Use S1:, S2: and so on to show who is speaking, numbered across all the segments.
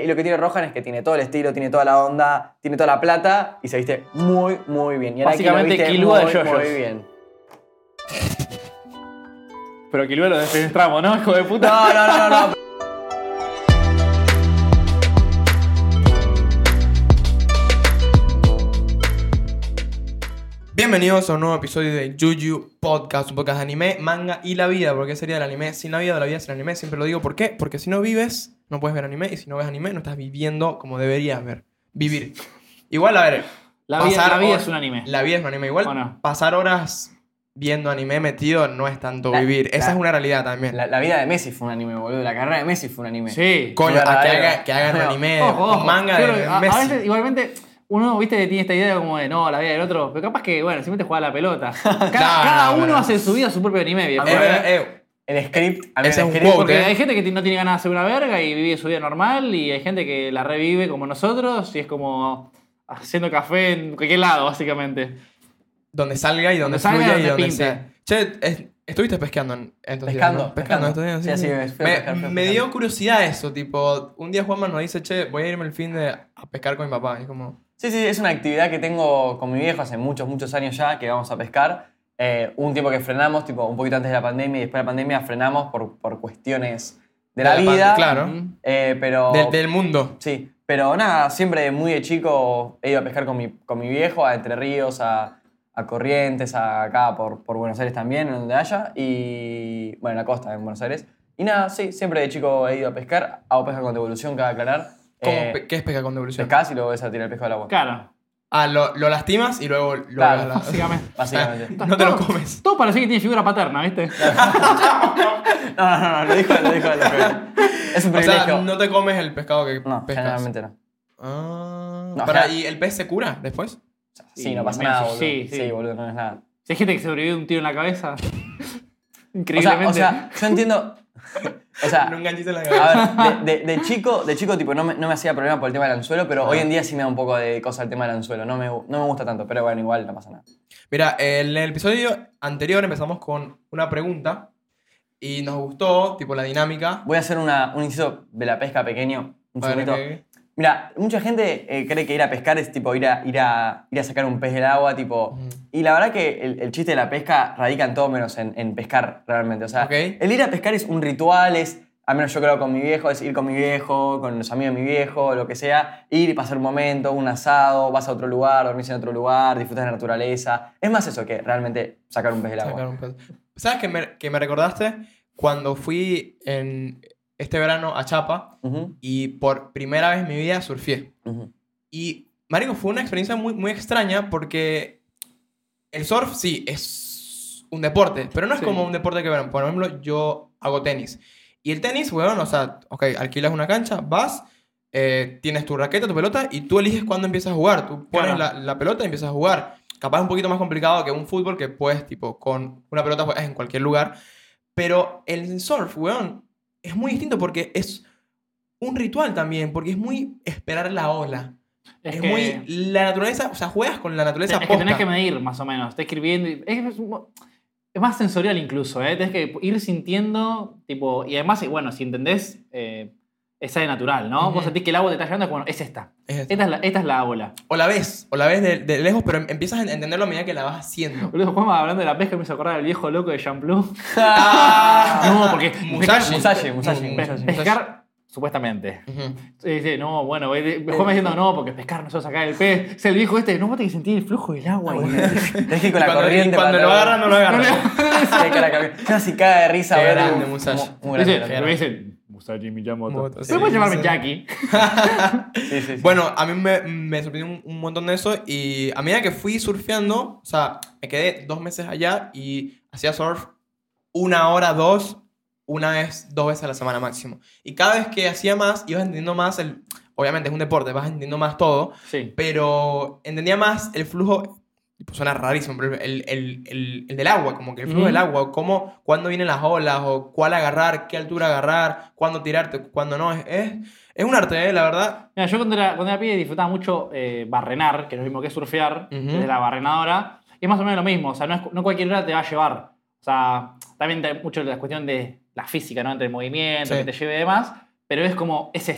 S1: lo que tiene Rohan es que tiene todo el estilo, tiene toda la onda, tiene toda la plata y se viste muy, muy bien. Y
S2: básicamente
S1: Araki lo viste
S2: Killua de
S1: muy,
S2: JoJo's.
S1: muy bien.
S2: Pero Killua lo defenestramos, ¿no, hijo de puta?
S1: No.
S3: Bienvenidos a un nuevo episodio de Juju Podcast, un podcast de anime, manga y la vida. ¿Por qué sería el anime sin la vida o la vida sin anime? Siempre lo digo. ¿Por qué? Porque si no vives, no puedes ver anime. Y si no ves anime, no estás viviendo como deberías vivir. Igual, a ver...
S2: La vida es un anime.
S3: La vida es un anime. Igual,
S2: ¿O no?
S3: pasar horas viendo anime metido no es tanto vivir. Esa es una realidad también.
S1: La vida de Messi fue un anime, boludo. La carrera de Messi fue un anime.
S2: Sí.
S3: Coño,
S1: Fue
S3: a
S1: verdadero.
S3: que hagan anime,
S2: Ojo,
S3: un manga
S2: pero
S3: de
S2: a
S3: Messi.
S2: veces, igualmente, uno, viste, tiene esta idea como de, no, la vida del otro. Pero capaz que, bueno, simplemente juega a la pelota. Cada uno
S3: bueno.
S2: hace en su vida su propio anime, viejo.
S1: El script, a mí
S3: Ese
S1: el
S3: es un
S1: script,
S3: quote,
S2: Porque hay gente que no tiene ganas de hacer una verga y vive su vida normal, y hay gente que la revive como nosotros, y es como haciendo café en cualquier lado, básicamente.
S3: Donde salga y donde
S2: salga y
S3: fluya y
S2: donde
S3: donde
S2: pinte.
S3: sea. Che, estuviste pescando en estos
S1: Pescando,
S3: días, ¿no? Pescando estos días.
S1: Sí, así es, fui a pescar, fui a
S3: Me
S1: pescar.
S3: dio curiosidad eso, tipo, un día Juanma nos dice, che, voy a irme el fin de a pescar con mi papá. Y es como...
S1: Sí, es una actividad que tengo con mi viejo hace muchos años ya, que vamos a pescar. Hubo un tiempo que frenamos, tipo un poquito antes de la pandemia, y después de la pandemia frenamos por cuestiones de la vida.
S3: Claro.
S1: Pero...
S3: Del mundo.
S1: Sí, pero nada, siempre muy de chico he ido a pescar con mi viejo, a Entre Ríos, a Corrientes, acá por Buenos Aires también, en donde haya, y bueno, en la costa, en Buenos Aires. Y nada, sí, siempre de chico he ido a pescar, hago pesca con devolución, cabe aclarar.
S3: ¿Qué es pesca con devolución?
S1: Pescás y luego ves a tirar el pescado al agua.
S2: Claro.
S3: Ah, lo lastimas y luego lo
S1: Claro,
S2: Básicamente.
S1: básicamente.
S3: No te lo comes.
S2: Todo parece que tiene figura paterna, ¿viste?
S1: No, lo dijo él. Es un
S3: O sea,
S1: privilegio.
S3: no te comes el pescado que
S1: No,
S3: pescas.
S1: generalmente no.
S3: Ah,
S1: No,
S3: ¿y el pez se cura después?
S1: Sí, no pasa
S2: Mira,
S1: nada, boludo.
S2: sí.
S1: Sí, boludo, no es nada.
S2: Si hay gente que sobrevive de un tiro en la cabeza.
S1: O
S2: Increíblemente.
S1: sea, yo entiendo... O sea,
S3: No enganchiste la cabeza.
S1: a ver, de chico tipo, no me hacía problema por el tema del anzuelo, pero hoy en día sí me da un poco de cosa el tema del anzuelo. No me gusta tanto, pero bueno, igual no pasa nada.
S3: Mira, en el episodio anterior empezamos con una pregunta y nos gustó, tipo, la dinámica.
S1: Voy a hacer un inciso de la pesca pequeño. Un
S3: A ver,
S1: segundito.
S3: ¿qué?
S1: Mira, mucha gente cree que ir a pescar es tipo ir a sacar un pez del agua, tipo... Y la verdad que el chiste de la pesca radica en todo menos en pescar realmente. O sea,
S3: Ok.
S1: el ir a pescar es un ritual, al menos yo creo con mi viejo, es ir con mi viejo, con los amigos de mi viejo, lo que sea, ir y pasar un momento, un asado, vas a otro lugar, dormís en otro lugar, disfrutas de la naturaleza. Es más eso que realmente sacar un pez del agua.
S3: Sacar un pez. ¿Sabes que me recordaste? Cuando fui en este verano a Chapa
S1: Ujú,
S3: y por primera vez en mi vida surfé.
S1: ujú.
S3: Y, marico, fue una experiencia muy extraña porque el surf sí es un deporte, pero no es
S2: Sí.
S3: como un deporte que, bueno, por ejemplo, yo hago tenis. Y el tenis, bueno, o sea, ok, alquilas una cancha, vas, tienes tu raqueta, tu pelota y tú eliges cuándo empiezas a jugar. Tú pones
S2: Claro.
S3: la pelota y empiezas a jugar. Capaz es un poquito más complicado que un fútbol que puedes, tipo, con una pelota juegas en cualquier lugar. Pero el surf, weón, es muy distinto porque es un ritual también, porque es muy esperar la ola. Es
S2: que-
S3: muy la naturaleza, o sea, juegas con la naturaleza
S2: Es que
S3: posta.
S2: tenés que medir, más o menos. Está escribiendo. Es más sensorial incluso, ¿eh? Tenés que ir sintiendo, tipo. Y además, bueno, si entendés, es aire natural, ¿no?
S3: Ujú.
S2: Vos sentís que el agua te está llevando, bueno, es esta.
S3: Es esto.
S2: Esta es la ola.
S3: O la ves de lejos, pero empiezas a entenderlo a medida que la vas haciendo.
S2: Boludo, Juanma, hablando de la pesca, me hizo acordar del viejo loco de Champloo.
S3: Ah,
S2: No, porque
S3: Musashi.
S2: pescar, supuestamente.
S3: Ujú.
S2: Dice, no, bueno, Juanma diciendo, no, porque pescar no solo sacar el pez. Es el viejo este, no, vos tenés que sentir el flujo del agua.
S1: Tenés que ir con la
S3: Y
S1: corriente.
S3: cuando lo agarran, no lo agarran.
S1: Sí, con la corriente. Casi cae de risa
S3: Qué
S1: ver
S3: grande,
S1: un-
S3: Musashi.
S1: muy
S2: Dice,
S1: grande.
S2: me dicen, Musashi Miyamoto.
S3: Moto,
S2: ¿Se puede
S3: sí,
S2: llamarme
S3: sí.
S2: Jackie?
S1: Sí.
S3: Bueno, a mí me sorprendió un montón de eso y a medida que fui surfeando, o sea, me quedé 2 meses allá y hacía surf 1 hora, 2, 2 veces a la semana máximo. Y cada vez que hacía más, ibas entendiendo más obviamente es un deporte, vas entendiendo más todo,
S2: Sí.
S3: pero entendía más el flujo, tipo, suena rarísimo, pero el del agua, como que el flujo
S2: Ujú.
S3: del agua, cuándo vienen las olas, o cuál agarrar, qué altura agarrar, cuándo tirarte, cuándo no, es un arte, la verdad.
S2: Mira, yo cuando era pibe disfrutaba mucho barrenar, que es lo mismo que surfear,
S3: Ujú.
S2: desde la barrenadora. Y es más o menos lo mismo, o sea, no cualquier hora te va a llevar. O sea, también hay mucho la cuestión de la física, ¿no? Entre el movimiento,
S3: Sí.
S2: que te lleve y demás, pero es como, es esta.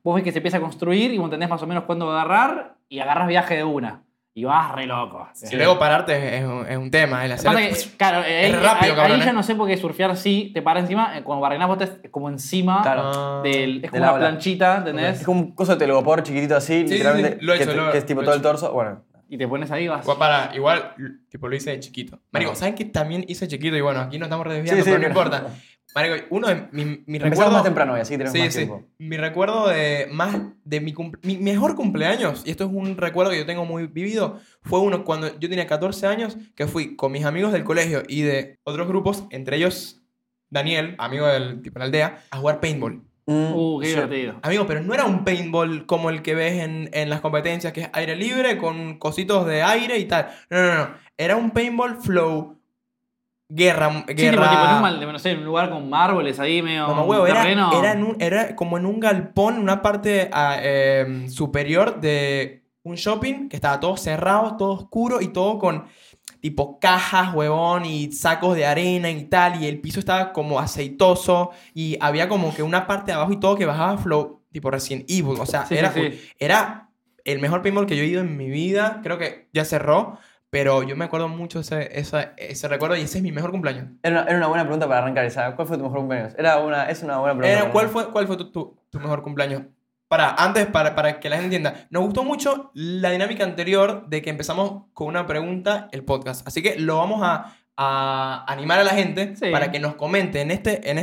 S2: vos ves que se empieza a construir y vos entendés más o menos cuándo agarrar y agarras viaje de una. Y vas re loco.
S3: Y luego pararte es un tema. El hacer...
S2: Pasa que, claro,
S3: rápido,
S2: ahí
S3: cabrón,
S2: ya no sé por qué surfear sí te para encima. Cuando barrenás vos es como encima
S1: Claro.
S2: es como
S1: la
S2: una
S1: ola.
S2: planchita, ¿entendés?
S1: Es como un coso de telgopor chiquitito así,
S3: Sí,
S1: literalmente,
S3: sí, sí. Lo he hecho,
S1: que es tipo
S3: lo he
S1: todo el
S3: hecho.
S1: torso. Bueno,
S2: Y te pones ahí y vas.
S3: Igual, tipo, lo hice de chiquito. Marico, ¿saben qué también hice de chiquito? Y bueno, aquí nos estamos desviando,
S1: Sí, sí,
S3: pero no
S1: pero-
S3: importa. Marico, uno de mi
S1: empezamos
S3: recuerdo...
S1: más temprano hoy, así que tenemos
S3: Sí,
S1: más
S3: sí.
S1: tiempo.
S3: Mi recuerdo de mi mejor cumpleaños, y esto es un recuerdo que yo tengo muy vivido, fue uno cuando yo tenía 14 años, que fui con mis amigos del colegio y de otros grupos, entre ellos Daniel, amigo del tipo de la aldea, a jugar paintball.
S2: Qué
S1: Sí.
S2: divertido.
S3: Amigo, pero no era un paintball como el que ves en las competencias, que es aire libre con cositos de aire y tal. No. Era un paintball flow. Guerra.
S2: Sí, tipo no sé, en un lugar con márboles ahí medio.
S3: Mamá huevo,
S2: terreno.
S3: era como en un galpón, una parte superior de un shopping que estaba todo cerrado, todo oscuro y todo con tipo cajas, huevón, y sacos de arena y tal, y el piso estaba como aceitoso y había como que una parte de abajo y todo que bajaba flow, tipo Resident Evil, o sea,
S2: Sí,
S3: era,
S2: sí, sí.
S3: era el mejor paintball que yo he ido en mi vida, creo que ya cerró, pero yo me acuerdo mucho ese recuerdo y ese es mi mejor cumpleaños.
S1: Era una buena pregunta para arrancar esa. ¿Cuál fue tu mejor cumpleaños? Es una buena pregunta.
S3: ¿Cuál fue tu mejor cumpleaños? Para que la gente entienda, nos gustó mucho la dinámica anterior de que empezamos con una pregunta el podcast. Así que lo vamos a animar a la gente
S2: Sí.
S3: para que nos comente en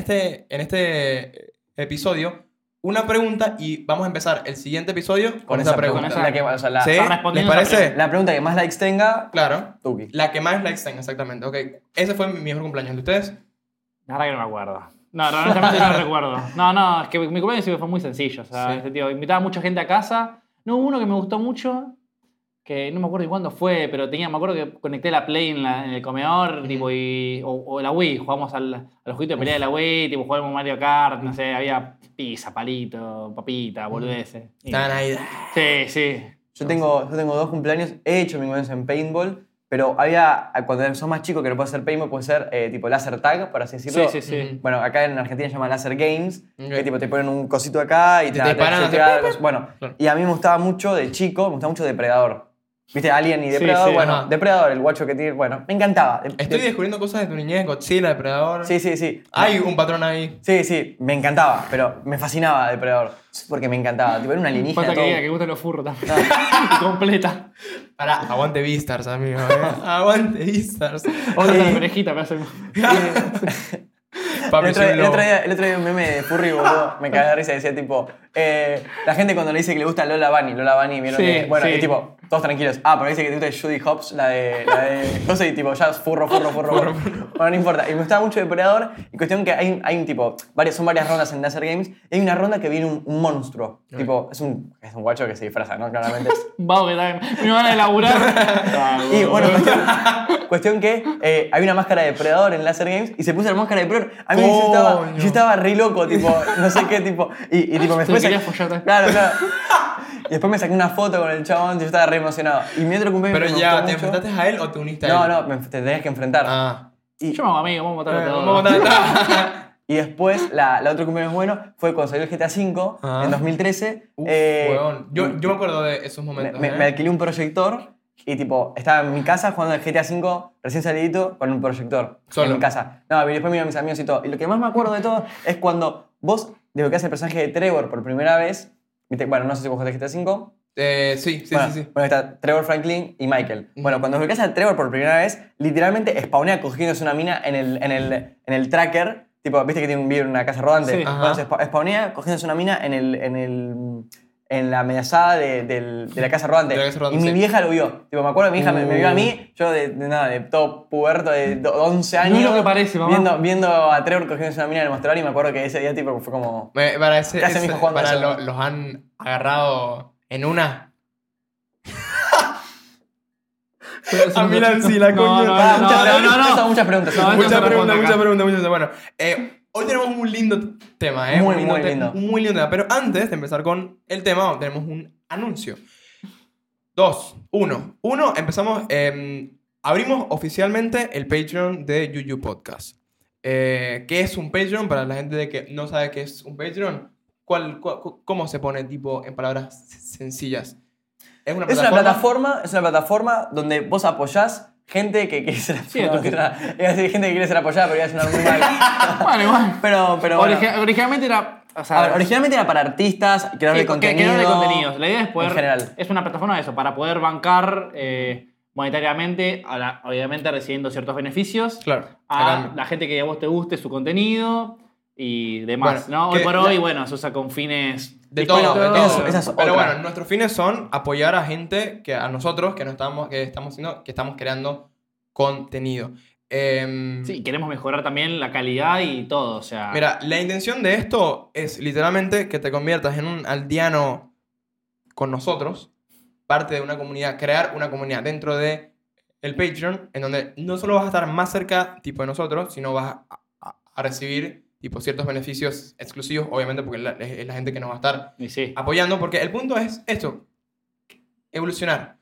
S3: este episodio una pregunta y vamos a empezar el siguiente episodio con esa pregunta.
S2: esa-
S1: La que, o sea,
S3: ¿Sí?
S2: Estás respondiendo
S3: ¿Les
S2: esa
S3: parece?
S1: la pregunta que más likes tenga,
S3: Claro.
S1: Tuki.
S3: La que más likes tenga, exactamente. Ok, ese fue mi mejor cumpleaños. ¿De ustedes?
S2: La verdad que no me acuerdo. No, honestamente no lo recuerdo. No, es que mi cumpleaños sí fue muy sencillo. O sea,
S3: Sí.
S2: en ese sentido, invitaba a mucha gente a casa. No hubo uno que me gustó mucho, que no me acuerdo ni cuándo fue, pero me acuerdo que conecté la Play en el comedor, tipo, o la Wii. Jugamos a los jueguitos de pelea de la Wii, tipo, jugábamos Mario Kart, no sé, había pizza, palito, papita, boludeces. Y-
S3: Estaban ahí.
S2: Sí.
S1: Yo tengo 2 cumpleaños, he hecho mi cumpleaños en paintball, pero cuando sos más chico que no puede ser paintball, puede ser tipo laser tag, por así decirlo.
S2: Sí.
S1: Bueno, acá en Argentina se llama laser games,
S3: Ok.
S1: que tipo te ponen un cosito acá y
S3: te disparan,
S1: Bueno,
S3: Claro.
S1: y a mí me gustaba mucho de chico, me gustaba mucho Depredador. ¿Viste? Alien y
S2: Sí,
S1: Depredador.
S2: sí,
S1: Bueno,
S3: ajá.
S1: Depredador, el guacho que tiene. Bueno, me encantaba.
S3: Estoy descubriendo cosas de tu niñez, Godzilla, Depredador.
S1: Sí.
S3: Hay un patrón ahí.
S1: Sí, me encantaba, pero me fascinaba Depredador. Porque me encantaba. Tipo, era una alienígena.
S2: Falta que
S1: todo.
S2: diga que gusta los furros también. Completa.
S3: Pará, aguante Beastars, amigo. Aguante Beastars.
S2: Otra la conejita, me hace.
S3: Papi, soy un
S1: El
S3: lobo.
S1: otro día un meme de Furry, boludo, me cagué de risa, decía tipo, la gente cuando le dice que le gusta Lola Bunny, vieron
S2: Sí,
S1: que, bueno,
S2: sí.
S1: y tipo, todos tranquilos, pero dice que te gusta Judy Hopps, la de, no sé, y tipo, ya es furro. Bueno, no importa, y me gustaba mucho Depredador, y cuestión que hay un tipo, son varias rondas en Laser Games, y hay una ronda que viene un monstruo, tipo, es un guacho que se disfraza, ¿no? Claramente.
S2: Vamos, que también. Me van a laburar.
S1: Y bueno, cuestión que hay una máscara de Depredador en Laser Games y se puso la máscara de Depredador. A mí
S3: Coño.
S1: yo estaba re loco, tipo, no sé qué, tipo. Y tipo, me
S2: Te lo
S1: después.
S2: querías follar también.
S1: Claro. Y después me saqué una foto con el chabón y yo estaba re emocionado. Y mi otro cumpleaños
S3: Pero
S1: que me
S3: ya,
S1: gustó
S3: ¿te
S1: mucho-
S3: enfrentaste a él o te uniste a él?
S1: No, te tenías que enfrentar.
S3: Ah.
S1: Y,
S2: Yo me hago amigo, vamos a matar a todos.
S3: Vamos a matar.
S1: y después, la otro cumpleaños bueno fue cuando salió el GTA V
S3: Ah.
S1: en 2013.
S3: Uf, huevón. Yo me acuerdo de esos momentos.
S1: Me alquilé un proyector y tipo, estaba en mi casa jugando el GTA V recién salidito con un proyector
S3: Solo.
S1: en mi casa. No, y después vino mis amigos y todo. Y lo que más me acuerdo de todo es cuando vos desbloqueás el personaje de Trevor por primera vez. ¿Viste? Bueno, no sé si vos jugaste GTA V.
S3: Sí.
S1: Bueno, está Trevor Franklin y Michael. Bueno, cuando desbloqueas a Trevor por primera vez, literalmente spawnea cogiéndose una mina en el tracker. Tipo, ¿viste que vive en una casa rodante?
S2: Sí.
S1: Bueno, se spawnea cogiéndose una mina en la amenazada de la casa rodante.
S3: De la casa rodante,
S1: y mi
S3: sí.
S1: vieja lo vio. Tipo, me acuerdo que mi hija me vio a mí, yo de todo puberto de 11 años.
S2: No es lo que parece, mamá.
S1: Viendo a Trevor cogiéndose una mina en el mostrador y me acuerdo que ese día tipo fue como...
S3: Para ese,
S1: ¿Qué hace mi hijo jugando
S3: para
S1: eso?
S3: los han agarrado en una. A mí Nancy, la coño.
S1: Muchas preguntas.
S2: No,
S3: Muchas
S2: no,
S3: preguntas,
S2: acá.
S3: muchas preguntas. Bueno, hoy tenemos un lindo tema,
S1: Muy
S3: Un
S1: lindo.
S3: Un muy lindo tema. Pero antes de empezar con el tema, tenemos un anuncio. 2, 1. Empezamos. Abrimos oficialmente el Patreon de Yuyu Podcast. ¿Qué es un Patreon? Para la gente de que no sabe qué es un Patreon. ¿Cómo se pone, tipo, en palabras sencillas? Es una
S1: Es una plataforma donde vos apoyás gente que quiere ser
S2: Sí,
S1: apoyada. Iba a decir gente que quiere ser apoyada, pero iba a sonar muy mal.
S2: Bueno, igual.
S1: Pero bueno.
S2: Originalmente era... O sea,
S1: A ver, originalmente era para artistas, creadores de contenido.
S2: creadores de contenidos. La idea es poder...
S1: En general.
S2: Es una plataforma de eso, para poder bancar monetariamente, obviamente recibiendo ciertos beneficios
S3: Claro.
S2: a la gente que a vos te guste su contenido y demás,
S3: Bueno,
S2: ¿no? Hoy
S3: que
S2: por hoy, bueno, se usa con fines...
S3: De todo,
S1: Bueno,
S3: de todo.
S1: esa es
S3: Pero
S1: otra.
S3: bueno, nuestros fines son apoyar a gente, a nosotros, que estamos creando contenido.
S2: Sí, queremos mejorar también la calidad y todo, o sea...
S3: Mira, la intención de esto es literalmente que te conviertas en un aldeano con nosotros, parte de una comunidad, crear una comunidad dentro de el Patreon, en donde no solo vas a estar más cerca tipo de nosotros, sino vas a recibir tipo ciertos beneficios exclusivos, obviamente porque es la gente que nos va a estar
S2: Y sí.
S3: apoyando, porque el punto es esto, evolucionar,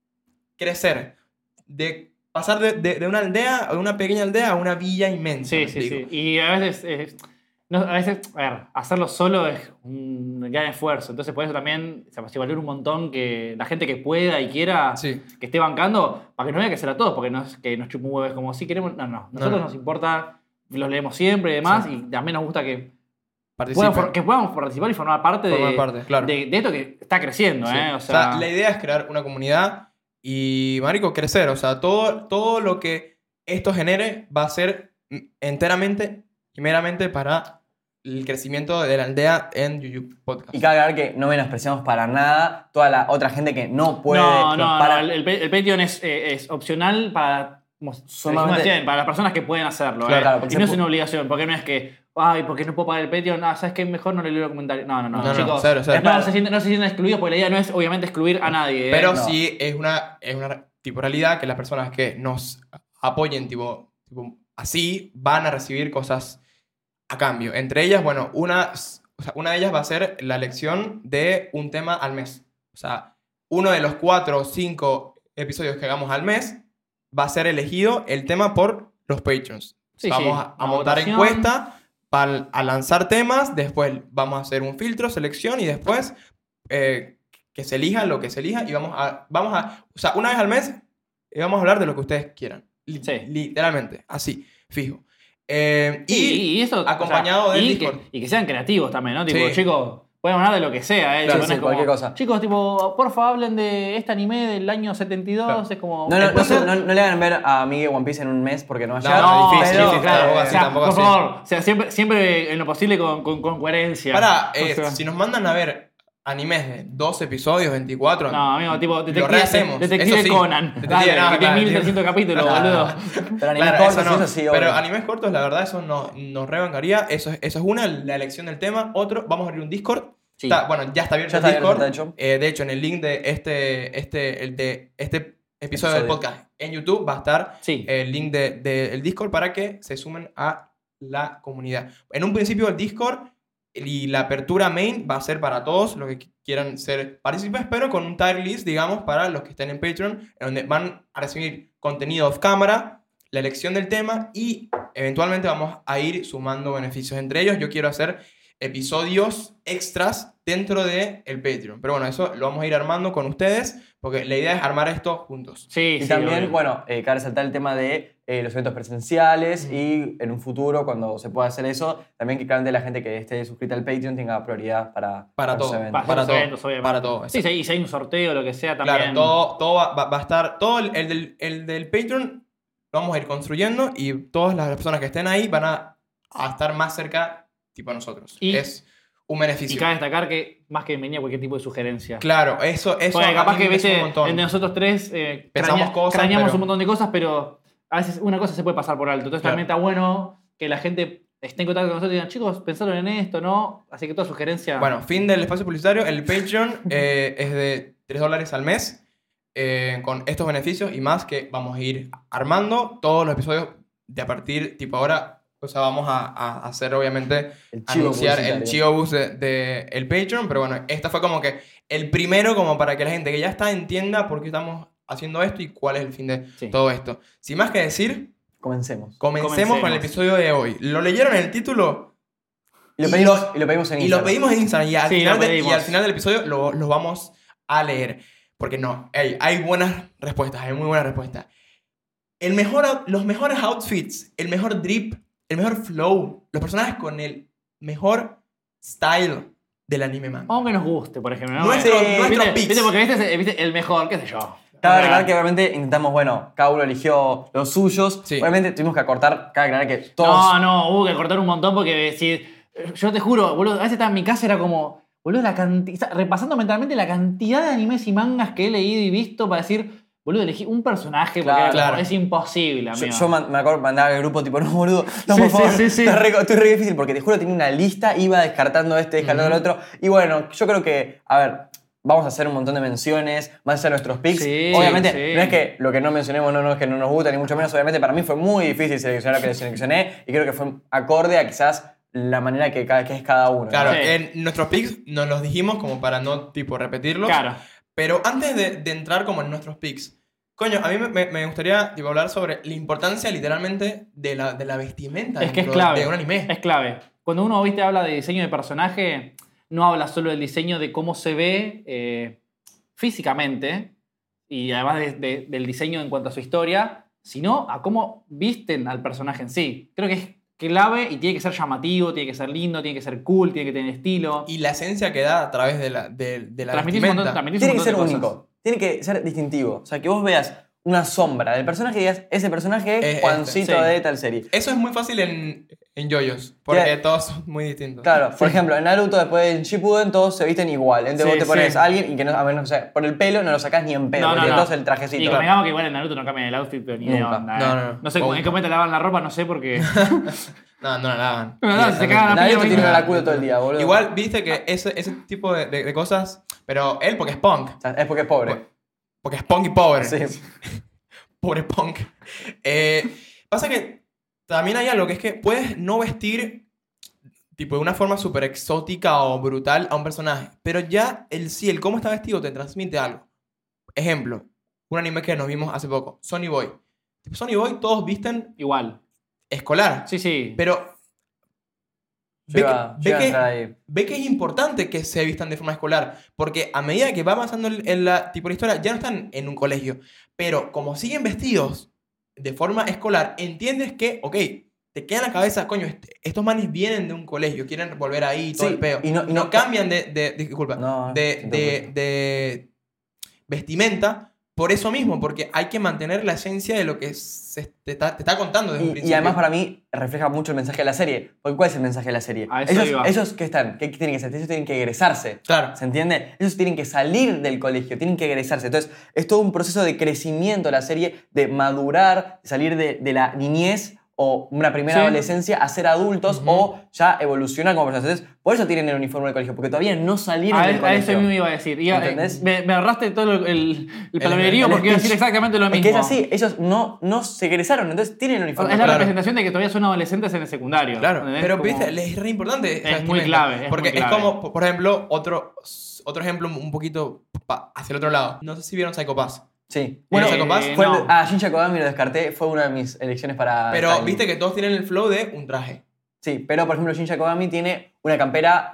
S3: crecer, de pasar de una aldea, de una pequeña aldea a una villa inmensa.
S2: Sí,
S3: ¿me
S2: sí,
S3: explico?
S2: sí. Y a veces, a ver, hacerlo solo es un gran esfuerzo. Entonces, por eso también se valora un montón que la gente que pueda y quiera,
S3: Sí.
S2: que esté bancando, para que no haya que hacer a todos, porque no es que nos chupen huevos como si queremos. No. Nosotros
S3: No.
S2: nos importa, los leemos siempre y demás,
S3: Sí.
S2: y también nos gusta que
S3: Participen.
S2: que podamos participar y formar parte,
S3: Formar parte, claro.
S2: de esto que está creciendo,
S3: Sí.
S2: ¿eh? O
S3: O sea,
S2: sea,
S3: la idea es crear una comunidad y, marico, crecer. O sea, todo lo que esto genere va a ser enteramente y meramente para el crecimiento de la aldea en YouTube Podcast.
S1: Y cabe aclarar que no menospreciamos para nada toda la otra gente que no puede.
S2: No, el Patreon es opcional para, como
S1: Sumamente-
S2: dijimos recién, para las personas que pueden hacerlo.
S1: Claro, porque
S2: y no
S1: se
S2: es una obligación, porque no es que, ay, porque no puedo pagar el Patreon, ¿sabes qué? Mejor no le leo los comentarios. No, chicos.
S3: cero.
S2: No se sienten excluidos, porque la idea no es, obviamente, excluir a nadie.
S3: Pero
S1: No.
S3: sí es una tipo realidad que las personas que nos apoyen tipo así van a recibir cosas a cambio. Entre ellas, bueno, una de ellas va a ser la elección de un tema al mes. O sea, uno de los 4 o 5 episodios que hagamos al mes va a ser elegido el tema por los Patreons.
S2: Sí,
S3: Vamos
S2: sí,
S3: a
S2: una
S3: montar
S2: votación.
S3: encuesta a lanzar temas, después vamos a hacer un filtro, selección y después que se elija lo que se elija y o sea, una vez al mes vamos a hablar de lo que ustedes quieran.
S2: Sí.
S3: Literalmente, así, fijo.
S2: Y eso,
S3: acompañado del
S2: y
S3: Discord.
S2: y que sean creativos también, ¿no? Tipo,
S3: Sí.
S2: chicos, pueden hablar de lo que sea, ¿eh?
S1: Claro,
S2: Tipo, no
S1: sí,
S2: es como,
S1: cualquier cosa.
S2: chicos, tipo, porfa, hablen de este anime del año 72,
S3: Claro.
S2: es como...
S1: No le hagan ver a Miguel One Piece en un mes porque no va a llegar.
S3: No, difícil,
S1: pero-
S3: difícil,
S2: claro,
S3: tampoco
S2: o
S3: así,
S2: sea,
S3: tampoco
S2: por
S3: así.
S2: favor, o sea, siempre en lo posible con coherencia.
S3: Para,
S2: O sea,
S3: si nos mandan a ver animes de 2 episodios, 24,
S2: no, amigo, tipo,
S3: lo rehacemos.
S2: Detective
S3: Eso sí.
S2: Conan.
S3: Detective,
S2: Dale,
S3: no,
S2: que tiene
S3: claro,
S2: 1300 capítulos, boludo.
S1: Pero animes
S3: claro,
S1: cortos,
S3: eso no.
S1: eso sí,
S3: Pero
S1: obvio.
S3: animes cortos, la verdad, eso nos rebancaría. Eso es una, la elección del tema. Otro, vamos a abrir un Discord.
S2: Sí.
S3: Bueno, ya está abierto
S1: Ya
S3: el
S1: está
S3: Discord.
S1: abierto,
S3: De hecho, en el link de este episodio del podcast en YouTube va a estar
S2: Sí.
S3: el link del Discord para que se sumen a la comunidad. En un principio el Discord y la apertura main va a ser para todos los que quieran ser partícipes, pero con un tier list, digamos, para los que estén en Patreon, en donde van a recibir contenido off cámara, la elección del tema y eventualmente vamos a ir sumando beneficios. Entre ellos, yo quiero hacer episodios extras dentro del Patreon. Pero bueno, eso lo vamos a ir armando con ustedes, porque la idea es armar esto juntos.
S2: Sí,
S1: Y
S2: sí,
S1: también,
S2: obvio.
S1: bueno, cabe resaltar el tema de los eventos presenciales y en un futuro, cuando se pueda hacer eso, también que claramente la gente que esté suscrita al Patreon tenga prioridad para
S3: Para
S1: los
S3: todo.
S1: eventos.
S2: Para
S3: para
S2: los
S3: todo,
S2: eventos, obviamente.
S3: para todo,
S2: Sí, sí, y si hay un sorteo o lo que sea también.
S3: Claro, todo va a estar, todo el del Patreon lo vamos a ir construyendo y todas las personas que estén ahí van a estar más cerca, tipo a nosotros.
S2: Y-
S3: es un
S2: Y
S3: beneficio.
S2: cabe destacar que más que bienvenida cualquier tipo de sugerencia.
S3: Claro, eso
S2: Porque
S3: a
S2: capaz
S3: mí
S2: que,
S3: me suma
S2: viste,
S3: un montón.
S2: entre nosotros tres
S3: Pensamos cosas,
S2: craneamos
S3: pero-
S2: un montón de cosas, pero a veces una cosa se puede pasar por alto. Entonces
S3: Claro.
S2: también está bueno que la gente esté en contacto con nosotros y digan, chicos, pensaron en esto, ¿no? Así que toda sugerencia...
S3: Bueno, fin del espacio publicitario. El Patreon es de $3 al mes con estos beneficios y más que vamos a ir armando todos los episodios de a partir, tipo ahora, o sea, vamos a hacer obviamente
S1: El chivo
S3: anunciar el
S1: publicitario.
S3: Chivo Bus de el Patreon, pero bueno, esta fue como que el primero como para que la gente que ya está entienda por qué estamos haciendo esto y cuál es el fin de
S2: Sí.
S3: todo esto. Sin más que decir,
S1: Comencemos.
S3: comencemos con el episodio de hoy. ¿Lo leyeron en el título?
S1: Y lo pedimos en
S3: Y lo
S1: Instagram.
S3: pedimos en Instagram. Y al,
S2: Sí,
S3: final,
S2: lo pedimos.
S3: y al final del episodio lo vamos a leer. Porque no, hay buenas respuestas, hay muy buenas respuestas. Los mejores outfits, el mejor drip, el mejor flow, los personajes con el mejor style del anime manga.
S2: Aunque nos guste, por ejemplo. ¿no?
S3: Nuestros
S2: ¿Viste?
S3: picks.
S2: ¿Viste? Porque viste el mejor, qué sé yo.
S1: Cabe recalcar que obviamente intentamos, bueno, cada uno eligió los suyos.
S3: Sí.
S1: Obviamente tuvimos que acortar, cabe aclarar que todos...
S2: No, hubo que cortar un montón porque si. Yo te juro, boludo, a veces estaba en mi casa era como. Boludo, repasando mentalmente la cantidad de animes y mangas que he leído y visto para decir. Boludo, elegí un personaje porque era como,
S3: Claro.
S2: es imposible, amigo.
S1: Yo me acuerdo mandaba al grupo tipo, no, boludo, no,
S2: Sí,
S1: por
S2: sí,
S1: favor,
S2: sí, sí.
S1: estoy re difícil porque te juro tenía una lista, iba descartando descartando el otro. Y bueno, yo creo que, a ver, vamos a hacer un montón de menciones, vamos a hacer nuestros picks.
S2: Sí,
S1: Obviamente,
S2: sí.
S1: no es que lo que no mencionemos no es que no nos gusta, ni mucho menos. Obviamente, para mí fue muy difícil seleccionar lo que seleccioné y creo que fue acorde a quizás la manera que es cada uno.
S3: Claro,
S2: Sí.
S3: en nuestros picks nos los dijimos como para no tipo repetirlos.
S2: Claro.
S3: Pero antes de entrar como en nuestros picks, coño, a mí me gustaría tipo, hablar sobre la importancia literalmente de la vestimenta
S2: Es que es
S3: dentro
S2: clave.
S3: de un anime.
S2: Es clave. Cuando uno, viste, habla de diseño de personaje, no habla solo del diseño de cómo se ve físicamente y además del diseño en cuanto a su historia, sino a cómo visten al personaje en sí. Creo que es clave y tiene que ser llamativo, tiene que ser lindo, tiene que ser cool, tiene que tener estilo.
S3: Y la esencia que da a través de la
S2: Transmitís un montón,
S3: vestimenta.
S2: transmitís
S1: Tiene
S2: un
S1: que ser
S2: montón de cosas.
S1: único, tiene que ser distintivo. O sea, que vos veas una sombra del personaje y digas, ese personaje es
S3: Es
S1: Juancito
S2: este. Sí.
S1: de tal serie.
S3: Eso es muy fácil en JoJo's, porque
S1: Ya.
S3: todos son muy distintos.
S1: Claro, por ejemplo, en Naruto, después en Shippuden, todos se visten igual. Entonces
S2: Sí,
S1: vos te pones
S2: sí.
S1: a alguien y que no, a menos, o sea, por el pelo no lo sacás ni en pedo,
S2: No,
S1: porque
S2: no, no.
S1: entonces el trajecito.
S2: Y convengamos que igual en Naruto no cambian el outfit, pero ni de
S1: Nunca.
S2: onda.
S3: No.
S2: No sé
S3: Nunca.
S2: en qué momento lavan la ropa, no sé porque.
S3: No la lavan.
S2: No, se cagan a
S1: Naruto
S2: piña,
S1: tiene
S2: ¿viste?
S1: la culo todo el día, boludo.
S3: Igual, viste que ese tipo de cosas, pero él porque es punk.
S1: O sea, es porque es pobre.
S3: Porque es punk y pobre.
S1: Sí.
S3: Pobre punk. Pasa que también hay algo que es que puedes no vestir tipo de una forma súper exótica o brutal a un personaje, pero ya el cómo está vestido te transmite algo. Ejemplo, un anime que nos vimos hace poco, Sonny Boy. Tipo, Sonny Boy todos visten
S2: Igual.
S3: escolar,
S2: Sí, sí.
S3: pero
S1: Yo iba a entrar ahí.
S3: ve que es importante que se vistan de forma escolar, porque a medida que va pasando la historia, ya no están en un colegio, pero como siguen vestidos de forma escolar, entiendes que, ok, te queda en la cabeza, coño, estos manes vienen de un colegio, quieren volver ahí, todo
S1: Sí,
S3: el peo.
S1: y no-
S3: cambian disculpa,
S1: No,
S3: de vestimenta por eso mismo, porque hay que mantener la esencia de lo que te está contando desde un
S1: Y
S3: principio.
S1: además para mí refleja mucho el mensaje de la serie. Porque ¿cuál es el mensaje de la serie?
S2: A eso iba.
S1: Ellos ¿qué están? ¿Qué tienen que hacer? Ellos tienen que egresarse.
S3: Claro.
S1: ¿Se entiende? Ellos tienen que salir del colegio, tienen que egresarse. Entonces, es todo un proceso de crecimiento de la serie, de madurar, de salir de la niñez o una primera
S2: Sí.
S1: adolescencia a ser adultos o ya evolucionar como personas. Entonces, por eso tienen el uniforme del colegio, porque todavía no salieron del
S2: A
S1: colegio.
S2: eso mismo iba a decir.
S1: ¿Entendés?
S2: Me ahorraste todo el palabrerío
S1: el
S2: porque iba a decir
S1: speech.
S2: exactamente lo mismo.
S1: Es que es así, ellos no se egresaron, entonces tienen el
S2: O
S1: uniforme.
S2: sea, es la
S3: Claro.
S2: representación de que todavía son adolescentes en el secundario.
S3: Claro,
S2: ¿entendés?
S3: pero
S2: Como-
S3: viste, es re importante. esa
S2: Es muy
S3: vestimenta,
S2: clave, es
S3: porque
S2: muy clave.
S3: es como, por ejemplo, otro ejemplo un poquito hacia el otro lado. No sé si vieron Psycho Pass.
S1: Sí.
S3: Bueno,
S1: Bueno,
S3: Psycho Pass
S1: fue
S2: no.
S1: Shinja Kodami lo descarté, fue una de mis elecciones para.
S3: Pero
S1: styling.
S3: viste que todos tienen el flow de un traje.
S1: Sí, pero por ejemplo, Shinja Kodami tiene una campera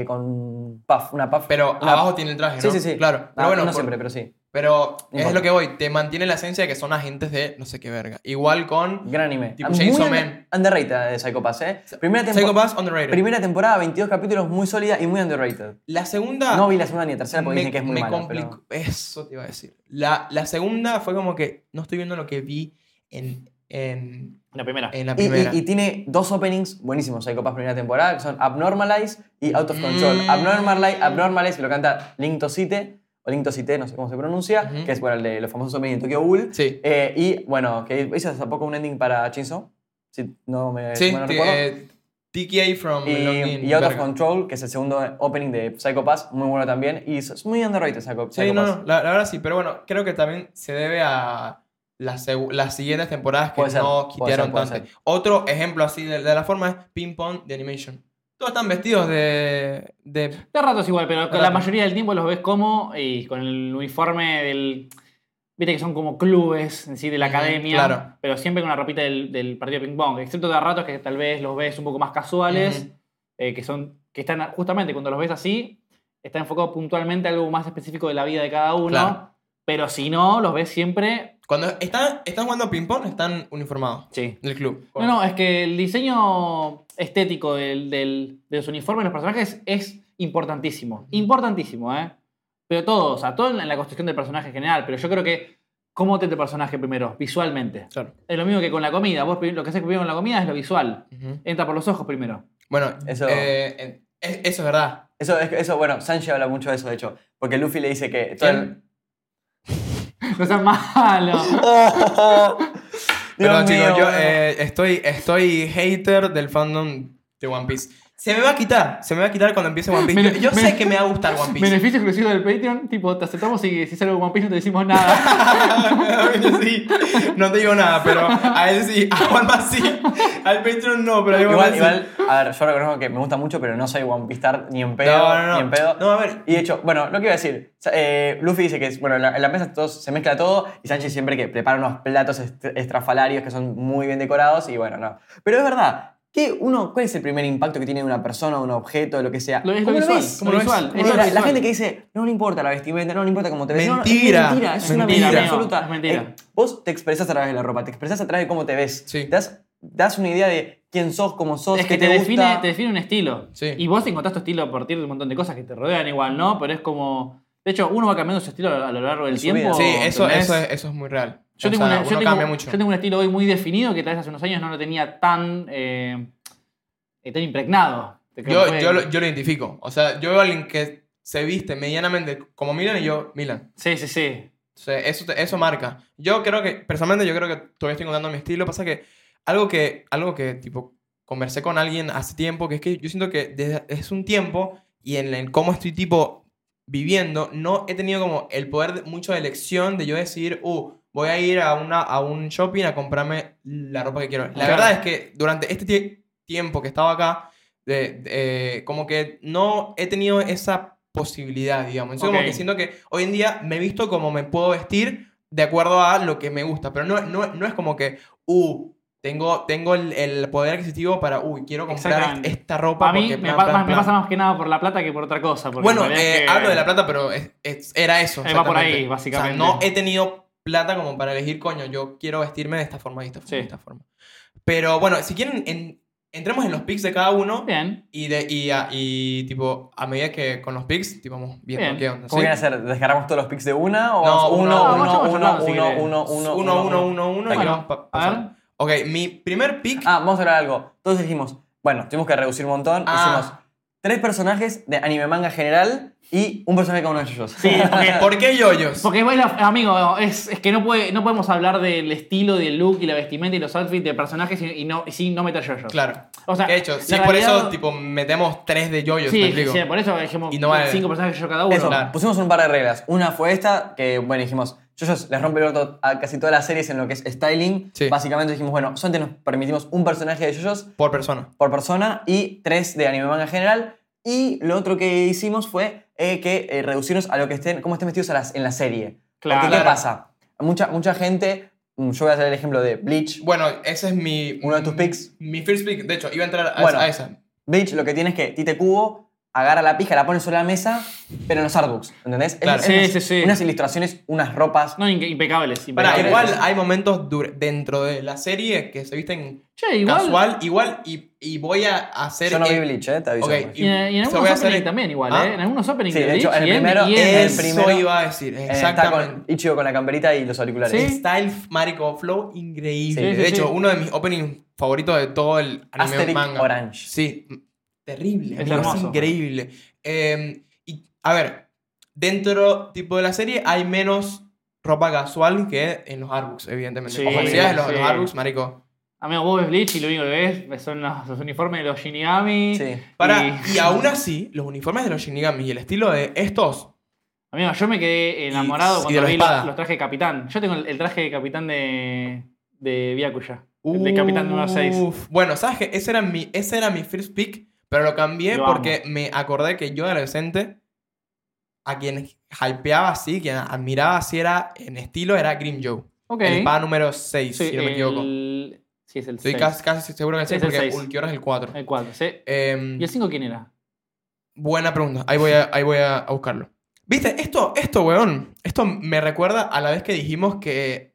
S1: con puff, una puff.
S3: Pero
S1: una-
S3: abajo tiene el traje, ¿no?
S1: Sí, sí, sí.
S3: Claro. Pero
S1: Ah,
S3: bueno,
S1: no siempre, pero sí.
S3: pero
S1: No
S3: es
S1: importa.
S3: lo que voy. Te mantiene la esencia de que son agentes de no sé qué verga. Igual con
S1: Gran anime.
S3: Tipo
S1: Muy
S3: Chainsaw Man.
S1: underrated de Psycho Pass, ¿eh?
S3: Psycho Pass underrated.
S1: Primera temporada, 22 capítulos, muy sólida y muy underrated.
S3: La segunda...
S1: No vi la segunda ni la tercera porque dicen que es muy
S3: me
S1: mala.
S3: complicó. Eso te iba a decir. La segunda fue como que no estoy viendo lo que vi en
S2: La primera.
S3: la
S1: Pero...
S3: primera.
S1: Y tiene dos openings buenísimos, Psycho Pass primera temporada, que son Abnormalize y Out of Control. Abnormalize lo canta Link Tosite, o Link Tosite, no sé cómo se pronuncia,
S3: Ujú.
S1: que es bueno, el de los famosos openings de Tokyo Ghoul.
S3: Sí.
S1: Y bueno, que hizo hace poco un ending para Chainsaw, si no me
S3: Sí,
S1: mal no recuerdo.
S3: TKA from Longin.
S1: Y Out of
S3: verga.
S1: Control, que es el segundo opening de Psycho Pass, muy bueno también. Y es muy underrated Psycho
S3: Sí, no,
S1: Pass.
S3: no, la verdad sí, pero bueno, creo que también se debe a las siguientes temporadas que
S1: Puede ser,
S3: no
S1: puede
S3: quitaron
S1: ser, puede
S3: tanto.
S1: ser.
S3: Otro ejemplo así de la forma es Ping Pong de Animation. Todos están vestidos de
S2: De ratos igual, pero
S3: De
S2: la
S3: ratos.
S2: mayoría del tiempo los ves como y con el uniforme del. Viste que son como clubes en sí de la
S3: Ujú,
S2: academia,
S3: claro.
S2: pero siempre con la ropita del partido de ping pong. Excepto de ratos que tal vez los ves un poco más casuales,
S3: Ujú.
S2: que están justamente cuando los ves así, está enfocado puntualmente a algo más específico de la vida de cada uno.
S3: Claro.
S2: Pero si no, los ves siempre.
S3: Cuando están jugando ping-pong, están uniformados
S2: Sí.
S3: del club.
S2: No, es que el diseño estético de los uniformes de los personajes es importantísimo. Importantísimo, ¿eh? Pero todo, o sea, todo en la construcción del personaje en general. Pero yo creo que, ¿cómo te el personaje primero? Visualmente.
S3: Claro.
S2: Es lo mismo que con la comida. Vos lo que haces primero con la comida es lo visual.
S3: Ujú.
S2: Entra por los ojos primero.
S3: Bueno,
S1: Eso-
S3: eso es verdad.
S1: Eso, bueno, Sanji habla mucho de eso, de hecho. Porque Luffy le dice que... todo el-
S2: No seas malo.
S3: Perdón,
S1: Dios
S3: chicos,
S1: mío,
S3: yo
S1: bueno.
S3: estoy hater del fandom de One Piece. Se me va a quitar cuando empiece One Piece.
S2: Bene-
S3: Yo sé
S2: bene-
S3: que me va a gustar One Piece.
S2: Beneficio exclusivo del Patreon, tipo, te aceptamos y si sale One Piece no te decimos nada.
S3: Sí, no te digo nada, pero a él sí, a Juanma sí. Al Patreon no, pero a Juanma sí.
S1: Igual, a ver, yo reconozco que me gusta mucho, pero no soy One Piece Star ni en pedo,
S3: No.
S1: ni en pedo.
S3: No, a ver.
S1: Y de hecho, bueno, lo que iba a decir, Luffy dice que bueno, en la mesa todos, se mezcla todo y Sanji siempre que prepara unos platos estrafalarios que son muy bien decorados y bueno, no. Pero es verdad, ¿cuál es el primer impacto que tiene una persona, un objeto, lo que sea?
S2: Es lo
S1: ¿Cómo
S2: visual.
S1: ves?
S2: Lo visual.
S3: ¿Cómo
S2: Es
S3: lo
S2: lo
S1: La
S2: visual.
S1: gente que dice, no le importa la vestimenta, no le importa cómo te ves.
S3: Mentira.
S1: No, es mentira, es una
S3: Mentira,
S1: mentira
S2: amigo,
S1: absoluta.
S2: es mentira.
S1: Vos te expresás a través de la ropa, te expresás a través de cómo te ves.
S3: Sí.
S1: Das una idea de quién sos, cómo sos,
S2: Es
S1: qué
S2: que
S1: te
S2: define,
S1: gusta.
S2: te define un estilo.
S3: Sí.
S2: Y vos encontrás tu estilo a partir de un montón de cosas que te rodean igual, ¿no? Pero es como... De hecho, uno va cambiando su estilo a lo largo del
S1: En su
S2: tiempo.
S1: vida.
S3: Sí, eso
S2: ¿entendés?
S3: es muy real.
S2: Yo
S3: O
S2: tengo,
S3: sea,
S2: una- yo
S3: uno
S2: tengo-
S3: cambia mucho.
S2: yo tengo un estilo hoy muy definido que tal vez hace unos años no lo tenía tan impregnado.
S3: Yo lo identifico. O sea, yo veo a alguien que se viste medianamente como Milan y yo, Milan.
S2: Sí, sí, sí.
S3: O sea, eso marca. Personalmente, yo creo que todavía estoy encontrando mi estilo. Pasa que algo que tipo, conversé con alguien hace tiempo, que es que yo siento que desde hace un tiempo y en el cómo estoy tipo viviendo, no he tenido como el poder mucho de elección de yo decir, voy a ir a un shopping a comprarme la ropa que quiero. La
S2: Claro.
S3: verdad es que durante este tiempo que estaba acá, como que no he tenido esa posibilidad, digamos. Entonces, como
S2: Ok.
S3: que siento que hoy en día me he visto como me puedo vestir de acuerdo a lo que me gusta. Pero no es como que, tengo el poder adquisitivo para, quiero comprar
S2: Exactamente.
S3: esta ropa.
S2: A mí
S3: porque
S2: me
S3: plan,
S2: pasa
S3: plan, plan.
S2: más que nada por la plata que por otra cosa. porque
S3: Bueno,
S2: en realidad es que-
S3: hablo de la plata, pero era eso.
S2: Va por ahí,
S3: exactamente.
S2: básicamente.
S3: O sea, no he tenido plata como para elegir, coño, yo quiero vestirme de esta forma y esta forma
S2: Sí.
S3: y esta forma. Pero bueno, si quieren, entremos en los picks de cada uno.
S2: Bien.
S3: Y tipo, a medida que con los picks, tipo, vamos viendo
S2: Bien.
S3: qué onda.
S1: ¿Cómo
S3: ¿sí?
S1: quieren hacer? ¿Descargamos todos los picks de una? ¿O
S3: No,
S1: vamos
S3: uno,
S2: vamos hablando si querés.
S3: Uno, y
S2: Bueno,
S3: vamos
S2: a
S3: pasando.
S2: ver.
S3: Ok, mi primer pick.
S1: Vamos a hablar algo. Todos dijimos, bueno, tuvimos que reducir un montón. Hicimos 3 personajes de anime manga general y un personaje cada uno de ellos.
S2: Sí, porque,
S3: ¿Por qué yoyos?
S2: porque bueno, amigo, es que no podemos hablar del estilo, del look y la vestimenta y los outfits de personajes y sin no meter yoyos.
S3: Claro.
S2: O sea,
S3: ¿Qué he hecho? Sí,
S2: la
S3: por
S2: realidad-
S3: eso, tipo, metemos 3 de yoyos,
S2: Sí,
S3: ¿me explico?
S2: sí, por eso dijimos
S3: Y no vale.
S2: 5 personajes yo cada uno.
S1: Eso,
S3: Claro.
S1: pusimos un par de reglas. Una fue esta, que bueno, dijimos, Yoyos les rompe el orto a casi todas las series en lo que es styling.
S3: Sí.
S1: Básicamente dijimos, bueno, solamente nos permitimos un personaje de Yoyos
S3: Por persona.
S1: por persona y 3 de anime manga general. Y lo otro que hicimos fue que reducirnos a lo que cómo estén vestidos en la serie.
S2: Claro.
S1: Porque, ¿qué pasa? Mucha gente, yo voy a hacer el ejemplo de Bleach.
S3: Bueno, ese es mi...
S1: ¿Uno de tus picks?
S3: Mi first pick. De hecho, iba a entrar a,
S1: Bueno.
S3: a esa.
S1: Bleach lo que tiene es que Tite Kubo agarra la pija, la pone sobre la mesa, pero en los artbooks, ¿entendés?
S3: Claro.
S2: Sí.
S1: Unas ilustraciones, unas ropas.
S2: No, impecables.
S3: Pará,
S2: impecables.
S3: igual hay momentos dentro de la serie que se visten
S2: Che, igual.
S3: casual, y voy a hacer...
S1: Yo no vi Bleach, te aviso.
S3: Ok,
S1: pues.
S2: Y en
S3: se
S2: algunos
S3: voy a hacer-
S2: openings también igual,
S3: Ah.
S2: ¿eh? En algunos openings
S1: Sí, de hecho,
S2: Bleach
S1: en el
S2: y
S1: primero
S2: y
S1: es-
S3: Eso
S1: primero-
S3: iba a decir,
S1: Está
S3: exactamente.
S1: con Ichigo con la camperita y los auriculares.
S2: Sí.
S3: Style, marico, flow, increíble.
S2: Sí, sí,
S3: de hecho,
S2: sí.
S3: uno de mis openings favoritos de todo el anime
S1: Asterix
S3: manga.
S1: Orange.
S3: Sí, terrible.
S2: Es
S3: amigo, es
S2: hermoso.
S3: increíble. Y, a ver, dentro tipo de la serie hay menos ropa casual que en los artbooks, evidentemente.
S2: Sí,
S3: Como decías, los
S2: sí.
S3: artbooks, marico.
S2: Amigo, vos ves Bleach y lo único que ves son los uniformes de los Shinigami.
S1: Sí.
S3: Y aún así, los uniformes de los Shinigami y el estilo de estos.
S2: Amigo, yo me quedé enamorado
S3: Y
S2: cuando
S3: de la
S2: vi
S3: espada.
S2: los trajes de capitán. Yo tengo el traje de capitán de Byakuya. El de capitán número 6.
S3: Bueno, ¿sabes qué? Ese era mi first pick, pero lo cambié
S2: Lo
S3: porque me acordé que yo de adolescente, a quien hypeaba así, quien admiraba así era en estilo, era Grim Joe.
S2: Ok.
S3: El pa número 6,
S2: Sí,
S3: si no me equivoco.
S2: Sí, es el
S3: Estoy
S2: 6.
S3: casi seguro que es el
S2: Sí,
S3: 6
S2: es el
S3: porque
S2: 6.
S3: Ulquiorra es el 4.
S2: El 4, sí. ¿Y el 5 quién era?
S3: Buena pregunta. Ahí voy a buscarlo. ¿Viste? Esto, weón. Esto me recuerda a la vez que dijimos que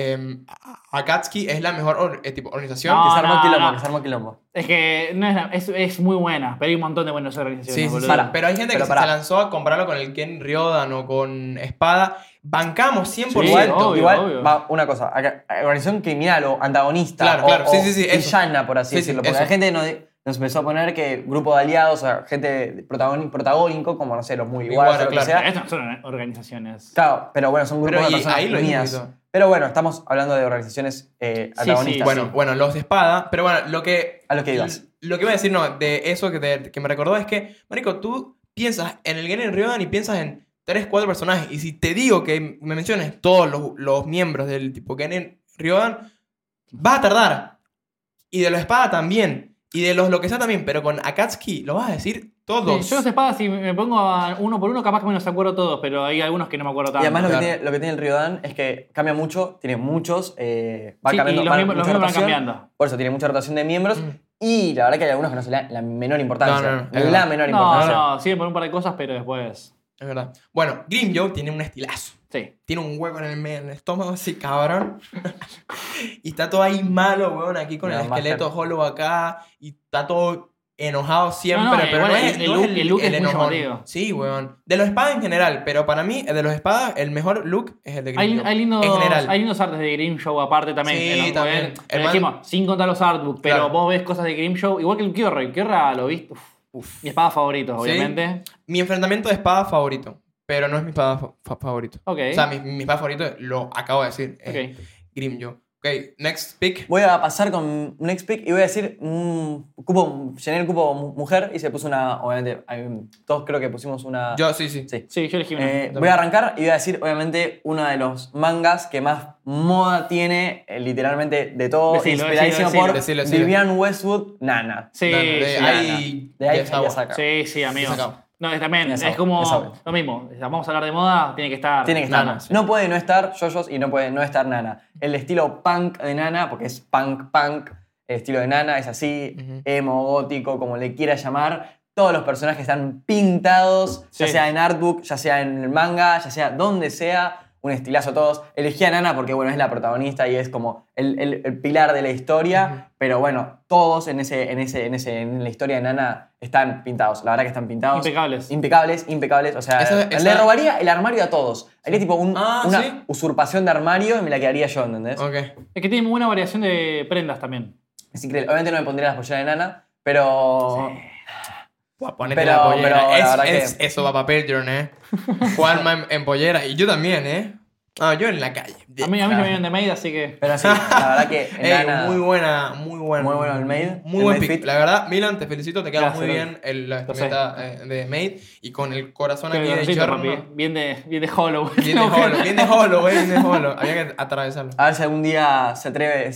S3: Akatsuki es la mejor organización.
S2: No,
S1: Que se armó
S2: no,
S1: quilombo,
S2: no.
S1: que se armó quilombo.
S2: Es que no es muy buena, pero hay un montón de buenas organizaciones,
S3: Sí, sí, sí.
S2: boludo.
S1: Para.
S3: Pero hay gente
S1: Pero
S3: que
S1: pará.
S3: se lanzó a comprarlo con el Ken Ryodan o con Espada. Bancamos 100%.
S2: Sí,
S1: Igual,
S2: obvio,
S1: igual
S2: obvio.
S1: va una cosa, organización criminal o antagonista
S3: Claro,
S1: o,
S3: claro, sí,
S1: o
S3: sí, sí, eso.
S1: villana, por así
S3: Sí, sí,
S1: decirlo. Porque
S3: eso.
S1: la gente nos empezó a poner que grupo de aliados, o sea, gente protagónico, como no sé, los muy iguales o lo que
S3: claro.
S1: sea.
S2: Pero estas no son organizaciones.
S1: Claro, pero bueno, son grupos
S3: Pero
S1: de
S3: y
S1: personas
S3: ahí lo
S1: unidas.
S3: dijimos y todo.
S1: Pero bueno, estamos hablando de organizaciones antagonistas.
S2: sí.
S3: Bueno, los de Espada. Pero bueno, lo que
S1: A lo que ibas.
S3: Lo que iba a decir, no, de eso que me recordó es que, marico, tú piensas en el Genen Ryodan y piensas en 3, 4 personajes. Y si te digo que me menciones todos los miembros del tipo Genen Ryodan, vas a tardar. Y de los Espada también. Y de los lo que sea también. Pero con Akatsuki lo vas a decir todos.
S2: Sí, yo los espadas, si me pongo a uno por uno, capaz que me los acuerdo todos, pero hay algunos que no me acuerdo
S1: Y
S2: tanto.
S1: además
S3: Claro.
S1: lo que tiene el Ryodan es que cambia mucho, tiene muchos, va
S2: Sí,
S1: cambiando,
S2: y los
S1: va-
S2: miembros
S1: mucha
S2: van
S1: rotación.
S2: cambiando.
S1: Por eso tiene mucha rotación de miembros.
S3: Mm.
S1: Y la verdad que hay algunos que no se le dan la menor importancia.
S3: No, es
S1: la
S3: verdad.
S1: menor
S2: No,
S1: importancia.
S2: no, sirven por un par de cosas, pero después.
S3: Es verdad. Bueno, Grimmjow tiene un estilazo.
S2: Sí.
S3: Tiene un hueco en el estómago así, cabrón. Y está todo ahí malo, weón, aquí con
S1: No,
S3: el esqueleto hollow acá. Y está todo enojado siempre,
S2: No, no,
S3: pero
S2: igual
S3: no es
S2: el look es muy
S3: enojón.
S2: llamativo.
S3: Sí, weón. De los espadas en general, pero para mí, de los espadas, el mejor look es el de
S2: Hay,
S3: Grimmjow.
S2: hay lindos,
S3: En general.
S2: hay lindos artes de Grimshow aparte también.
S3: Sí,
S2: en los-
S3: también.
S2: en-
S3: El
S2: en-
S3: man-
S2: dijimos, sin contar los artbooks, pero
S3: Claro.
S2: vos ves cosas de Grimshow, igual que el Kyorra. El Kyorra lo viste. Mi espada favorito,
S3: Sí.
S2: obviamente.
S3: Mi enfrentamiento de espada favorito, pero no es mi espada favorito.
S2: Ok.
S3: O sea, mi espada favorito, lo acabo de decir, es
S2: Ok.
S3: Grimmjow. Ok, next pick.
S1: Voy a pasar con un next pick y voy a decir llené el cupo mujer y se puso una, obviamente, todos creo que pusimos una...
S3: Yo, sí.
S1: Sí.
S2: Sí, yo elegí una.
S1: Voy a arrancar y voy a decir, obviamente, uno de los mangas que más moda tiene, literalmente, de todo,
S2: Decilo,
S1: inspiradísimo
S2: decilo,
S1: por
S3: decilo.
S1: Vivian Westwood, Nana.
S2: Sí,
S3: De
S2: sí.
S3: ahí,
S1: De ahí
S3: Yasawa.
S1: ya saca.
S2: Sí, amigos.
S3: Se sacó.
S2: No, también,
S1: Ya
S2: es
S1: sabe,
S2: como
S1: ya sabe.
S2: lo mismo. Vamos a hablar de moda, tiene que estar.
S1: Tiene que estar.
S3: Nana, sí.
S1: No puede no estar Yoyos y no puede no estar Nana. El estilo punk de Nana, porque es punk, el estilo de Nana es así,
S3: Ujú.
S1: emo, gótico, como le quieras llamar. Todos los personajes están pintados, ya
S2: Sí.
S1: sea en artbook, ya sea en el manga, ya sea donde sea. Un estilazo todos. Elegí a Nana porque, bueno, es la protagonista y es como el pilar de la historia. Pero bueno, todos en la historia de Nana están pintados. La verdad que están pintados.
S2: Impecables.
S1: Impecables. O sea,
S3: Esa-
S1: le robaría el armario a todos. Haría tipo una
S3: ¿sí?
S1: usurpación de armario y me la quedaría yo, ¿entendés?
S3: Ok.
S2: Es que tiene muy buena variación de prendas también.
S1: Es increíble. Obviamente no me pondría las polleras de Nana, pero...
S3: Buah, ponete
S1: Pero-
S3: la pollera.
S1: pero la verdad
S3: Eso va para Patreon, Juanma en pollera. Y yo también, Ah, yo en la calle.
S2: A mí se me vienen de Maid, así que.
S1: Pero sí, la verdad que
S3: Ey,
S1: Nana...
S3: muy buena.
S1: Muy bueno el Maid.
S3: Muy
S1: El
S3: buen
S1: Maid
S3: pick.
S1: fit.
S3: La verdad, Milan, te felicito. Te queda
S2: Gracias,
S3: muy
S2: loco.
S3: bien la
S2: Lo sé.
S3: vestimenta de Maid. Y con el corazón
S2: Que
S3: aquí de
S2: necesito,
S3: Giorno.
S2: papi. Bien de Hollow.
S3: Bien de Holo, bien de Holo, bien de Holo. Había que atravesarlo.
S1: A ver si algún día se atreve,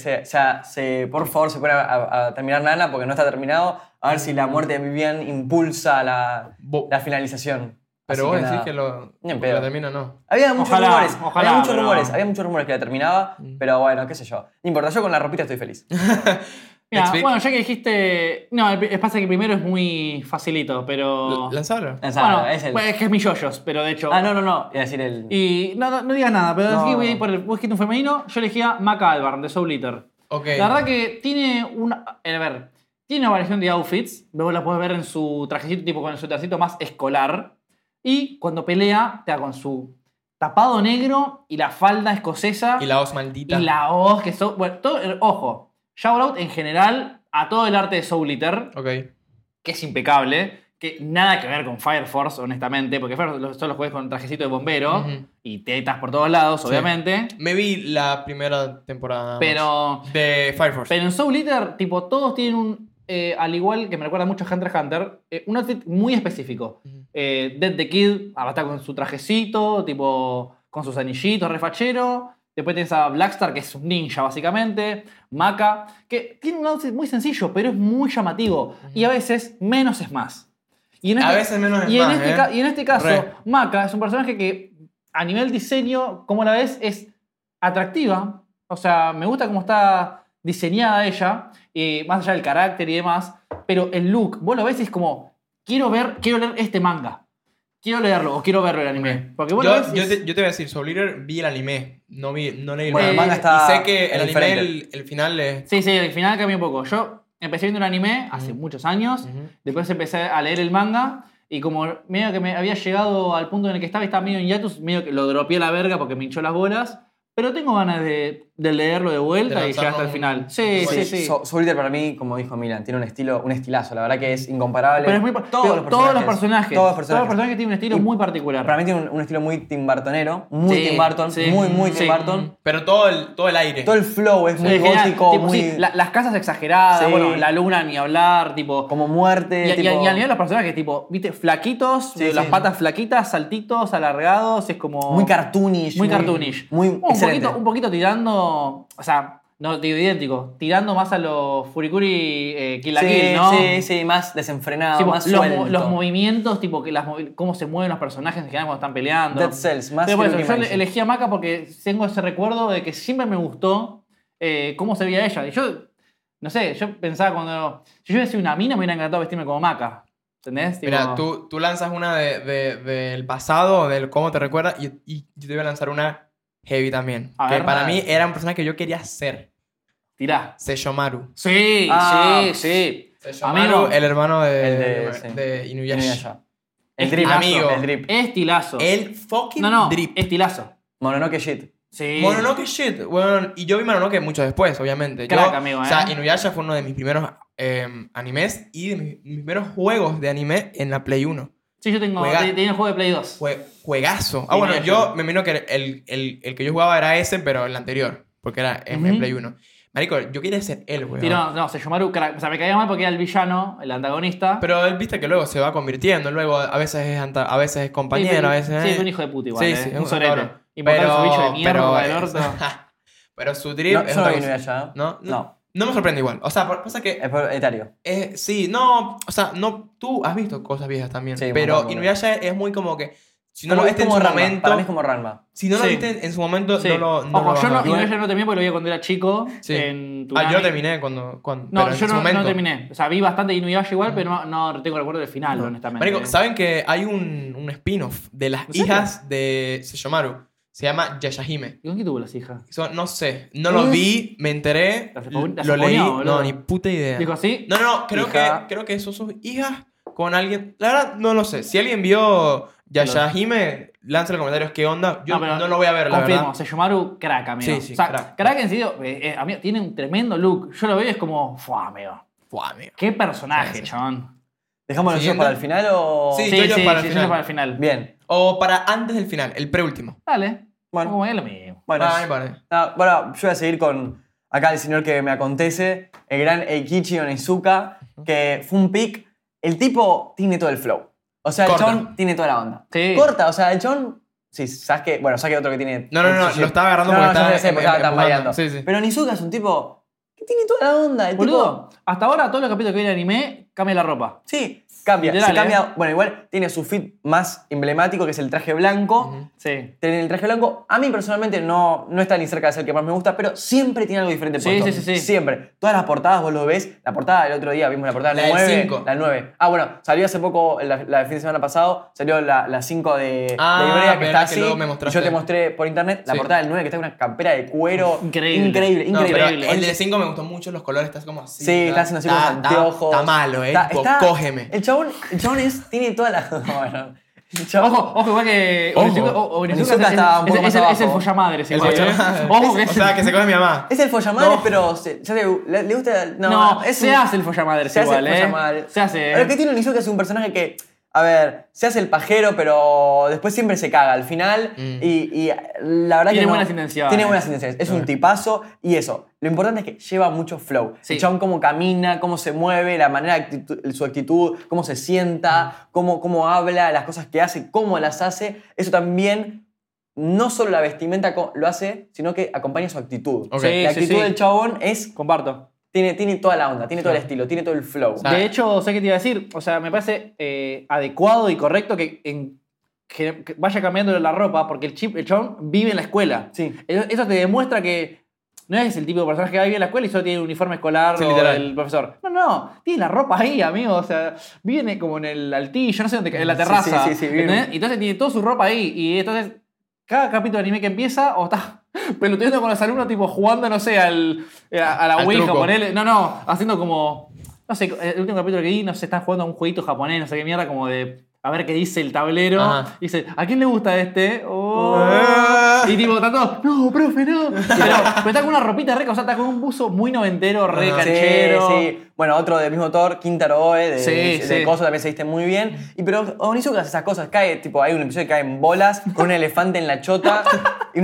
S1: por favor, se pone a terminar Nana porque no está terminado. A ver si la muerte de Vivian impulsa la finalización.
S3: Pero
S1: Así
S3: vos
S1: que
S3: decís
S1: nada.
S3: que
S1: Ni en
S3: que
S1: pedo.
S3: lo termina, no.
S1: Había muchos
S2: Ojalá,
S1: rumores,
S2: ojalá,
S1: había muchos
S2: pero-
S1: rumores, había muchos rumores que la terminaba, pero bueno, qué sé yo. No importa, yo con la ropita estoy feliz.
S2: Mira,
S3: Next pick.
S2: bueno, ya que dijiste. No, pasa que el primero es muy facilito, pero.
S3: Lanzalo.
S2: Bueno,
S1: es el...
S2: es que es mi yoyos, pero de hecho.
S1: Ah, no, iba a decir el...
S2: Y no digas nada, pero
S1: No.
S2: así que voy a ir por el. Vos dijiste un femenino, yo elegía Maca Albarn de Soul Eater.
S3: Ok.
S2: La verdad que tiene una. A ver, tiene una variación de outfits. Vos la podés ver en su trajecito, tipo con el suétercito más escolar. Y cuando pelea, te da con su tapado negro y la falda escocesa.
S3: Y la voz maldita.
S2: Y la voz que son. Bueno, ojo. Shout out en general a todo el arte de Soul Eater,
S3: Ok.
S2: que es impecable. Que nada que ver con Fire Force, honestamente, porque Fire Force solo juegas con un trajecito de bombero
S3: Ujú.
S2: y tetas por todos lados,
S3: Sí.
S2: obviamente.
S3: Me vi la primera temporada. nada más.
S2: Pero,
S3: De Fire Force.
S2: pero en Soul Eater, tipo, todos tienen un. Al igual que me recuerda mucho a Hunter x Hunter, un outfit muy específico.
S3: Ujú.
S2: Dead the Kid, ahora está con su trajecito, tipo, con sus anillitos, refachero. Después tenés a Blackstar, que es un ninja, básicamente. Maka, que tiene un outfit muy sencillo, pero es muy llamativo. Y a veces, menos es más. Y en
S3: A veces menos es
S2: y en
S3: más,
S2: este
S3: ¿eh?
S2: Y en este caso,
S3: Re.
S2: Maka es un personaje que, a nivel diseño, como la ves, es atractiva. O sea, me gusta cómo está diseñada ella, más allá del carácter y demás, pero el look, vos lo ves y es como, quiero leer este manga. Quiero leerlo o quiero verlo el anime. Porque vos lo ves y
S3: yo te voy a decir, Soul Eater vi el anime, no leí el
S1: Bueno, el
S3: manga.
S1: manga está
S3: Y sé que el anime,
S1: diferente.
S3: el final es...
S2: Sí, el final cambió un poco. Yo empecé viendo el anime hace muchos años, después empecé a leer el manga y como medio que me había llegado al punto en el que estaba medio en hiatus, medio que lo dropeé a la verga porque me hinchó las bolas, pero tengo ganas de leerlo de vuelta
S3: De
S2: y llegar hasta el
S3: lanzarlo
S2: final. Sí.
S1: Soul Eater para mí, como dijo Milan, tiene un estilazo. La verdad que es incomparable.
S2: Pero es muy todos los personajes. Todos los personajes tienen un estilo
S1: Y
S2: muy particular.
S1: Para mí tiene un estilo muy Tim Burtonero. Muy
S2: Sí,
S1: Tim Burton.
S2: sí.
S1: Muy
S2: Sí.
S1: Tim Burton.
S3: Pero todo el aire.
S1: Todo el flow es muy
S2: Sí, genial.
S1: gótico,
S2: Tipo,
S1: muy...
S2: sí, las casas exageradas,
S1: Sí.
S2: bueno, la luna ni hablar, tipo...
S1: como muerte.
S2: Y
S1: tipo...
S2: al nivel de los personajes, tipo, viste, flaquitos,
S1: Sí,
S2: las
S1: sí.
S2: patas flaquitas, saltitos, alargados, es como...
S1: Muy cartoonish.
S2: Muy cartoonish.
S1: Muy
S2: un
S1: excelente.
S2: poquito tirando, o sea, no digo idéntico, tirando más a los Furikuri Kill la Kill, ¿no?
S1: Sí, más desenfrenado,
S2: Tipo,
S1: más
S2: los,
S1: suelto.
S2: los movimientos, tipo, que cómo se mueven los personajes en general cuando están peleando.
S1: Dead Cells, más
S2: Pero por eso,
S1: Furikuri
S2: yo
S1: Mansion.
S2: elegí a Maka porque tengo ese recuerdo de que siempre me gustó cómo se veía ella. Y yo, no sé, yo pensaba cuando... Si yo hubiera sido una mina, me hubiera encantado vestirme como Maka. ¿Entendés? Tipo,
S3: Mira, tú lanzas una del pasado, del cómo te recuerda, y yo te voy a lanzar una heavy también.
S2: A
S3: que
S2: ver.
S3: para mí era un personaje que yo quería ser.
S2: tirá.
S3: Seishomaru.
S2: Sí,
S1: Ah.
S2: sí.
S3: Seishomaru,
S2: Amigo.
S3: el hermano
S1: El
S3: de
S1: sí.
S3: Inuyasha.
S1: Inuyasha. El
S2: Es
S1: drip.
S2: tilazo.
S3: Amigo.
S1: El drip.
S2: Estilazo.
S3: El fucking
S2: No,
S3: drip.
S2: estilazo.
S1: Mononoke shit.
S2: Sí.
S3: Mononoke shit. Bueno, y yo vi Mononoke mucho después, obviamente.
S2: Crack,
S3: Yo,
S2: amigo,
S3: O sea,
S2: ¿eh?
S3: Inuyasha fue uno de mis primeros animes y de mis primeros juegos de anime en la Play 1.
S2: Sí, yo tenía el juego de Play 2.
S3: Juegazo.
S2: Sí,
S3: Bueno,
S2: mira,
S3: yo me imagino que el que yo jugaba era ese, pero el anterior. Porque era en
S2: Ujú.
S3: Play 1. Marico, yo quería ser él, weón.
S2: Sí, no, Seishomaru, crack. O sea, me caía mal porque era el villano, el antagonista.
S3: Pero él, viste que luego se va convirtiendo. Luego a veces es compañero, a veces
S2: Sí,
S3: es...
S2: es un hijo de puta igual,
S3: Sí,
S2: ¿eh?
S3: sí,
S2: un
S3: un
S2: sorete.
S3: cabrón.
S2: Invocar
S3: Pero-
S2: su bicho de mierda del
S3: pero-
S2: orto.
S3: Pero su drip
S1: No,
S3: es
S1: yo no
S3: otra
S1: vi
S3: cosa.
S1: Inuyasha.
S3: No me sorprende igual. O sea, pasa que...
S1: Es por Etario.
S3: sí, no... O sea, no... Tú has visto cosas viejas también.
S1: Sí, un
S3: pero
S1: montón,
S3: Inuyasha es muy como que... Si no
S1: Como-
S3: lo
S1: es
S3: viste en
S1: como
S3: su
S1: Ranma.
S3: momento...
S1: Para mí es como Ranma.
S3: Si no lo
S2: Sí.
S3: viste en su momento,
S2: Sí.
S3: no lo
S2: Ojo,
S3: vas
S2: yo
S3: a
S2: no,
S3: ver.
S2: Inuyasha no terminé porque lo vi cuando era chico.
S3: Sí.
S2: En tu
S3: Yo lo
S2: Nami.
S3: terminé cuando
S2: No,
S3: pero en
S2: yo
S3: su
S2: no
S3: momento.
S2: terminé. O sea, vi bastante de Inuyasha igual, pero no tengo recuerdo del final, honestamente.
S3: Marico, ¿saben que hay un spin-off de las
S2: ¿En serio?
S3: hijas de Seishomaru? Se llama Yashahime.
S2: ¿Y con quién tuvo las hijas?
S3: No sé, no lo vi, me enteré,
S2: Las
S3: lo leí,
S2: exponía, boludo.
S3: no, ni puta idea.
S2: Dijo así.
S3: No,
S1: Hija.
S3: creo que son sus hijas con alguien. La verdad, no lo sé. Si alguien vio Yashahime, lanza en los comentarios qué onda. Yo
S2: pero
S3: no lo voy a ver, la
S2: confirmo,
S3: verdad.
S2: Seishomaru, crack, amigo.
S3: Sí, sí,
S2: o sea,
S3: crack.
S2: crack en serio, amigo, tiene un tremendo look. Yo lo veo y es como, ¡fua, amigo!
S3: Buah, amigo.
S2: ¡Qué personaje,
S3: Sí, sí.
S2: chabón!
S1: ¿Dejamos los
S3: Siguiente.
S1: para el final o...?
S3: Sí. yo para el final.
S2: para el final.
S1: Bien.
S3: O para antes del final, el preúltimo.
S2: Dale.
S1: Bueno.
S2: Como es lo mismo.
S1: Bueno,
S3: Vale.
S1: bueno, yo voy a seguir con acá el señor que me acontece, el gran Eikichi Onizuka, que fue un pick. El tipo tiene todo el flow. O sea,
S3: Corta.
S1: el chon tiene toda la onda.
S2: Sí.
S1: Corta, o sea, el chon... Sí, Sasuke... Bueno, Sasuke otro que tiene...
S3: No, lo estaba agarrando
S1: No,
S3: porque
S1: yo
S3: estaba
S1: sé, porque están
S3: empujando.
S1: variando.
S3: Sí, sí.
S1: Pero Onizuka es un tipo que tiene toda la onda. El
S2: Boludo,
S1: tipo...
S2: hasta ahora todos los capítulos que vi en anime cambia la ropa.
S1: Sí, cambia.
S2: Literal,
S1: Se cambia... Bueno, igual tiene su fit más emblemático, que es el traje blanco.
S3: Ujú.
S2: Sí.
S1: Tiene el traje blanco. A mí personalmente no está ni cerca de ser el que más me gusta, pero siempre tiene algo diferente
S2: Sí,
S1: puesto.
S2: sí.
S1: Siempre. Todas las portadas vos lo ves. La portada del otro día, vimos la portada
S3: La
S1: del
S3: del
S1: 9.
S3: 5.
S1: La del 9. Ah, bueno, salió hace poco, la del fin de semana pasado, salió la 5 de Ibrea, que
S3: verdad
S1: está
S3: que
S1: así.
S3: luego me
S1: Y
S3: mostraste.
S1: yo te mostré por internet la
S3: Sí.
S1: portada del 9, que está con una campera de cuero.
S2: Increíble.
S1: Increíble.
S3: No, pero
S2: Increíble.
S3: el del 5 me gustó mucho, los colores estás como así.
S1: Sí, está haciendo así con los anteojos.
S3: Está malo, tipo, cógeme.
S1: El chabón tiene toda la... Bueno, el chabón...
S2: Ojo, igual que.
S3: Ojo.
S2: Onizuka
S1: está un poco más
S2: es el
S1: abajo.
S2: follamadres igual.
S3: El
S2: ¿eh?
S3: follamadres.
S2: Ojo que
S3: O sea, que se come mi mamá.
S1: Es el follamadre,
S2: No.
S1: pero ya le gusta...
S2: No,
S1: es
S2: se
S1: un-
S2: hace el follamadres
S1: Se hace
S2: igual,
S1: el
S2: ¿eh?
S1: follamadre.
S2: Se hace.
S1: Lo que tiene Onizuka es un personaje que, a ver, se hace el pajero, pero después siempre se caga al final. Y la verdad
S2: Tiene
S1: que no-
S2: buenas intenciones.
S1: Tiene buenas intenciones. Es un tipazo y eso. Lo importante es que lleva mucho flow.
S2: Sí.
S1: El chabón cómo camina, cómo se mueve, la manera, su actitud, cómo se sienta, cómo habla, las cosas que hace, cómo las hace. Eso también, no solo la vestimenta lo hace, sino que acompaña su actitud.
S3: Ok.
S2: Sí,
S1: La actitud
S2: sí.
S1: del chabón es...
S2: Comparto.
S1: Tiene toda la onda, tiene todo el estilo, tiene todo el flow.
S3: sea,
S2: De hecho, sé qué te iba a decir. O sea, me parece adecuado y correcto que vaya cambiando la ropa porque el chabón vive en la escuela.
S1: Sí.
S2: Eso te demuestra que No es el tipo de personaje que va bien en la escuela y solo tiene el uniforme escolar
S3: Sí,
S2: o
S3: literal.
S2: el profesor. No, tiene la ropa ahí, amigo. O sea, viene como en el altillo, no sé dónde, en la terraza.
S1: Sí, viene.
S2: ¿Entendés? Y entonces tiene toda su ropa ahí. Y entonces, cada capítulo de anime que empieza, o está peloteando con los alumnos, tipo jugando, no sé, a la
S3: Al
S2: Ouija,
S3: truco.
S2: ponele. No, haciendo como. No sé, el último capítulo que vi, no sé, están jugando a un jueguito japonés, no sé qué mierda, como de. A ver qué dice el tablero.
S3: Ajá.
S2: Dice, ¿a quién le gusta este? Oh.
S3: Ah.
S2: Y tipo, está todo, no, profe, no. Pero está con una ropita re, o sea, está con un buzo muy noventero, re
S3: Ajá.
S2: canchero.
S1: Sí. Bueno, otro del mismo autor, Kintaro Oe, de
S2: Sí.
S1: Coso, también se viste muy bien. Pero Onizuka hace esas cosas. Cae, tipo, hay un episodio que cae en bolas con un elefante en la chota y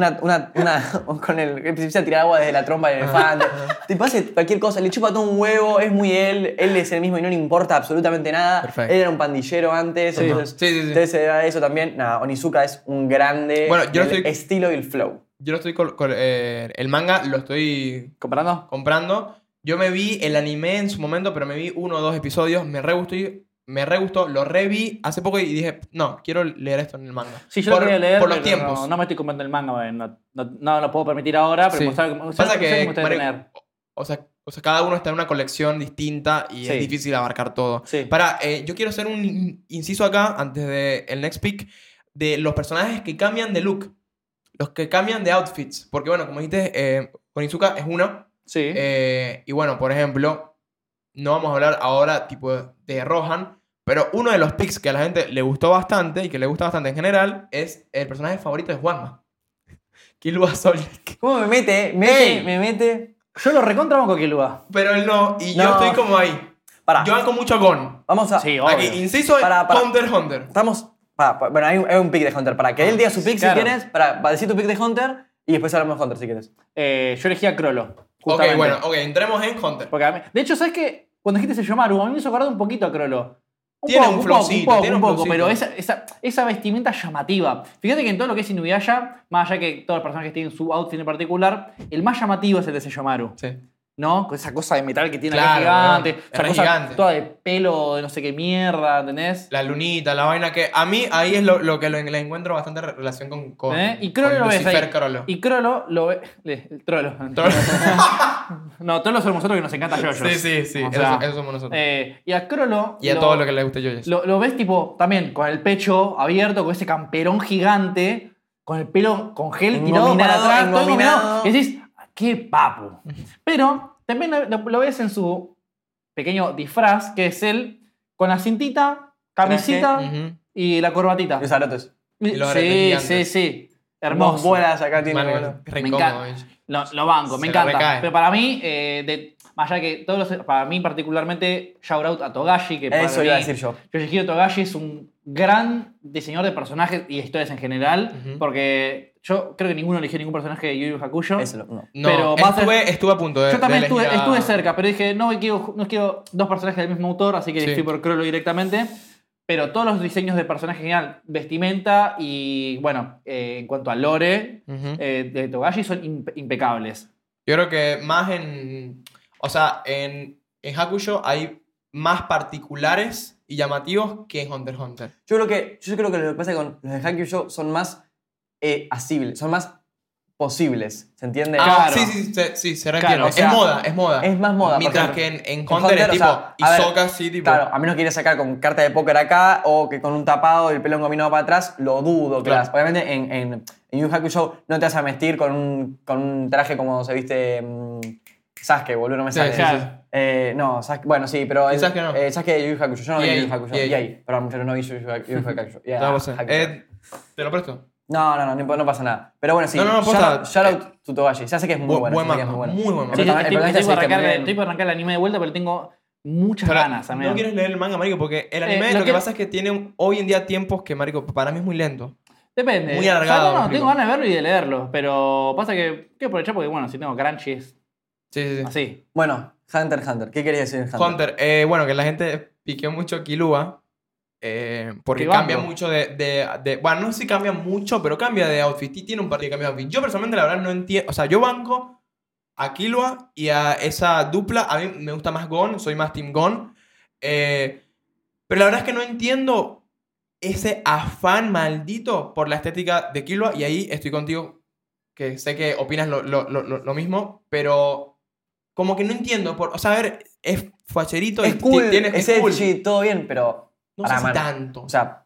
S1: con el que empieza a tirar agua desde la trompa del elefante. Tipo, hace cualquier cosa, le chupa todo un huevo, es muy él es el mismo y no le importa absolutamente nada.
S3: Perfecto.
S1: Él era un pandillero antes,
S2: Sí.
S1: entonces,
S3: Sí.
S1: entonces era eso también. Nada, Onizuka es un grande
S3: Bueno, yo
S1: del
S3: estoy-
S1: estilo y el flow.
S3: Yo lo estoy el manga lo estoy
S2: ¿Comparando?
S3: comprando. Yo me vi el anime en su momento, pero me vi 1 o 2 episodios. Me re gustó. Lo reví hace poco y dije, no, quiero leer esto en el manga.
S2: Sí, yo lo quería leer,
S3: por los
S2: pero
S3: tiempos.
S2: no me estoy comprando el manga, porque no lo puedo permitir ahora, pero
S3: Sí.
S2: me gustaría
S3: Pasa que,
S2: me gustaría
S3: marico,
S2: tener.
S3: o sea, cada uno está en una colección distinta y
S2: Sí.
S3: es difícil abarcar todo.
S2: Sí.
S3: Yo quiero hacer un inciso acá, antes del next pick, de los personajes que cambian de look. Los que cambian de outfits. Porque, bueno, como dijiste, Onizuka es uno.
S2: Sí.
S3: Y bueno, por ejemplo, no vamos a hablar ahora tipo de Rohan, pero uno de los picks que a la gente le gustó bastante y que le gusta bastante en general es el personaje favorito de Juanma. Killua Soldic.
S1: ¿Cómo me mete?
S3: Ey.
S1: Me mete.
S2: Yo lo recontra banco Killua.
S3: Pero él no, y yo
S1: No.
S3: estoy como ahí.
S1: Pará.
S3: Yo banco mucho a Gon.
S1: Vamos a.
S2: Sí, obvio.
S3: Aquí, inciso
S1: Para.
S3: Hunter x Hunter.
S1: Estamos. Bueno, hay un pick de Hunter. Para que él diga su pick
S2: Claro.
S1: si quieres. Para decir tu pick de Hunter y después hablamos de Hunter si quieres.
S2: Yo elegí a Crollo.
S3: Ok,
S2: justamente.
S3: bueno, entremos en Hunter.
S2: Porque de hecho, ¿sabes qué? Cuando dijiste Seyomaru, a mí me hizo acordar un poquito a Crollo.
S3: Tiene un flowcito, tiene un
S2: poco,
S3: flowcito.
S2: pero esa vestimenta llamativa. Fíjate que en todo lo que es Inuyasha, más allá que todos los personajes tienen su outfit en particular, el más llamativo es el de Seyomaru.
S3: Sí.
S2: ¿No? Con esa cosa de metal que tiene
S3: Claro,
S2: ahí gigante.
S3: weón.
S2: Esa
S3: Es
S2: cosa
S3: gigante.
S2: toda de pelo de no sé qué mierda, ¿entendés?
S3: La lunita, la vaina que... A mí ahí es lo que le encuentro bastante relación con
S2: Y Crollo lo ves
S3: Lucifer
S2: ahí.
S3: Crollo.
S2: Y Crollo lo ve. El Trollo. No, Trollo somos nosotros que nos encanta Yoyos.
S3: Sí,
S2: O
S3: eso,
S2: sea,
S3: eso somos nosotros.
S2: Y a Crollo.
S3: Y a todo lo que le guste Yoyos.
S2: Lo ves tipo también con el pecho abierto, con ese camperón gigante, con el pelo con gel tirado para
S1: Engominado,
S2: atrás, todo
S1: engominado.
S2: engominado, y decís, ¡qué papo! Pero también lo ves en su pequeño disfraz, que es él con la cintita, camisita
S3: Ujú.
S2: y la corbatita.
S1: Los arotes.
S3: Y los aretes
S2: Sí,
S3: gigantes.
S2: sí.
S1: Dos
S2: Hermoso.
S1: bolas acá tiene.
S3: Mano,
S1: boludo.
S3: re
S2: Me
S3: incómodo,
S2: encanta.
S3: bicho.
S2: Lo banco, me
S3: Se
S2: encanta.
S3: recae.
S2: Pero para mí, más allá que para mí particularmente, shout out a Togashi, que para
S1: Eso
S2: mí,
S1: iba a decir yo.
S2: Yoshihiro Togashi es un gran diseñador de personajes y historias en general,
S3: Ujú.
S2: porque yo creo que ninguno eligió ningún personaje de Yu Yu Hakusho.
S1: Eso no.
S3: No,
S2: Pero más
S3: estuve a punto de
S2: Yo también
S3: de elegir a-
S2: estuve cerca, pero dije, no quiero dos personajes del mismo autor, así que
S3: Sí.
S2: fui por Crollo directamente. Pero todos los diseños de personajes genial, vestimenta y, bueno, en cuanto a lore
S3: Ujú.
S2: de Togashi son impecables.
S3: Yo creo que más en... O sea, en Hakusho hay más particulares y llamativos que en Hunter x Hunter.
S1: Yo creo que lo que pasa con los de Hakusho son más asibles, son más posibles. ¿Se entiende?
S2: Claro.
S3: Sí, se reentiende.
S2: Claro, o
S1: sea,
S3: es moda.
S1: es más moda,
S3: Mientras
S1: porque
S3: que en
S1: en
S3: Hunter es
S1: Hunter,
S3: tipo
S1: o sea, a ver,
S3: Hisoka, sí, tipo...
S1: Claro, a menos que quieras sacar con carta de póker acá o que con un tapado y el pelo engominado para atrás, lo dudo.
S3: Claro.
S1: Obviamente en Yu Yu Hakusho no te vas a vestir con un traje como se viste Sasuke, boludo, no me
S3: Sí,
S1: sale.
S3: sí, sí.
S1: No, Sasuke, bueno, sí, pero...
S3: ¿Y Sasuke no?
S1: Sasuke de Yu Yu Hakusho, yo no vi
S3: Yay,
S1: Yu Yu Hakusho.
S3: yay.
S1: Yay. Perdón, muchachos, no vi Yu Yu Hakusho. Yeah,
S3: No, vos sé.
S1: Hakusho.
S3: ¿Te lo presto?
S1: No pasa nada. Pero bueno, sí.
S3: No, posta,
S1: shout out to Togashi. Ya sé que es muy bueno.
S3: buen
S1: ya sé que es
S3: manga,
S1: muy bueno.
S3: muy buen manga.
S2: Sí,
S1: El
S2: yo
S1: protagonista
S2: estoy por
S1: se viste muy bien.
S2: estoy por arrancar el anime de vuelta, pero tengo muchas
S3: Pero,
S2: ganas también.
S3: ¿no quieres leer el manga, marico? Porque el anime
S2: lo
S3: lo que
S2: que-
S3: pasa es que tiene hoy en día tiempos que, marico, para mí es muy lento.
S2: Depende.
S3: Muy alargado,
S2: O sea,
S3: me
S2: tengo
S3: explico.
S2: ganas de verlo y de leerlo, pero pasa que quiero aprovechar porque, bueno, si tengo Crunchy es
S3: Sí.
S2: así.
S1: Bueno, Hunter x Hunter. ¿Qué querías decir de Hunter?
S3: Hunter, bueno, que la gente piqueó mucho a Killua. Porque
S2: Qué
S3: cambia
S2: banco.
S3: mucho bueno, no sé si cambia mucho, pero cambia de outfit. Y tiene un par de cambios de outfit. Yo personalmente, la verdad, no entiendo. O sea, yo banco a Killua y a esa dupla. A mí me gusta más Gon, soy más Team Gon. Pero la verdad es que no entiendo ese afán maldito por la estética de Killua. Y ahí estoy contigo, que sé que opinas lo mismo, pero como que no entiendo. O sea, a ver, es facherito.
S1: Es cool,
S3: es
S1: es
S3: cool.
S1: edgy, todo bien, pero...
S3: No
S1: pará,
S3: sé si
S1: mano.
S3: tanto.
S1: O sea,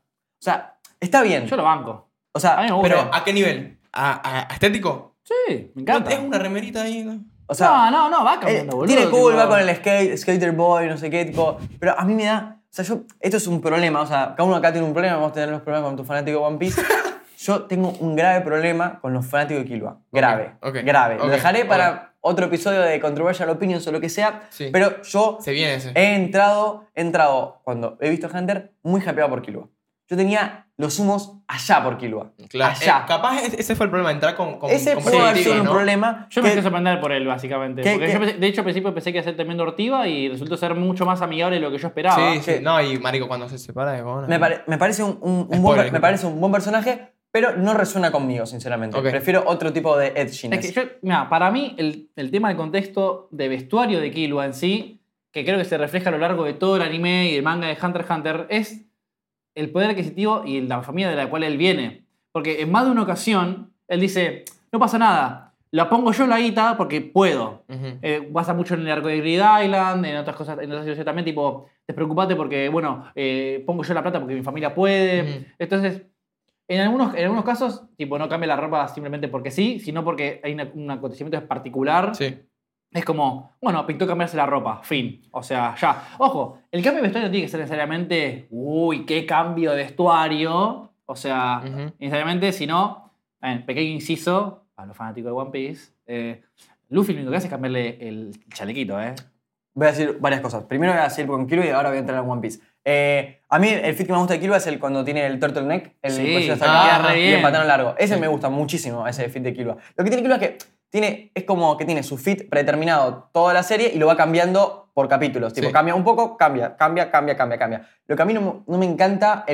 S1: está bien.
S2: Yo lo banco.
S1: O sea,
S2: A mí me gusta.
S3: Pero ¿a qué nivel? ¿A estético?
S2: Sí, me encanta.
S3: Es una remerita ahí, ¿no?
S1: o sea
S2: no, va cambiando, boludo.
S1: tiene cool,
S2: tipo-
S1: va con el skater boy, no sé qué, tipo... Pero a mí me da... O sea, esto es un problema, o sea, cada uno acá tiene un problema, vamos a tener los problemas con tu fanático de One Piece. Yo tengo un grave problema con los fanáticos de Killua. Grave, grave. Lo dejaré para otro episodio de Controversial Opinions o lo que sea,
S3: Sí.
S1: pero yo
S3: Se viene ese.
S1: he entrado cuando he visto Hunter, muy hypeado por Killua. Yo tenía los humos allá por Killua.
S3: Claro.
S1: Allá.
S3: Capaz ese fue el problema, entrar con
S1: Ese pudo haber sido un
S3: ¿no?
S1: problema.
S2: Yo me
S1: que-
S2: dejé sorprender por él, básicamente.
S1: ¿Qué-
S2: Porque
S1: qué?
S2: yo de hecho, al principio pensé que iba a ser tremendo ortiva y resultó ser mucho más amigable de lo que yo esperaba.
S3: Sí, sí.
S1: que-
S3: No, y marico, cuando se separa es bueno.
S1: me parece un
S3: Spoiler,
S1: me parece un buen personaje, pero no resuena conmigo, sinceramente.
S3: Ok.
S1: Prefiero otro tipo de edginess.
S2: Es que mira, para mí, el tema del contexto de vestuario de Killua en sí, que creo que se refleja a lo largo de todo el anime y el manga de Hunter x Hunter, es el poder adquisitivo y la familia de la cual él viene. Porque en más de una ocasión, él dice, no pasa nada, la pongo yo la guita porque puedo. Pasa mucho en el arco de Grid Island, en otras cosas, en otras situaciones también, tipo, despreocupate porque, bueno, pongo yo la plata porque mi familia puede.
S3: Ujú.
S2: Entonces, en algunos casos, tipo, no cambia la ropa simplemente porque sí, sino porque hay un acontecimiento particular.
S3: Sí.
S2: Es como, bueno, pintó cambiarse la ropa, fin. O sea, ya. Ojo, el cambio de vestuario no tiene que ser necesariamente, uy, qué cambio de vestuario. O sea,
S3: Ujú.
S2: necesariamente, sino, pequeño inciso, a los fanáticos de One Piece, Luffy lo único que hace es cambiarle el chalequito, ¿eh?
S1: Voy a decir varias cosas. Primero voy a decir con Killua y ahora voy a entrar en One Piece. A mí el fit que más me gusta de Killua es el cuando tiene el turtleneck, el
S2: Sí,
S1: cuello hasta
S2: queda
S1: acá
S2: re
S1: y el
S2: bien.
S1: pantalón largo. Ese
S3: Sí.
S1: me gusta muchísimo, ese fit de Killua. Lo que tiene Killua es que es como que tiene su fit predeterminado toda la serie y lo va cambiando por capítulos. Tipo,
S3: Sí.
S1: cambia un poco, cambia. Lo que a mí no me encanta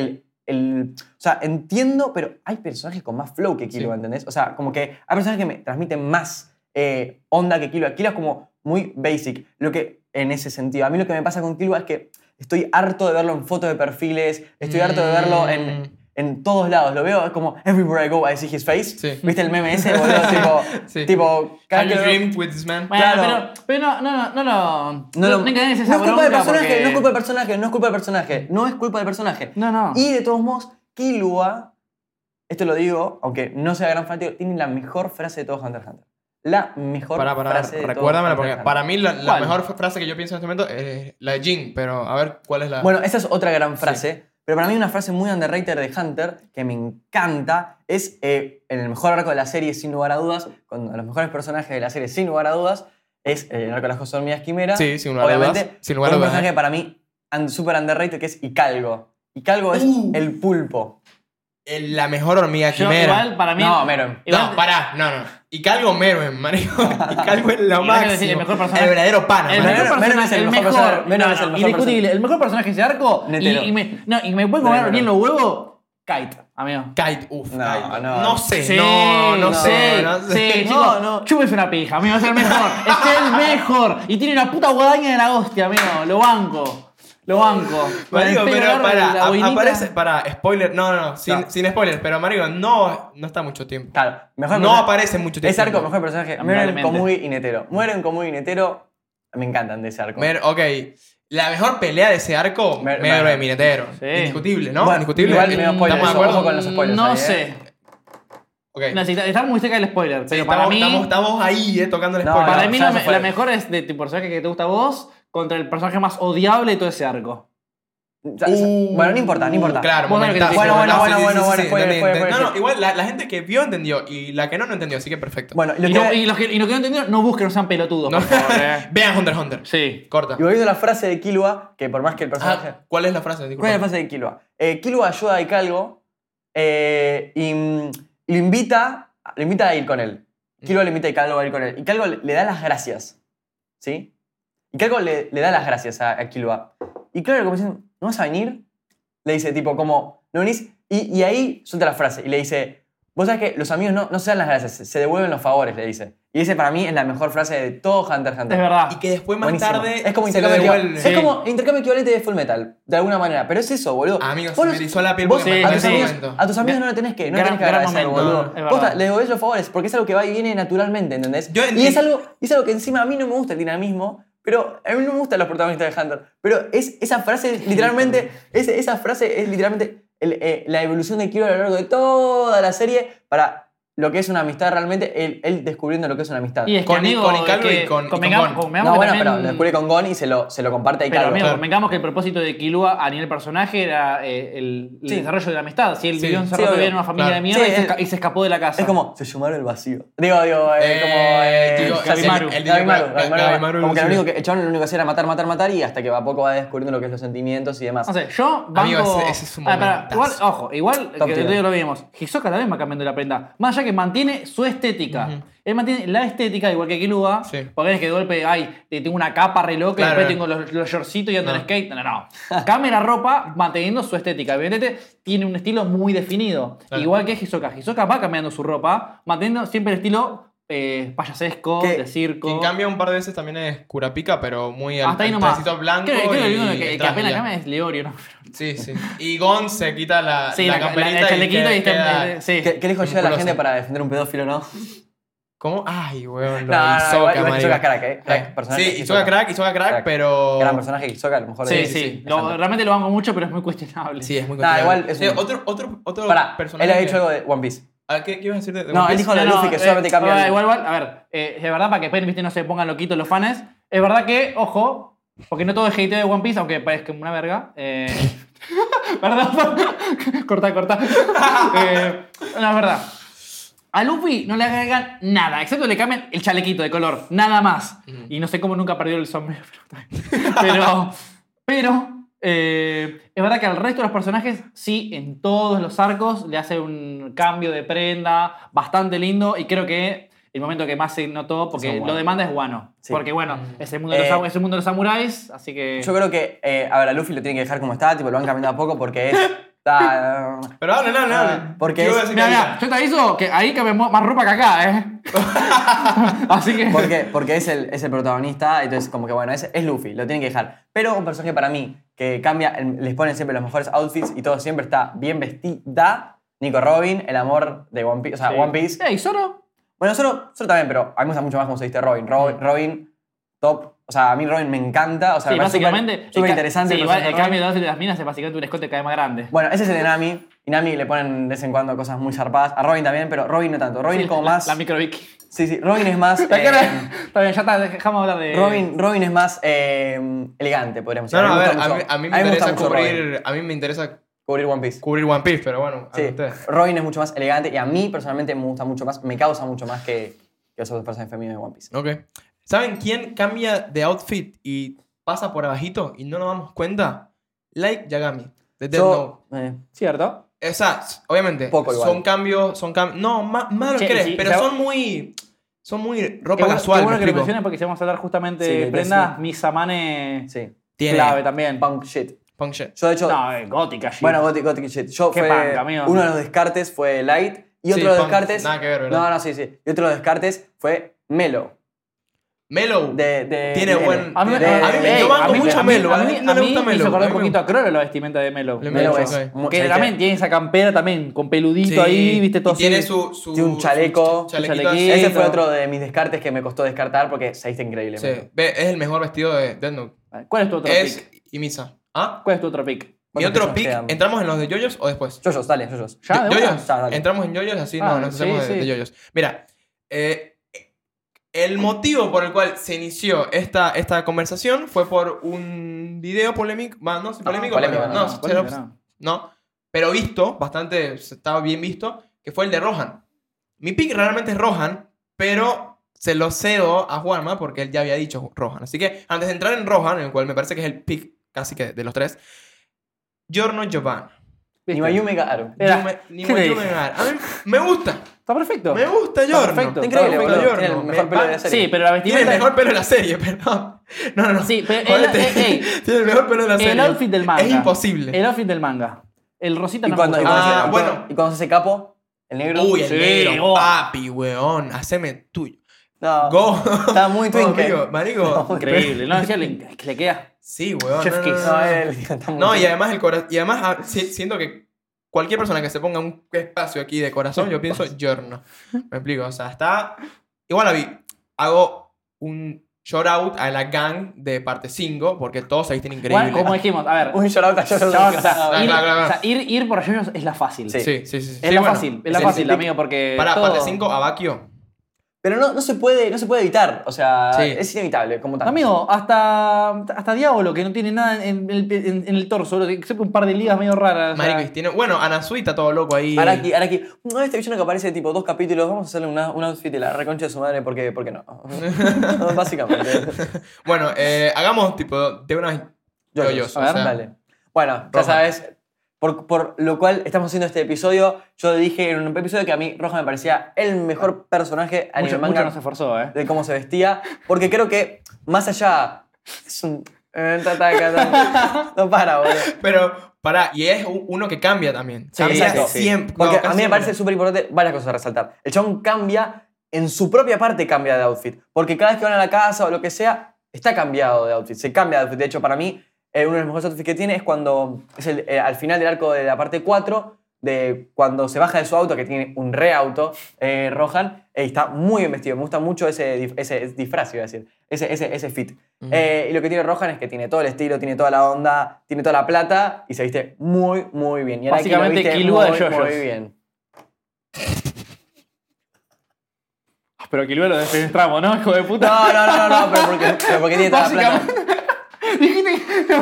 S1: o sea, entiendo, pero hay personajes con más flow que Killua,
S3: Sí.
S1: ¿entendés? O sea, como que hay personajes que me transmiten más onda que Killua. Killua es como muy basic. Lo que, en ese sentido, a mí lo que me pasa con Killua es que estoy harto de verlo en fotos de perfiles, estoy harto de verlo en todos lados. Lo veo, es como everywhere I go I see his face.
S3: Sí.
S1: ¿Viste el meme ese, boludo?
S3: Sí.
S1: tipo cada
S3: Have
S1: que
S3: you
S1: lo veo-
S3: dreamed with this man?
S2: Bueno,
S1: Claro.
S2: pero no
S1: No
S2: engañes
S1: es
S2: esa
S1: culpa del
S2: bronca
S1: personaje,
S2: porque-
S1: no es culpa del personaje, no es culpa del personaje, no es culpa del personaje.
S2: No.
S1: Y de todos modos, Killua, esto lo digo, aunque no sea gran fanático, tiene la mejor frase de todo Hunter x Hunter. La mejor
S3: Para,
S1: frase de todo
S3: recuérdamela,
S1: Hunter
S3: porque
S1: x Hunter.
S3: para mí la
S2: ¿Cuál?
S3: mejor frase que yo pienso en este momento es la de Jin, pero a ver cuál es la...
S1: Bueno, esa es otra gran frase, pero para mí una frase muy underrated de Hunter que me encanta es en el mejor arco de la serie, sin lugar a dudas, con los mejores personajes de la serie, sin lugar a dudas, es el arco de las cosas hormigas quimera.
S3: Sí, sin lugar a
S1: Obviamente,
S3: dudas, sin lugar a
S1: con un
S3: dudas,
S1: personaje para mí super underrated que es Icalgo. Icalgo es el pulpo.
S3: La mejor hormiga
S2: Yo,
S3: quimera.
S2: igual, para mí...
S1: No, Meron.
S2: igual-
S3: No, pará, no. Y Calgo Meroen, marico. Y Calgo es lo
S2: Igual que
S3: máximo.
S2: decir, el mejor personaje-
S3: El verdadero pana.
S2: El
S3: marico.
S2: mejor
S1: Meron
S2: personaje,
S1: es el
S2: el
S1: mejor
S2: mejor,
S1: personaje, Meron es el mejor
S2: indiscutible, el mejor personaje de ese arco
S1: Netero.
S2: y me puede comer
S1: Meron.
S2: bien los huevos, Kite, amigo.
S3: Kite, uff.
S1: No,
S3: Kite.
S1: no.
S3: No sé,
S2: Sí,
S3: no sé.
S2: Sí,
S1: No,
S2: chicos,
S1: no.
S2: chúpese una pija, amigo, es el mejor, es el mejor. Y tiene una puta guadaña de la hostia, amigo, lo banco.
S3: Marico,
S2: Con el pelo
S3: pero
S2: largo y la boinita.
S3: aparece, spoiler, no, sin spoiler, pero marico, no está mucho tiempo.
S1: Claro, mejor
S3: No
S1: personaje-
S3: aparece mucho tiempo.
S1: Ese arco, mejor personaje. Meron,
S2: Lamentablemente.
S1: Komui y Netero. Mueren Komui y Netero. Me encantan de ese arco.
S3: Ok, la mejor pelea de ese arco,
S1: Mer-
S3: Mero de
S1: bueno.
S3: Minetero.
S2: Sí.
S3: Indiscutible, ¿no?
S1: Bueno,
S3: Indiscutible.
S1: igual medio spoiler,
S3: ¿Estamos de
S1: ojo
S3: acuerdo?
S1: con los spoilers
S2: No
S1: ahí,
S2: sé.
S3: Ok.
S2: No, sí, está muy cerca del spoiler,
S3: Sí,
S2: pero para mí...
S3: estamos ahí, tocando el
S1: No,
S3: spoiler.
S2: Para
S1: no,
S2: mí
S1: ya
S2: la,
S1: se fue.
S2: la mejor es de tu personaje que te gusta a vos contra el personaje más odiable de todo ese arco.
S1: Bueno, no importa.
S3: Claro,
S2: Vos sabés lo que te
S3: momentazo.
S2: digo.
S1: Bueno,
S3: Sí,
S1: bueno,
S3: sí,
S1: bueno,
S3: sí,
S1: bueno,
S3: sí,
S1: spoiler,
S3: entendí,
S1: spoiler,
S3: No,
S1: spoiler.
S3: igual la gente que vio entendió y la que no entendió, así que perfecto.
S1: Bueno, lo
S2: Y,
S1: que-
S2: los que no entendieron, no busquen, no sean pelotudos,
S3: No.
S2: por favor.
S3: Vean Hunter x Hunter.
S2: Sí.
S3: Corta.
S1: y volviendo a la frase de Killua, que por más que el personaje...
S3: ¿Cuál es la frase?
S1: ¿Cuál
S3: Disculpa.
S1: es la frase de Killua? Killua ayuda a Icalgo y lo invita a ir con él. Killua le invita a Icalgo a ir con él. Icalgo le da las gracias. ¿Sí? Icalgo le da las gracias a Killua. Y claro, como dicen, ¿no vas a venir? Le dice tipo como, ¿no venís? Y ahí suelta la frase y le dice, Vos sabés que los amigos no se dan las gracias, se devuelven los favores, le dice. Y ese para mí es la mejor frase de todo Hunter x Hunter.
S2: Es verdad.
S3: Y que después más
S1: Buenísimo.
S3: tarde
S1: es como
S3: se lo
S1: intercambio
S3: devuelve.
S1: Es como intercambio equivalente de Full Metal, de alguna manera. Pero es eso, boludo.
S3: Amigos,
S1: Vos
S3: se me
S1: los-
S3: erizó la piel
S1: vos
S3: porque me
S2: sí,
S3: acordé
S1: a, tus
S3: de ese
S1: amigos,
S3: momento.
S1: a tus amigos no le tenés que
S2: Gran
S1: agradecer,
S2: momento,
S1: boludo.
S2: es verdad.
S1: Posta, le devolvés los favores porque es algo que va y viene naturalmente, ¿entendés?
S3: Yo
S1: Y es algo que encima a mí no me gusta el dinamismo. Pero a mí no me gustan los protagonistas de Hunter. Pero esa frase es literalmente. esa frase es literalmente la evolución de Kiro a lo largo de toda la serie para lo que es una amistad realmente. Él descubriendo lo que es una amistad.
S2: Y es que,
S3: Con
S2: amigo,
S3: Icalro
S2: que
S3: y con
S2: convengamos-
S3: Gon.
S2: convengamos
S1: No,
S2: que
S1: bueno,
S2: también-
S1: pero lo descubre con Gon y se lo comparte a
S2: Pero,
S1: Icaro.
S2: amigo,
S3: claro.
S2: convengamos que el propósito de Killua a nivel personaje era el
S1: Sí.
S2: desarrollo de la amistad. Si él
S3: Sí.
S2: vivió
S1: Sí,
S2: encerrado
S1: obvio.
S2: todavía en una familia
S3: Claro.
S2: de mierda
S1: Sí,
S2: y se escapó de la casa.
S1: Es como, se llamaron el vacío.
S2: Gabimaru.
S1: Gabimaru. Como que
S3: sí.
S1: el chabón lo único que hacía era matar y hasta que a poco va descubriendo lo que es los sentimientos y demás.
S2: No sé, yo banco...
S3: Amigo, ese es un
S2: pará,
S3: momentazo.
S2: igual
S1: Top
S2: que
S1: tier.
S2: el otro lo vimos. Hisoka también va cambiando la prenda. Más allá que mantiene su estética.
S3: Ujú.
S2: Él mantiene la estética igual que Killua.
S3: Sí.
S2: Porque es que de golpe, tengo una capa re loca
S3: Claro.
S2: y después tengo los shortcitos y ando en
S3: No.
S2: skate. No. Cambia la ropa manteniendo su estética. Evidentemente tiene un estilo muy definido.
S3: Claro.
S2: Igual que Hisoka. Hisoka va cambiando su ropa, manteniendo siempre el estilo payasesco,
S1: ¿Qué?
S2: de circo.
S3: Quien cambia un par de veces también es Kurapika, pero muy
S2: Hasta ahí
S3: al
S2: nomás.
S3: trajecito blanco
S2: Creo que
S3: y
S2: el único que
S3: el traje
S2: apenas
S3: ya.
S2: cambia es Leorio, ¿no?
S3: Sí, sí. Y Gon se quita la
S2: Sí, la
S3: camperita
S2: el chalequito y está...
S3: queda-
S2: sí.
S1: ¿Qué le dijo yo a la
S3: Musculoso.
S1: gente para defender un pedófilo, no?
S3: ¿Cómo? Ay, weón, lo
S1: No,
S3: de Hisoka,
S1: igual
S3: marico.
S1: Hisoka es crack, Crack, personaje.
S3: Sí, Hisoka crack, pero...
S1: Gran personaje Hisoka, a lo mejor
S2: Sí,
S1: de-
S2: sí.
S1: de Hunter.
S2: Realmente lo amo mucho, pero es muy cuestionable.
S3: Sí, es muy
S1: Nah,
S3: cuestionable.
S1: igual es
S3: Sí,
S1: un-
S3: otro
S1: Pará,
S3: personaje...
S1: él ha dicho algo de One Piece.
S3: ¿Qué ibas a decir de
S1: No,
S3: One
S1: él
S3: Piece?
S1: dijo de Luffy que solamente cambia el-
S2: Igual, a ver, de verdad, para que después ¿viste? No se pongan loquitos los fans, es verdad que, ojo, porque no todo es hateo de One Piece, aunque parezca una verga. Perdón, corta. No, es verdad. A Luffy no le agregan nada, excepto le cambian el chalequito de color, nada más. Y no sé cómo nunca perdió el sombrero, pero es verdad que al resto de los personajes, sí, en todos los arcos le hace un cambio de prenda bastante lindo y creo que el momento que más se notó, porque
S1: Son
S2: lo
S1: Wano.
S2: demanda es Wano.
S1: Sí.
S2: Porque bueno, es el mundo de los, es el mundo de los samuráis, así que...
S1: Yo creo que, a ver, a Luffy lo tienen que dejar como está, tipo, lo van cambiando a poco porque es... está-
S3: Pero hable.
S1: Porque
S3: Yo
S1: es-
S3: voy a decir
S2: Mira,
S3: que
S2: mira, yo te aviso que ahí cabe más ropa que acá, ¿eh? Así que...
S1: porque es el protagonista, entonces como que bueno, es Luffy, lo tienen que dejar. Pero un personaje para mí que cambia, les ponen siempre los mejores outfits y todo siempre está bien vestida. Nico Robin, el amor de One Piece, o sea,
S2: Sí.
S1: One Piece.
S2: ¿Y Zoro?
S1: Bueno, Zoro también, pero a mí me gusta mucho más como se viste Robin. Robin, top. O sea, a mí Robin me encanta. O sea,
S2: Sí,
S1: me parece
S2: básicamente...
S1: súper interesante.
S2: Sí,
S1: el
S2: igual
S1: personaje
S2: el
S1: de
S2: cambio
S1: Robin.
S2: de outfit de las minas es básicamente un escote cada vez más grande.
S1: Bueno, ese es el de Nami. Y Nami le ponen de vez en cuando cosas muy zarpadas. A Robin también, pero Robin no tanto. Robin
S2: Sí,
S1: es como
S2: la-
S1: más...
S2: La micro Vicky.
S1: Sí, Robin es más...
S2: La cara- Está bien, ya está, dejamos hablar de...
S1: Robin es más elegante, podríamos decir.
S3: No, a
S1: me
S3: ver,
S1: gusta mucho-
S3: a mí me
S1: gusta
S3: interesa
S1: mucho Robin.
S3: cubrir... A mí me interesa
S1: Cubrir One Piece.
S3: cubrir One Piece, pero bueno, a
S1: Sí,
S3: ustedes.
S1: Robin es mucho más elegante y a mí personalmente me gusta mucho más, me causa mucho más que los otros personajes femeninos de One Piece.
S3: Ok. ¿Saben quién cambia de outfit y pasa por abajito y no nos damos cuenta? Like Yagami, de Death Note.
S2: ¿Cierto?
S3: O sea, obviamente,
S1: Poco igual.
S3: son cambios... No, más de lo que
S2: Che,
S3: crees,
S2: sí,
S3: pero
S2: ya-
S3: son muy ropa
S2: Qué bueno-
S3: casual,
S2: Qué bueno
S3: ¿me
S2: que lo
S3: explico?
S2: menciones porque si vamos a hablar justamente
S1: Sí,
S2: de
S1: de
S2: prendas,
S1: Death
S2: Misamane
S1: Sí.
S3: Tiene
S2: clave también.
S1: Punk shit.
S3: punk shit.
S1: Yo de hecho,
S2: No, gótica, shit.
S1: bueno, Gothic shit. Yo
S2: Qué
S1: fue,
S2: punk, amigo.
S1: uno de los descartes fue Light y
S3: Sí,
S1: otro de los
S3: punk,
S1: descartes...
S3: nada que ver, ¿verdad?
S1: No, sí. Y otro de los descartes fue Melo.
S3: Melo.
S1: L.
S3: Tiene buen...
S2: A mí,
S1: de-
S3: yo banco mucho a Melo,
S2: a
S3: a
S2: mí,
S3: mí no le gusta
S2: me
S3: Melo.
S2: hizo acordar
S3: A
S2: un
S3: mí me
S2: poquito a Crollo la vestimenta de Melo.
S3: Le
S2: de
S1: Melo
S2: hecho.
S1: es...
S3: ok.
S1: mu-
S2: Que
S1: ¿sabes
S2: también
S1: qué?
S2: tiene esa campera también, con peludito
S3: Sí,
S2: ahí, viste, todo
S3: y tiene
S2: así.
S3: su
S1: Tiene un chaleco,
S3: su chalequito
S2: un
S3: así.
S2: chalequito.
S1: Ese fue otro de mis descartes que me costó descartar porque se viste increíble.
S3: Sí,
S1: Melo.
S3: ve, es el mejor vestido de Death Note.
S2: ¿Cuál es tu otro
S3: Es
S2: pick?
S3: Imisa. ¿Ah?
S2: ¿Cuál es tu otro pick?
S3: Mi
S1: ¿Cuántos
S3: otro
S1: pisos
S3: pick,
S1: quedan?
S3: ¿entramos en los de yoyos o después?
S1: Yoyos, dale, yoyos.
S2: ¿Ya? ¿De
S3: ¿Yoyos?
S2: una?
S1: Ya, dale.
S3: Entramos en yoyos, así
S2: Ah,
S3: no nos hacemos
S2: sí,
S3: de
S2: sí.
S3: yoyos. Mira, el motivo por el cual se inició esta conversación fue por un video polémico. No, sí, polémico.
S1: polémico,
S3: pero-
S1: no,
S3: no,
S2: polémico
S3: cero-
S2: no.
S3: no, pero visto, bastante, estaba bien visto, que fue el de Rohan. Mi pick realmente es Rohan, pero se lo cedo a Juanma porque él ya había dicho Rohan. Así que antes de entrar en Rohan, en el cual me parece que es el pick casi que de los tres, Giorno Giovanna.
S1: Ni
S2: ¿Viste?
S1: Mayume Garu.
S2: Era-
S3: Ni
S2: ¿qué te
S3: Mayume
S2: dije?
S3: Gar. A mí me gusta.
S2: Está perfecto.
S3: Me gusta
S2: Está
S3: Giorno.
S2: perfecto.
S1: Está increíble,
S3: Me gusta
S1: boludo.
S3: Giorno.
S1: Tiene el mejor pelo de la serie.
S2: Sí, pero la
S3: Tiene
S2: vestimenta...
S3: el mejor pelo de la serie, perdón. No.
S2: Sí, pero
S3: Jodete. Tiene el mejor pelo de la serie.
S2: el outfit del manga.
S3: Es imposible.
S2: El outfit del manga. El rosita
S1: Y
S2: no
S1: cuando,
S2: me
S1: y
S2: gusta.
S1: cuando,
S3: Ah,
S1: se,
S3: bueno.
S1: y cuando se hace capo, El negro.
S3: Uy, el
S2: Sí,
S3: negro,
S2: oh.
S3: papi, weón. Haceme tuyo.
S1: No,
S3: Go.
S1: está muy
S3: Oh,
S1: twinkle.
S3: marico.
S2: Increíble. No, decía que le queda.
S3: Sí, weón.
S2: Chef
S3: no,
S2: kiss.
S1: No, está muy
S3: No, y
S1: twinkle.
S3: además el corazón. Y además siento que cualquier persona que se ponga un espacio aquí de corazón, yo pienso Giorno. Me explico. O sea, está. Igual hago un shout out a la gang de parte 5, porque todos se visten
S2: Igual,
S3: increíble.
S2: como dijimos, a ver.
S1: Un shoutout a Jojo.
S2: Ya, o sea,
S3: Claro,
S2: ir,
S3: claro.
S2: o sea, ir por ellos es la fácil.
S1: Sí.
S3: Sí.
S2: Es la
S3: bueno,
S2: fácil, es la
S3: sí,
S2: fácil,
S3: sí.
S2: amigo, porque.
S3: Para
S2: todo-
S3: parte 5, Abakio.
S1: Pero no se puede evitar. O sea,
S3: Sí.
S1: es inevitable, como tal.
S2: Amigo, hasta Diablo, que no tiene nada en el torso, boludo, excepto un par de ligas medio raras. o sea,
S3: Marico, y tiene. Bueno, Anasui está todo loco ahí.
S1: Araki. Este villano que aparece tipo 2 capítulos, vamos a hacerle un outfit de la reconcha de su madre, ¿por qué no? No, básicamente.
S3: Bueno, hagamos tipo de unas yoyos.
S2: A ver,
S3: o sea,
S1: Dale. Bueno, ya
S3: Rohan.
S1: sabes, por lo cual estamos haciendo este episodio. Yo dije en un episodio que a mí Rohan me parecía el mejor personaje a
S2: mucho,
S1: nivel
S2: mucho
S1: manga
S2: no se esforzó,
S1: de cómo se vestía, porque creo que más allá es un no para, boludo.
S3: Pero, pará, y es uno que cambia también.
S1: Sí,
S3: Cambia
S1: exacto.
S3: siempre.
S1: Porque
S3: no,
S1: a
S3: casi
S1: mí me parece
S3: siempre.
S1: súper importante varias cosas a resaltar. El chabón cambia, en su propia parte cambia de outfit. Porque cada vez que van a la casa o lo que sea, está cambiado de outfit. Se cambia de outfit. De hecho, para mí, uno de los mejores outfits que tiene es cuando es al final del arco de la parte 4, de cuando se baja de su auto, que tiene un re-auto, Rohan, y está muy bien vestido. Me gusta mucho ese disfraz, iba a decir. Ese fit. Y lo que tiene Rohan es que tiene todo el estilo, tiene toda la onda, tiene toda la plata y se viste muy, muy bien. Y Araki lo
S2: Básicamente,
S1: viste
S2: Killua de
S1: muy,
S2: JoJo's.
S1: muy bien.
S2: Pero que luego lo defenestramos, ¿no, hijo de puta?
S1: No, pero porque tiene toda la plata.
S2: Básicamente. Dijiste que.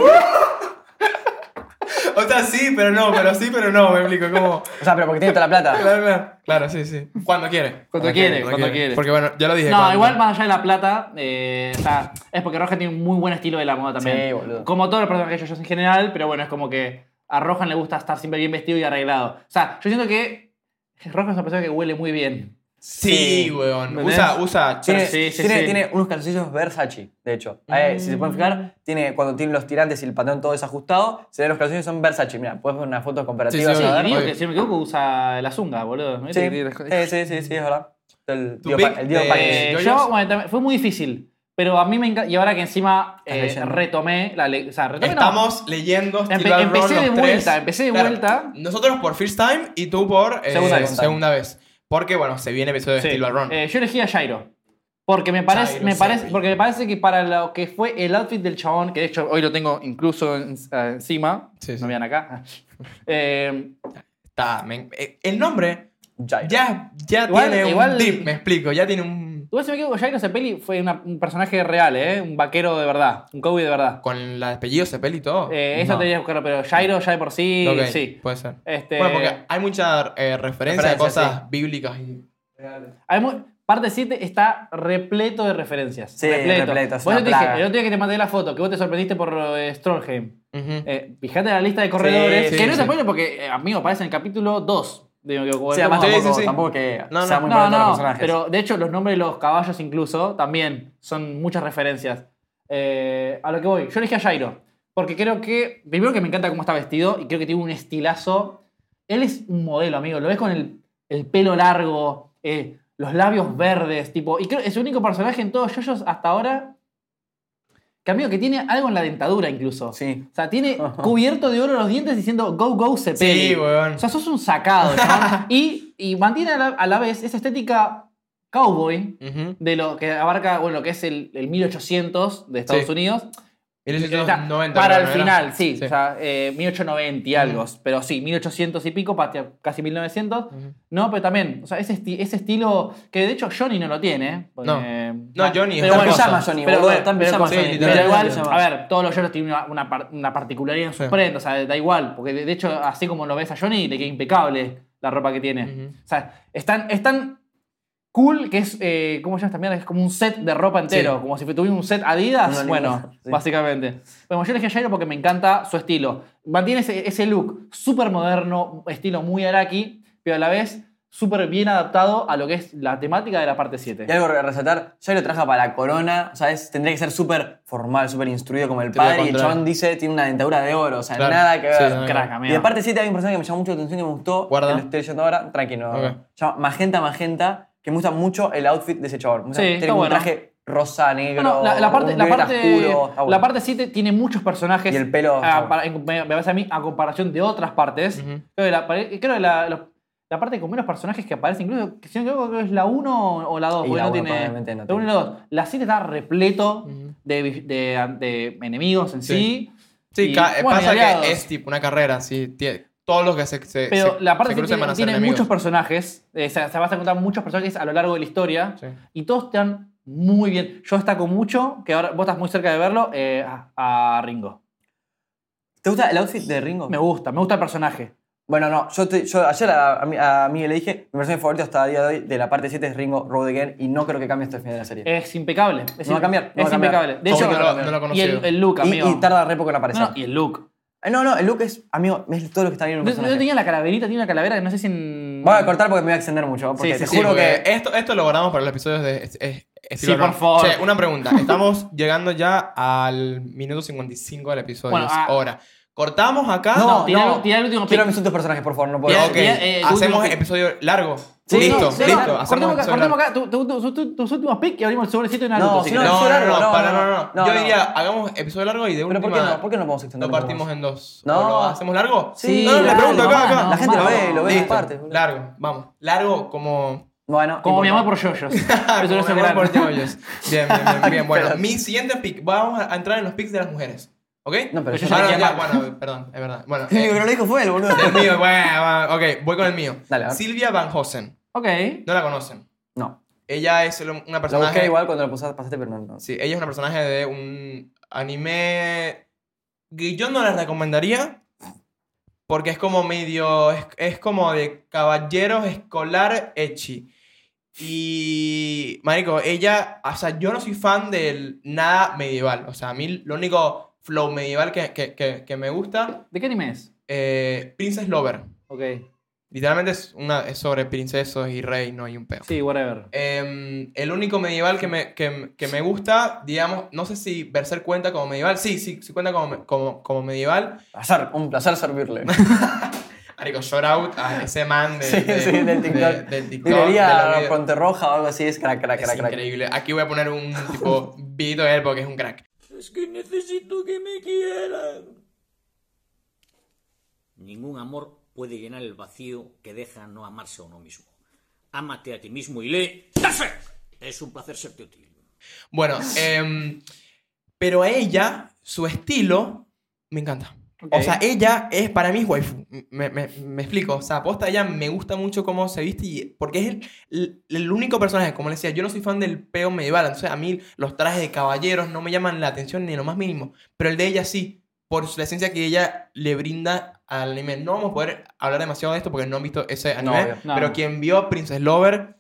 S3: O sea, sí, pero no, me explico. Como.
S1: O sea, pero porque tiene toda la plata.
S3: Claro, sí. Cuando quiere.
S2: Cuando quiere.
S3: Porque bueno, ya lo dije.
S2: No,
S3: cuando-
S2: igual más allá de la plata, o sea, es porque Rohan tiene un muy buen estilo de la moda también.
S1: Sí, boludo.
S2: Como todos los personajes de JoJo's en general, pero bueno, es como que a Rohan le gusta estar siempre bien vestido y arreglado. O sea, yo siento que Rohan es una persona que huele muy bien.
S3: Sí,
S1: Sí.
S3: weón.
S2: ¿Entendés?
S3: Usa.
S2: Sí.
S1: Tiene unos calzoncillos Versace, de hecho. Si se pueden fijar, cuando tiene los tirantes y el pantalón todo desajustado, se ven los calzoncillos son Versace. Mira, puedes ver una foto comparativa.
S3: Sí,
S2: Sí,
S1: a
S2: y
S1: ver.
S2: digo
S3: obvio.
S2: que si no me equivoco usa la zunga, boludo. ¿No?
S1: Sí,
S2: ¿Viste?
S1: sí, es verdad. El
S3: Tu
S1: Dio
S3: pick
S1: el Dio
S3: de-
S1: Package.
S3: ¿Yoyos?
S2: Yo, bueno, también- fue muy difícil, pero a mí me encanta. Y ahora que encima
S1: leyendo.
S2: retomé o sea, retomé no.
S3: Estamos leyendo Steel Ball
S2: Empecé
S3: Run
S2: de
S3: los
S2: vuelta,
S3: tres.
S2: empecé de
S3: Claro,
S2: vuelta.
S3: Nosotros por first time y tú por
S2: Segunda
S3: vez. Porque, bueno, se viene episodio de
S2: Sí.
S3: Steel Ball Run.
S2: Yo elegí a Jairo. Porque me parece,
S3: Jairo,
S2: porque me parece que para lo que fue el outfit del chabón, que de hecho hoy lo tengo incluso encima,
S3: Sí, sí.
S2: no vean acá.
S3: Está, el nombre
S1: Jairo.
S3: ya
S2: Igual-
S3: tiene
S2: igual-
S3: un dip, me explico. Ya tiene un.
S2: Igual si me equivoco, Jairo Cepelli fue un personaje real, un vaquero de verdad, un cowboy de verdad.
S3: Con el apellido Cepel y todo.
S2: Eso
S1: No.
S2: tenía que buscarlo, pero Jairo ya de por sí,
S3: Ok,
S2: sí.
S3: puede ser.
S2: Bueno,
S3: Porque hay mucha referencia a
S1: Referencia,
S3: cosas bíblicas y reales.
S2: Parte 7 está repleto de referencias.
S1: Sí, repleto, es
S2: Por
S1: una
S2: eso te dije,
S1: plaga.
S2: el otro día que te mandé la foto, que vos te sorprendiste por Strollheim.
S3: Ujú.
S2: Fíjate la lista de corredores,
S3: Sí,
S2: que no
S3: sí.
S2: te spoiler porque, amigo, aparece en el capítulo 2. Digo, que
S1: Sí, además
S3: Sí,
S1: tampoco,
S3: sí, sí.
S1: tampoco que
S3: No,
S1: sea
S3: no.
S1: muy
S2: No,
S1: importante los
S2: no,
S1: personajes.
S2: pero de hecho los nombres de los caballos incluso también son muchas referencias. A lo que voy, yo elegí a Jairo, porque creo que, primero que me encanta cómo está vestido y creo que tiene un estilazo. Él es un modelo, amigo, lo ves con el pelo largo, los labios verdes, tipo, y creo que es el único personaje en todos JoJo's hasta ahora que, amigo, que tiene algo en la dentadura incluso.
S1: Sí.
S2: O sea, tiene cubierto de oro los dientes diciendo go, go, Cepelli.
S3: Sí, weón.
S2: O sea, sos un sacado, ¿no? y mantiene a la vez esa estética cowboy
S3: Ujú.
S2: de lo que abarca, bueno, lo que es el 1800 de Estados
S3: Sí.
S2: Unidos.
S3: 1890.
S2: Para el
S3: creo, ¿no era?
S2: final, sí. O sea, 1890 y algo. Pero sí, 1800 y pico, casi 1900.
S3: Ujú.
S2: No, pero también, o sea, ese estilo que de hecho Johnny no lo tiene. porque-
S3: No, Johnny es
S2: pero
S3: otra
S2: bueno,
S3: cosa.
S1: llama Johnny,
S2: pero,
S1: boludo,
S2: bueno,
S1: está en
S2: pero-
S1: pijama
S2: sí,
S1: Johnny,
S2: pero
S3: literalmente
S2: igual,
S1: se llama.
S2: a ver, todos los JoJo's tienen una particularidad en sus
S3: Sí.
S2: prendas, o sea, da igual. Porque de hecho, así como lo ves a Johnny, le queda impecable la ropa que tiene.
S3: Ujú.
S2: O sea, es tan cool que es, ¿cómo se llama esta mierda? Es como un set de ropa entero,
S3: Sí.
S2: como si tuviera un set Adidas.
S1: Una
S2: Bueno,
S1: línea, sí.
S2: básicamente. Bueno, yo elegí a Jairo porque me encanta su estilo. Mantiene ese look súper moderno, estilo muy Araki, pero a la vez súper bien adaptado a lo que es la temática de la parte 7.
S1: Y algo a resaltar, ya lo traja para la corona, ¿sabes? Tendría que ser súper formal, súper instruido como el
S3: Te lo
S1: padre. Y el
S3: contrario.
S1: chabón dice, tiene una dentadura de oro, o sea,
S3: Claro.
S1: nada que
S3: Sí,
S1: ver.
S3: nada que
S2: Crack,
S3: ver.
S2: amigo.
S1: Y de parte 7 hay un personaje que me llamó mucho la atención y me gustó.
S3: Guarda.
S1: Que lo estoy leyendo ahora, tranquilo.
S3: Ok.
S1: Se llama Magenta, que me gusta mucho el outfit de ese chabón.
S2: Sí,
S1: tiene
S2: está
S1: como un
S2: bueno.
S1: traje rosa, negro,
S2: No, la parte,
S1: un
S2: la,
S1: violeta
S2: parte,
S1: oscuro. Está bueno.
S2: la parte 7 tiene muchos personajes.
S1: Y el pelo está bueno.
S2: me parece a mí, a comparación de otras partes.
S3: Ujú.
S2: Creo que la parte con menos personajes que aparecen, incluso, que si no me equivoco, creo que es la 1 o la 2.
S1: Y
S2: porque
S1: la
S2: no
S1: uno
S2: tiene.
S1: probablemente no
S2: La 1 y la 2. La 7 está repleto
S3: Ujú.
S2: de enemigos en sí.
S3: Sí,
S2: Y, bueno, y
S3: pasa
S2: aliados.
S3: que es tipo una carrera, sí. Todos los que
S2: Pero la parte
S3: se
S2: 7
S3: crucen van a ser
S2: tiene
S3: enemigos.
S2: muchos personajes. Se vas a encontrar muchos personajes a lo largo de la historia.
S3: Sí.
S2: Y todos están muy bien. Yo destaco mucho, que ahora vos estás muy cerca de verlo, a Ringo.
S1: ¿Te gusta el outfit de Ringo?
S2: Me gusta el personaje.
S1: Bueno, no, yo ayer a Miguel le dije, mi personaje favorito hasta el día de hoy de la parte 7 es Ringo Road Again y no creo que cambie hasta el final de la serie.
S2: Es impecable.
S1: No va a cambiar, no
S2: Es
S1: va a cambiar.
S2: impecable. De
S3: ¿Cómo
S2: hecho,
S3: que no lo he
S2: y
S3: conocido?
S2: el look, amigo.
S1: y tarda re poco en aparecer.
S2: No, y el look.
S1: No, el look es, amigo, es todo lo que está bien en un
S2: Yo
S1: personaje.
S2: tenía la calaverita, tiene una calavera que no sé si en...
S1: Voy a cortar porque me voy a extender mucho, porque
S2: Sí,
S1: te
S2: sí,
S1: juro
S3: porque
S1: que...
S3: esto lo guardamos para los episodios de estilo
S2: Sí, por
S3: random.
S2: favor.
S3: Che, una pregunta. Estamos llegando ya al minuto 55 del episodio.
S2: Bueno,
S3: Ahora, ¿cortamos acá?
S2: No, tira el último
S1: Quiero
S2: pick.
S1: mis otros personajes, por favor, no puedo.
S2: Tira-
S3: Ok,
S2: tira, el
S3: hacemos
S2: último pick.
S3: episodio largo.
S1: Sí,
S3: listo,
S1: sí,
S3: listo.
S1: claro.
S3: Hacemos
S2: Cortemos
S3: episodio
S2: acá tus últimos picks y abrimos el sobrecito de Naruto.
S1: No,
S2: si
S1: si no,
S2: querés.
S3: No,
S1: episodio
S3: no, no,
S1: largo,
S3: para,
S1: no,
S3: no.
S1: no,
S3: Yo
S1: no.
S3: diría, hagamos episodio largo y de
S1: Pero ¿por
S3: última...
S1: qué no? ¿Por qué no podemos extender
S3: ¿Lo partimos en dos?
S1: No.
S3: ¿O lo hacemos largo?
S1: Sí,
S3: no, le
S1: dale,
S3: pregunto
S1: no,
S3: acá.
S2: no,
S1: La gente lo ve, lo ve en
S3: Listo,
S1: partes. boludo.
S3: largo, vamos. Largo como...
S1: Bueno,
S2: Como mi
S1: importa.
S2: amor por yoyos.
S3: Ah,
S2: Eso no
S3: como
S2: es
S3: mi amor por
S2: grande.
S3: yoyos. Bien. Bueno,
S1: Pero-
S3: mi siguiente pick. Vamos a entrar en los picks de las mujeres. ¿Ok?
S1: No, pero
S2: yo
S1: yo
S2: ya
S1: ya
S2: dije-
S3: bueno, perdón, es verdad. Bueno,
S1: El único que no lo dijo fue él, boludo.
S3: el mío, bueno, ok, voy con el mío.
S1: Dale, a ver.
S3: Silvia Van Hossen.
S2: Ok.
S3: No la conocen.
S1: No.
S3: Ella es una
S1: Lo busqué
S3: personaje...
S1: igual cuando lo pasaste, pero no.
S3: Sí, ella es una personaje de un anime que yo no les recomendaría porque es como medio... Es como de caballeros escolar ecchi. Y... Marico, ella... O sea, yo no soy fan del nada medieval. O sea, a mí lo único flow medieval que me gusta...
S2: ¿De qué anime es?
S3: Princess Lover.
S2: Ok.
S3: Literalmente es sobre princesos y reinos y un peo.
S2: Sí, whatever.
S3: El único medieval que me gusta, digamos, no sé si Berserk cuenta como medieval. Sí cuenta como medieval.
S1: Un placer servirle.
S3: Marico, shout out a ese man
S1: Sí, del TikTok.
S3: del TikTok.
S1: Librería
S3: de los videos.
S1: Ponte Roja o algo así, es crack.
S3: Es increíble. Aquí voy a poner un tipo videito de él porque es un crack.
S4: Es que necesito que me quieran. Ningún amor puede llenar el vacío que deja no amarse a uno mismo. Ámate a ti mismo y lee. ¡Perfecto! Es un placer serte útil.
S3: Bueno, pero a ella, su estilo, me encanta.
S2: Ok.
S3: O sea, ella es para mí waifu. Me explico. O sea, posta, ella me gusta mucho cómo se viste porque es el único personaje, como le decía, yo no soy fan del peo medieval. Entonces, a mí los trajes de caballeros no me llaman la atención ni lo más mínimo. Pero el de ella sí, por la esencia que ella le brinda al anime. No vamos a poder hablar demasiado de esto porque no han visto ese anime.
S1: obvio.
S2: No,
S3: Pero
S2: no.
S3: quien vio Princess Lover,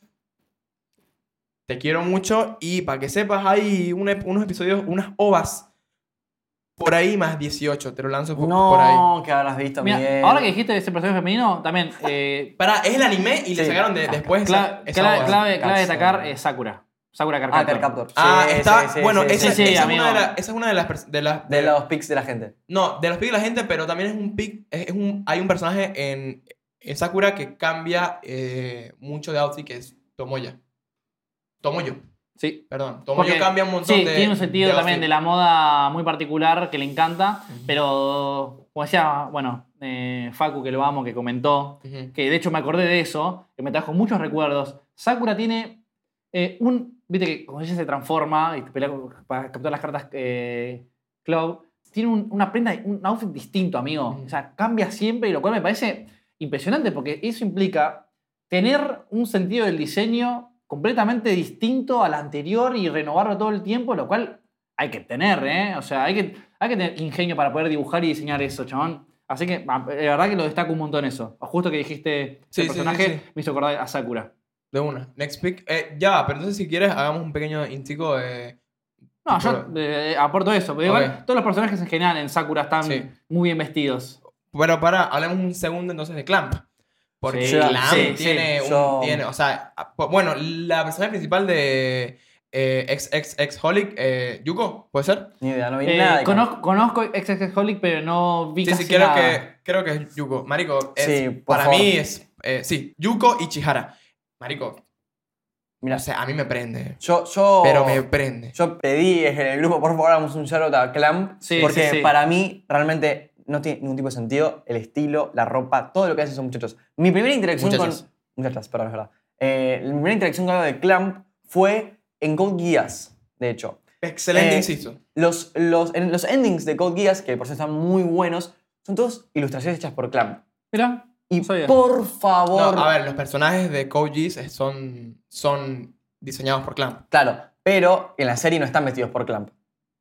S3: te quiero mucho. Y para que sepas, hay unos episodios, unas ovas. Por ahí más 18, te lo lanzo por ahí.
S1: No, que habrás visto,
S2: Mira,
S1: Miguel.
S2: ahora que dijiste de ese personaje femenino, también.
S3: Es el anime y le
S1: Sí.
S3: sacaron después
S2: Clave destacar Sakura. Sakura
S1: Ah,
S2: Carcaptor.
S1: Carcaptor.
S3: Ah,
S1: Sí,
S3: está.
S1: sí,
S3: bueno,
S1: sí,
S3: esa,
S2: sí,
S3: esa es
S2: amigo.
S3: esa es una de las
S1: De los pics de la gente.
S3: No, de los pics de la gente, pero también es un pic. Hay un personaje en Sakura que cambia mucho de outfit, que es Tomoya. Tomoyo,
S2: Sí.
S3: perdón. Tomoyo
S2: Porque-
S3: cambia un montón
S2: sí,
S3: de.
S2: tiene un sentido
S3: de
S2: también
S3: outfit.
S2: de la moda muy particular que le encanta, pero como decía, bueno, Facu, que lo amo, que comentó,
S3: Ujú.
S2: que de hecho me acordé de eso, que me trajo muchos recuerdos. Sakura tiene viste que cuando ella se transforma y pelea para capturar las cartas Cloud, tiene una prenda, un outfit distinto, amigo.
S3: Ujú.
S2: O sea, cambia siempre, y lo cual me parece impresionante porque eso implica tener un sentido del diseño completamente distinto al anterior y renovarlo todo el tiempo, lo cual hay que tener, ¿eh? O sea, hay que tener ingenio para poder dibujar y diseñar eso, chabón. Así que, la verdad que lo destaco un montón eso. Justo que dijiste
S3: Sí,
S2: ese
S3: sí,
S2: personaje,
S3: sí, sí.
S2: me hizo acordar a Sakura.
S3: De una. Next pick. Ya, pero entonces si quieres, hagamos un pequeño intico de.
S2: No, yo aporto eso. Porque igual
S3: Ok.
S2: todos los personajes en general en Sakura están
S3: Sí.
S2: muy bien vestidos.
S3: Bueno, hablemos un segundo entonces de Clamp. Porque
S2: Sí,
S3: Clamp
S2: sí,
S3: tiene,
S1: sí. Yo-
S3: tiene, o sea, bueno, la personaje principal de ex-Holic, Yuko, ¿puede ser?
S1: Ni idea, no vi nada de Clamp.
S2: Conozco XXXholic, pero no vi
S3: Sí,
S2: casi
S3: sí, creo
S2: nada.
S3: que es Yuko. Marico,
S1: Sí, por
S3: para
S1: favor.
S3: mí es, sí, Yuko y Chihara. Marico,
S1: Mira,
S3: o sea, a mí me prende.
S1: yo
S3: Pero me prende.
S1: Yo pedí en el grupo, por favor, hagamos un shoutout a Clamp.
S2: Sí,
S1: porque
S2: sí, sí.
S1: para mí realmente no tiene ningún tipo de sentido el estilo, la ropa, todo lo que hacen esos muchachos. Mi primera interacción
S3: Muchachas.
S1: con. Muchachas, perdón, es verdad. Mi primera interacción con algo de Clamp fue en Code Geass, de hecho.
S3: Excelente,
S1: Eh,
S3: insisto.
S1: Los endings de Code Geass, que por sí están muy buenos, son todos ilustraciones hechas por Clamp.
S2: Mira,
S1: Y
S2: no sabía.
S1: por favor.
S3: No, a ver, los personajes de Code Geass son diseñados por Clamp.
S1: Claro, pero en la serie no están vestidos por Clamp.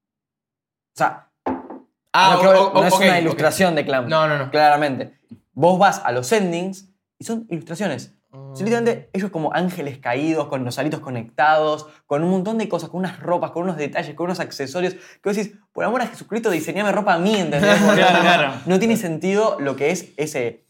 S1: O sea,
S3: Ah,
S1: no es
S3: ok,
S1: una
S3: ok.
S1: ilustración de Clamp.
S3: No, no, no.
S1: Claramente. Vos vas a los endings y son ilustraciones.
S3: Ah.
S1: Son literalmente ellos como ángeles caídos, con los aritos conectados, con un montón de cosas, con unas ropas, con unos detalles, con unos accesorios. Que vos decís, por amor a Jesucristo, diseñame ropa a mí, ¿entendés? Porque
S2: Claro,
S1: no,
S2: claro.
S1: no tiene sentido lo que es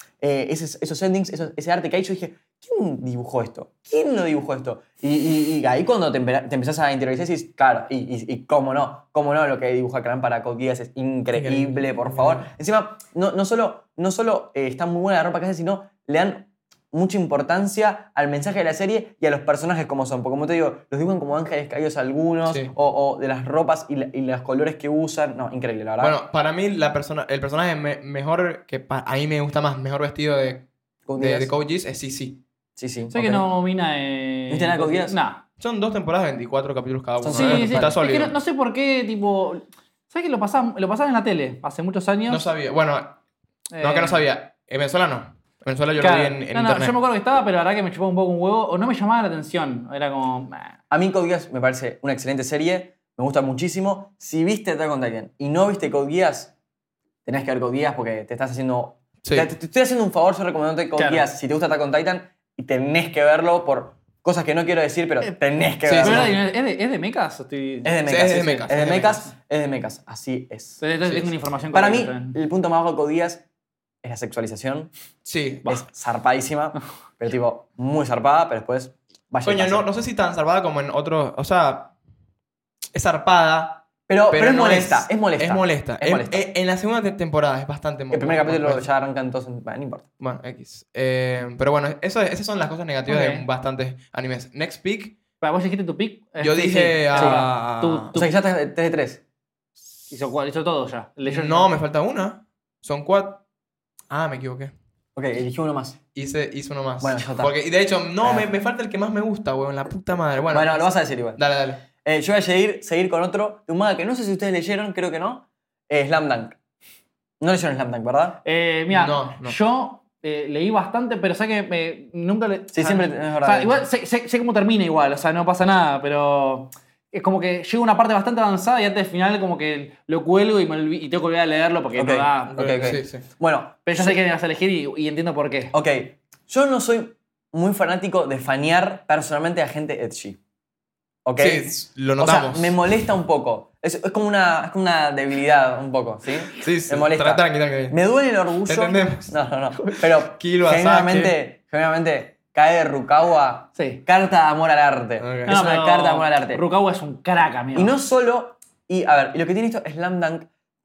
S1: esos endings, ese arte que hay. Yo dije, ¿quién dibujó esto? ¿Quién lo dibujó esto? Y ahí cuando te empezás a interiorizar decís, claro, y cómo no, lo que dibuja Clamp para Code Geass es increíble, por favor. Encima, no solo está muy buena la ropa que hace, sino le dan mucha importancia al mensaje de la serie y a los personajes como son. Porque como te digo, los dibujan como ángeles caídos algunos,
S3: Sí.
S1: o de las ropas y los colores que usan. No, increíble, la verdad.
S3: Bueno, para mí el personaje mejor, a mí me gusta más, mejor vestido de
S1: Code Geass.
S3: Code Geass es CC.
S1: Sí, sí.
S2: Sé
S1: ok.
S2: que no mina.
S1: ¿Viste nada de Code Geass?
S2: Nah.
S3: Son 2 temporadas, 24 capítulos cada uno.
S1: Son
S3: ¿no?
S2: Sí, sí.
S3: Está
S2: Es
S3: sólido.
S2: que no sé por qué, tipo. ¿Sabes que lo pasaban en la tele hace muchos años?
S3: No sabía. Bueno, no que no sabía. En Venezuela no. En Venezuela yo
S2: Claro.
S3: lo vi en
S2: no,
S3: internet.
S2: yo me acuerdo que estaba, pero la verdad que me chupaba un poco un huevo o no me llamaba la atención. Era como.
S1: A mí Code Geass me parece una excelente serie, me gusta muchísimo. Si viste Attack on Titan y no viste Code Geass, tenés que ver Code Geass porque te estás haciendo...
S3: Sí.
S1: Te estoy haciendo un favor yo recomendándote Code
S2: Claro.
S1: Geass si te gusta Attack on Titan y tenés que verlo por cosas que no quiero decir, pero tenés que
S3: sí,
S1: verlo.
S2: Pero ¿es de mechas?
S1: Es de
S3: Sí,
S1: mechas.
S3: es de mechas,
S1: Es de mechas, es de mechas. Así es.
S2: Entonces
S3: Sí,
S2: tengo
S3: sí.
S2: una información
S1: Para mí,
S2: correcta también.
S1: el punto más bajo de Code Geass es la sexualización.
S3: Sí.
S1: Es zarpadísima, pero tipo, muy zarpada, pero después vaya y
S3: Coño,
S1: pase.
S3: no sé si tan zarpada como en otros. O sea, es zarpada.
S1: Pero es
S3: no
S1: molesta, es molesta.
S3: Es molesta.
S1: Es molesta.
S3: En la segunda temporada es bastante
S1: El primer capítulo
S3: molesta.
S1: ya arrancan todos en... Bueno, no importa.
S3: Bueno, X. Pero bueno, esas son las cosas negativas
S2: Ok.
S3: de bastantes animes. Next Pick,
S2: Para, ¿vos dijiste tu pick?
S3: yo
S2: Sí,
S3: dije
S2: sí.
S3: a.
S2: Tú-
S1: O sea que ya estás 3 de 3.
S2: Hizo todo ya. Leyó-
S3: No, me falta una. Son 4. Ah, me equivoqué.
S1: Ok, elegí uno más.
S3: Hice uno más.
S1: Bueno, ya está.
S3: Porque, y de hecho, no,
S1: Ah.
S3: me falta el que más me gusta, weón. La puta madre. Bueno,
S1: Bueno, lo vas a decir igual.
S3: dale, dale.
S1: Yo voy a seguir con otro de un manga que no sé si ustedes leyeron, creo que no. Slam Dunk. No leyeron Slam Dunk, ¿verdad?
S2: Mira,
S3: No.
S2: yo leí bastante, pero sé que nunca le.
S1: Sí, siempre es verdad.
S2: O sea, igual sé cómo termina igual, o sea, no pasa nada, pero es como que llega una parte bastante avanzada y antes del final como que lo cuelgo y tengo que volver a leerlo porque
S1: Ok,
S2: no da.
S1: ok.
S3: Sí, sí.
S1: Bueno,
S2: Pero ya sé que vas a elegir y entiendo por qué.
S1: ok. Yo no soy muy fanático de fanear personalmente a gente edgy. ¿Ok?
S3: Sí, lo
S1: O sea,
S3: notamos.
S1: me molesta un poco. Es como una debilidad un poco, ¿sí?
S3: Sí, sí.
S1: Me molesta.
S3: Tranqui.
S1: Me duele el orgullo.
S3: Te entendemos.
S1: No. Pero
S3: Kilo
S1: genuinamente, cae de Rukawa.
S2: Sí.
S1: Carta de amor al arte.
S3: Ok.
S1: Es
S2: No,
S1: una
S2: pero
S1: carta de amor al arte.
S2: Rukawa es un crack, amigo.
S1: Y no solo. Y a ver, y lo que tiene esto, Slam Dunk,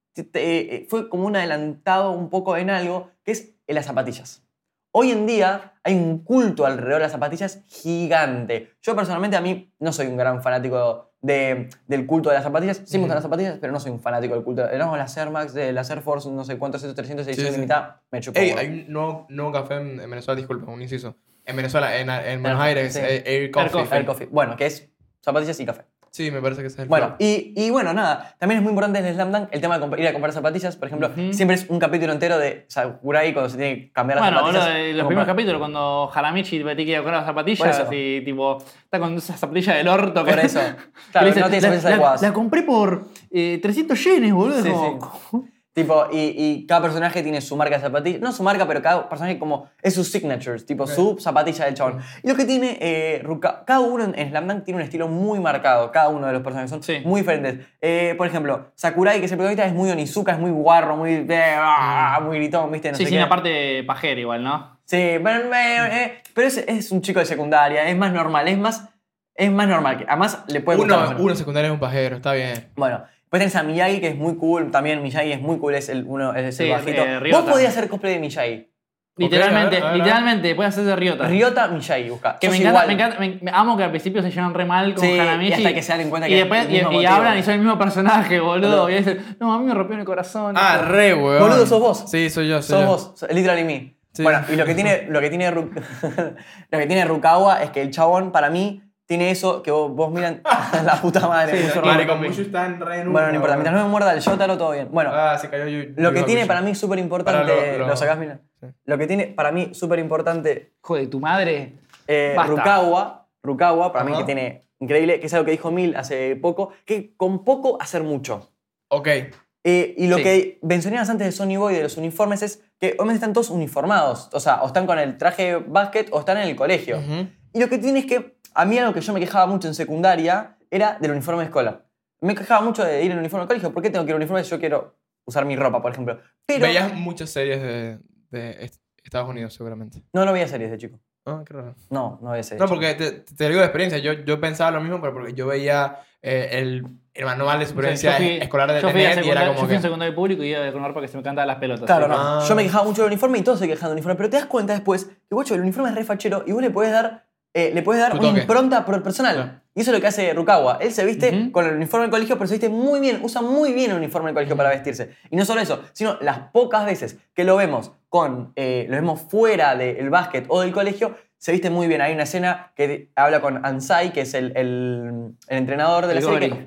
S1: fue como un adelantado un poco en algo, que es en las zapatillas. Hoy en día hay un culto alrededor de las zapatillas gigante. Yo personalmente a mí no soy un gran fanático del culto de las zapatillas. Sí me gustan las zapatillas, pero no soy un fanático del culto. No, las Air Max, de las Air Force, no sé cuántos, 300 edición
S3: Sí, sí.
S1: limitada, me chupo.
S3: Ey,
S1: huevo.
S3: hay un nuevo café en Venezuela, disculpa, un inciso. En Venezuela, en Buenos
S1: Sí.
S3: Aires, Air Coffee.
S1: Air Coffee. Bueno, que es zapatillas y café.
S3: Sí, me parece que ese es el
S1: Bueno,
S3: flow.
S1: y bueno, nada, también es muy importante en el Slam Dunk el tema de ir a comprar zapatillas. Por ejemplo, siempre es un capítulo entero de Sakurai cuando se tiene que cambiar las
S2: Bueno,
S1: zapatillas.
S2: boludo, los
S1: Comprar.
S2: primeros capítulos, cuando Haramichi tiene que ir a comprar las
S1: Por
S2: zapatillas
S1: eso.
S2: y tipo, está con esas zapatillas del orto.
S1: Por eso.
S2: que
S1: Claro,
S2: le dice,
S1: no tiene zapatillas adecuadas.
S2: la compré por 300 yenes, boludo.
S1: Sí,
S2: Es como,
S1: Tipo, y cada personaje tiene su marca de zapatillas. No su marca, pero cada personaje como es sus signatures, tipo su zapatilla del chabón. Y lo que tiene cada uno en Slam Dunk tiene un estilo muy marcado. Cada uno de los personajes son
S2: Sí.
S1: muy diferentes. Por ejemplo, Sakurai, que es el protagonista, es muy Onizuka, es muy guarro, muy gritón, ¿viste? No
S2: Sí,
S1: sé
S2: sí,
S1: qué.
S2: una parte pajera igual, ¿no?
S1: Sí, pero es un chico de secundaria, es más normal, es más normal. Además, le puede gustar.
S3: Uno secundario es un pajero, está bien.
S1: Bueno, después tenés a Miyagi, que es muy cool. También Miyagi es muy cool, es el
S2: Sí,
S1: bajito.
S2: Ryota.
S1: Vos podías hacer cosplay de Miyagi.
S2: Literalmente,
S3: a ver.
S2: literalmente, puede hacer de Ryota.
S1: Ryota, Miyagi, busca.
S2: Que
S1: Sos
S2: me encanta,
S1: igual.
S2: me amo que al principio se llevan re mal con
S1: Sí,
S2: Hanamichi.
S1: y hasta que se dan cuenta
S2: y
S1: que
S2: después,
S1: es el mismo
S2: y
S1: motivo.
S2: hablan y son el mismo personaje, boludo.
S1: Boludo.
S2: Y dicen, no, a mí me rompió el corazón.
S3: Ah, re, weón.
S1: Boludo, sos vos.
S3: Sí, soy yo.
S1: Sos vos, literally me.
S3: Sí.
S1: Bueno, y lo que tiene lo que tiene Rukawa es que el chabón, para mí, tiene eso que vos miran la puta madre.
S2: Sí,
S1: puso
S2: eso
S1: raro.
S3: Marico, Mushu está en re
S1: Bueno, no importa, mientras no me muerda el Yotaro, todo bien. Bueno,
S3: Se cayó
S1: lo que tiene para mí súper importante,
S3: Para lo-
S1: lo sacás, mira.
S3: Sí.
S1: Lo que tiene para mí súper importante
S2: Joder, tu madre. Basta.
S1: Rukawa, para mí
S3: Ajá.
S1: que tiene increíble, que es algo que dijo Mil hace poco, que con poco hacer mucho.
S3: Ok.
S1: Y lo
S2: Sí.
S1: que mencionabas antes de Sonny Boy, de los uniformes, es que obviamente están todos uniformados. O sea, o están con el traje de básquet o están en el colegio.
S3: Ujú.
S1: Y lo que tiene es que, a mí algo que yo me quejaba mucho en secundaria era del uniforme de escuela. Me quejaba mucho de ir en uniforme al colegio. ¿Por qué tengo que ir en uniforme si yo quiero usar mi ropa, por ejemplo? Pero
S3: Veías muchas series de Estados Unidos, seguramente.
S1: no veía series de chico.
S3: Ah, qué raro.
S1: No veía series.
S3: No, porque te digo de experiencia. Yo pensaba lo mismo, pero porque yo veía el manual de supervivencia escolar de
S2: yo fui a
S3: Net y era como
S2: yo fui
S3: que...
S2: en secundario público y iba con ropa que se me cantaban las pelotas.
S1: Claro,
S2: sí.
S1: no.
S3: Ah.
S1: Yo me quejaba mucho del uniforme y todos se quejaban del uniforme. Pero te das cuenta después que, guacho, el uniforme es re fachero y vos le podés dar
S3: Tu
S1: una
S3: toque.
S1: impronta personal.
S3: Claro.
S1: Y eso es lo que hace Rukawa. Él se viste
S2: Ujú.
S1: con el uniforme del colegio, pero se viste muy bien, usa muy bien el uniforme del colegio para vestirse. Y no solo eso, sino las pocas veces que lo vemos lo vemos fuera del básquet o del colegio, se viste muy bien. Hay una escena que habla con Ansai, que es el entrenador de la
S2: El
S1: serie.
S2: Gori.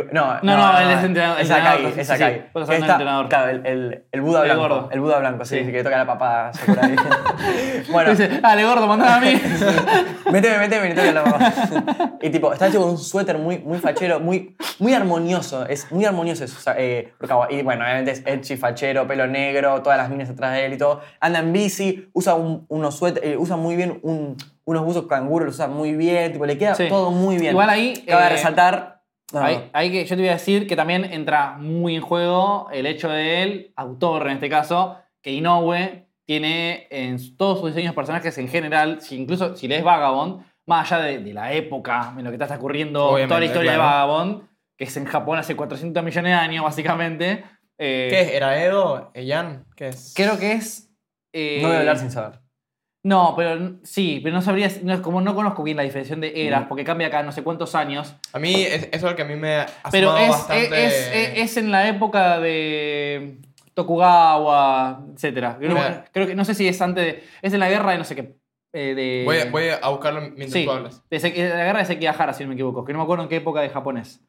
S1: No,
S2: él es entrenador.
S1: Es Akagi,
S2: sí,
S1: es
S2: sí,
S1: Akagi.
S2: sí. Vos sos
S1: Que
S2: el
S1: está-
S2: entrenador.
S1: Claro, el Buda
S2: El
S1: blanco.
S2: gordo.
S1: El Buda blanco, sí,
S2: Sí.
S1: que toca la papada. Sakurai. Bueno,
S2: Dice, dale, gordo, mandame a mí.
S1: méteme, toca la papada. Y tipo, está hecho con un suéter muy fachero, muy armonioso. Es muy armonioso eso, Rukawa. Y bueno, obviamente es edgy, fachero, pelo negro, todas las minas atrás de él y todo. Anda en bici, usa usa muy bien unos buzos canguro, los usa muy bien, tipo, le queda
S2: Sí.
S1: todo muy bien.
S2: Igual ahí,
S1: Cabe resaltar. No,
S2: Ahí que yo te voy a decir que también entra muy en juego el hecho de él, autor en este caso, que Inoue tiene en todos sus diseños de personajes en general, incluso si lees Vagabond, más allá de la época en lo que está transcurriendo
S3: Obviamente,
S2: toda la historia
S3: claro.
S2: de Vagabond, que es en Japón hace 400 millones de años, básicamente.
S3: ¿Qué es? ¿Era Edo? ¿Eyan? ¿Qué es?
S2: Creo que es...
S1: no voy a hablar sin saber.
S2: No, pero sí, pero no sabría, como no conozco bien la diferencia de eras, porque cambia cada no sé cuántos años.
S3: A mí, eso es lo que a mí me ha
S2: Pero
S3: sumado
S2: es,
S3: bastante...
S2: es en la época de Tokugawa, etc.
S3: Mira.
S2: Creo que, no sé si es antes de, es en la guerra de no sé qué. De,
S3: Voy a buscarlo mientras
S2: sí,
S3: tú hablas.
S2: de la guerra de Sekigahara, si no me equivoco, que no me acuerdo en qué época de japonés.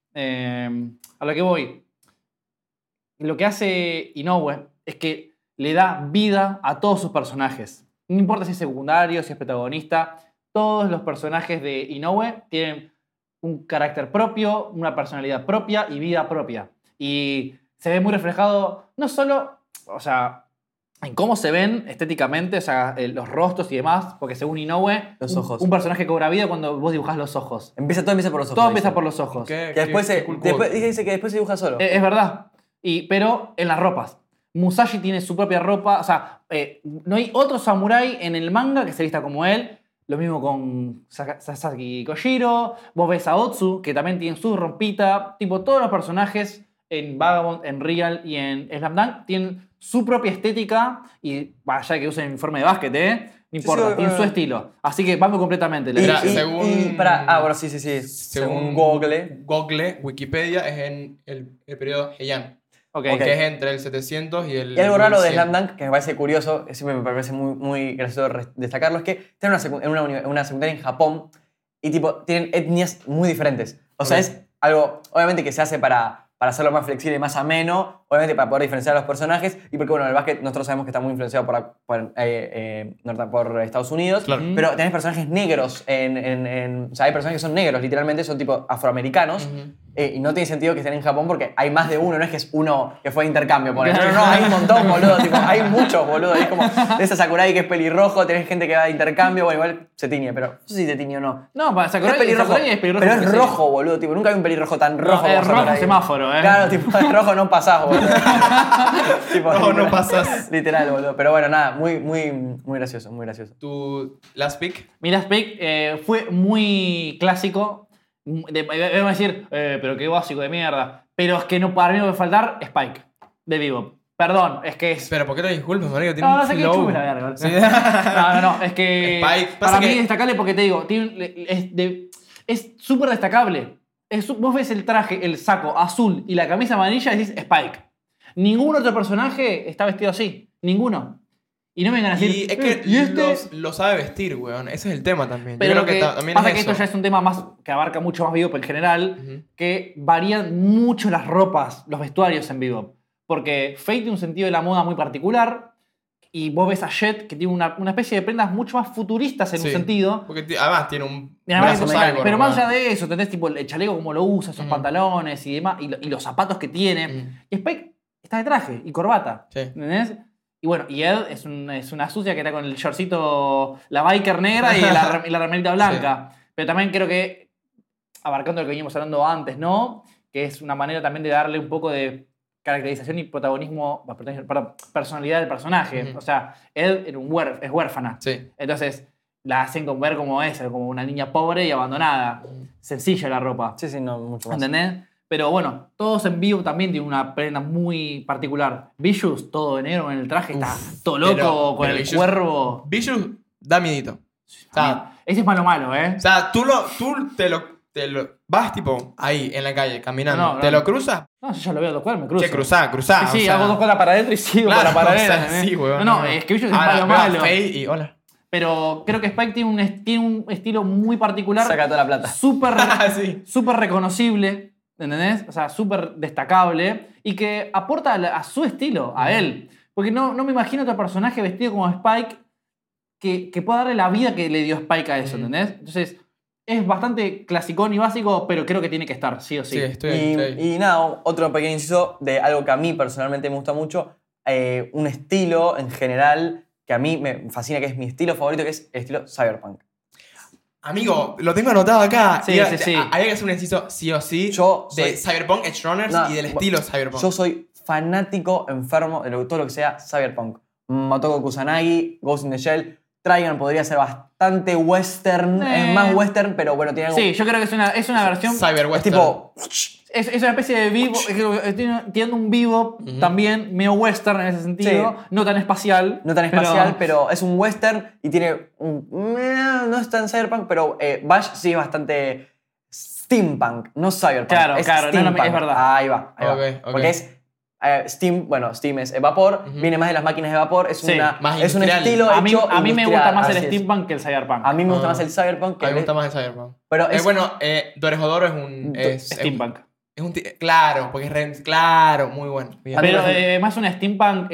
S2: A lo que voy. Lo que hace Inoue es que le da vida a todos sus personajes. No importa si es secundario, si es protagonista, todos los personajes de Inoue tienen un carácter propio, una personalidad propia y vida propia. Y se ve muy reflejado, no solo, o sea, en cómo se ven estéticamente, o sea, los rostros y demás, porque según Inoue,
S1: Los ojos.
S2: un personaje cobra vida cuando vos dibujás los ojos.
S1: Todo empieza por los ojos.
S2: Todo
S1: dice.
S2: empieza por los ojos.
S3: ¿Qué-
S1: Que después,
S3: qué cool.
S1: dice que después se dibuja solo.
S2: Es verdad. Pero en las ropas. Musashi tiene su propia ropa. O sea, no hay otro samurái en el manga que se vista como él. Lo mismo con Sasaki Kojiro. Vos ves a Otsu, que también tiene su rompita. Tipo, todos los personajes en Vagabond, en Real y en Slam Dunk tienen su propia estética. Y vaya que usen uniforme de básquet, No importa,
S1: sí,
S2: tienen su estilo. Así que banco completamente.
S3: Mira,
S2: Sí.
S3: según-
S1: Bueno, sí. Según Google.
S3: Google, Wikipedia, es en el periodo Heian.
S2: Ok.
S3: Que es entre el 700 y el
S1: Y algo raro de
S3: 1100.
S1: Slam Dunk, que me parece curioso, que siempre me parece muy gracioso destacarlo, es que está en una secundaria en Japón y tipo, tienen etnias muy diferentes. O sea,
S3: Ok.
S1: es algo, obviamente, que se hace para hacerlo más flexible y más ameno, obviamente para poder diferenciar a los personajes y porque, bueno, el básquet nosotros sabemos que está muy influenciado por Estados Unidos,
S3: Claro.
S1: pero tenés personajes negros o sea, hay personajes que son negros, literalmente son tipo afroamericanos, y no tiene sentido que estén en Japón porque hay más de uno, no es que es uno que fue de intercambio, por ejemplo. No, hay un montón, boludo, tipo, hay muchos, boludo. Es como de esa Sakurai que es pelirrojo, tenés gente que va de intercambio, bueno, igual se tiñe, pero no sé si se tiñe o no.
S2: No, para Sakurai
S1: Es pelirrojo,
S2: Sakurai es pelirrojo.
S1: pero es
S2: porque sí.
S1: rojo, boludo, tipo, nunca vi un pelirrojo tan rojo
S2: es
S1: como
S2: rojo
S1: Sakurai.
S2: semáforo,
S1: Claro, tipo, el rojo no pasás, boludo. Tipo,
S3: No, no
S1: literal-
S3: pasás.
S1: Literal, boludo. Pero bueno, nada, muy gracioso, muy gracioso.
S3: ¿Tu last pick?
S2: Mi last pick fue muy clásico. Vamos a decir, pero qué básico de mierda. Pero es que no, para mí no puede faltar Spike, de Bebop. Perdón, es que es...
S3: Pero ¿por qué te disculpas, marico? Tiene
S2: No, no
S3: un
S2: sé qué
S3: flow.
S2: chume la verga.
S3: Sí.
S2: No, es que
S3: Spike,
S2: para
S3: pasa
S2: mí
S3: que-
S2: es destacable porque te digo, es súper destacable. Vos ves el traje, el saco azul y la camisa amarilla y decís Spike. Ningún otro personaje está vestido así. Ninguno. Y no me vengan a decir.
S3: Y es que
S2: "¿Y este?".
S3: lo sabe vestir, weón. Ese es el tema también.
S2: Pero
S3: Yo
S2: lo
S3: creo
S2: que
S3: también
S2: pasa
S3: es
S2: que
S3: eso.
S2: esto ya es un tema más que abarca mucho más Bebop en general,
S3: Ujú.
S2: que varían mucho las ropas, los vestuarios en Bebop. Porque Fate tiene un sentido de la moda muy particular y vos ves a Jet que tiene una especie de prendas mucho más futuristas en un
S3: Sí.
S2: sentido.
S3: Porque además tiene un
S2: Y además
S3: brazo
S2: que-
S3: cyborg,
S2: pero más
S3: weón.
S2: allá de eso, tenés tipo el chaleco como lo usa, esos
S3: Ujú.
S2: pantalones y demás, y los zapatos que tiene.
S3: Ujú.
S2: Y Spike está de traje y corbata.
S3: Sí.
S2: ¿Entendés? Y bueno, y Ed es una sucia que está con el shortcito, la biker negra y la remerita blanca. Pero también creo que, abarcando lo que veníamos hablando antes, ¿no? Que es una manera también de darle un poco de caracterización y protagonismo, perdón, personalidad del personaje.
S3: Ujú.
S2: O sea, Ed era es huérfana.
S3: Sí.
S2: Entonces, la hacen ver como es, como una niña pobre y abandonada. Sencilla la ropa.
S1: Sí, no, mucho más.
S2: ¿Entendés? Pero bueno, todos en vivo también tienen una prenda muy particular. Vicious, todo de negro en el traje, está todo loco
S3: pero-
S2: con
S3: pero
S2: el
S3: Vicious-
S2: cuervo.
S3: Vicious da miedito. O sea,
S2: Ese es malo, ¿eh?
S3: o sea, tú te lo vas tipo ahí en la calle caminando.
S2: No, no.
S3: ¿Te lo cruzas?
S2: No, yo ya lo veo tocar, me cruzo.
S3: Che, cruzá.
S2: Sí,
S3: o sea,
S2: hago dos cosas para adentro y sigo
S3: claro,
S2: para
S3: o
S2: paralela.
S3: sea,
S2: ¿entendés?
S3: sí, weón.
S2: No, es que Vicious es
S3: Ahora,
S2: malo.
S3: veo a Faye y hola.
S2: Pero creo que Spike tiene un estilo muy particular.
S1: Saca toda la plata.
S2: Súper
S3: Sí.
S2: súper reconocible, ¿entendés? O sea, súper destacable y que aporta a su estilo, a él. Porque no me imagino otro personaje vestido como Spike que pueda darle la vida que le dio Spike a eso, ¿entendés? Entonces, es bastante clasicón y básico, pero creo que tiene que estar, sí o sí.
S3: Sí, estoy ahí.
S1: Y nada, otro pequeño inciso de algo que a mí personalmente me gusta mucho, un estilo en general que a mí me fascina, que es mi estilo favorito, que es el estilo cyberpunk.
S3: Amigo, lo tengo anotado acá.
S2: Sí, sí.
S3: Hay que hacer un inciso sí o sí
S1: Yo
S3: de
S1: soy-
S3: Cyberpunk, Edge Runners
S1: No,
S3: y del estilo Cyberpunk.
S1: Yo soy fanático, enfermo de todo lo que sea cyberpunk. Motoko Kusanagi, Ghost in the Shell, Trigun podría ser bastante western, es más western, pero bueno, tiene algo...
S2: Sí, yo creo que es una versión.
S3: Cyber
S1: es
S3: Western.
S1: tipo...
S2: Es una especie de vivo. Tiene un vivo también, medio western en ese sentido.
S1: Sí.
S2: No tan espacial.
S1: No tan espacial, pero es un western y tiene no es tan cyberpunk, pero Bash sí es bastante steampunk, no cyberpunk.
S2: Claro,
S1: es
S2: claro, no,
S1: steampunk.
S2: es verdad.
S1: Ahí va.
S3: Ok, ok.
S1: Porque es Steam es vapor, viene más de las máquinas de vapor, es,
S2: Sí,
S3: más
S1: es un
S3: industrial.
S1: estilo
S2: A mí
S1: hecho
S2: me
S1: industrial,
S2: gusta más el
S1: así es.
S2: steampunk que el cyberpunk.
S1: A mí me gusta
S3: Ah.
S1: más el cyberpunk que
S3: A mí me
S1: el...
S3: gusta más el Cyberpunk.
S1: Pero es-
S3: Bueno, Doreshodoro es un...
S2: steampunk.
S3: Claro, porque es claro, muy bueno. Bien.
S2: Pero más un steampunk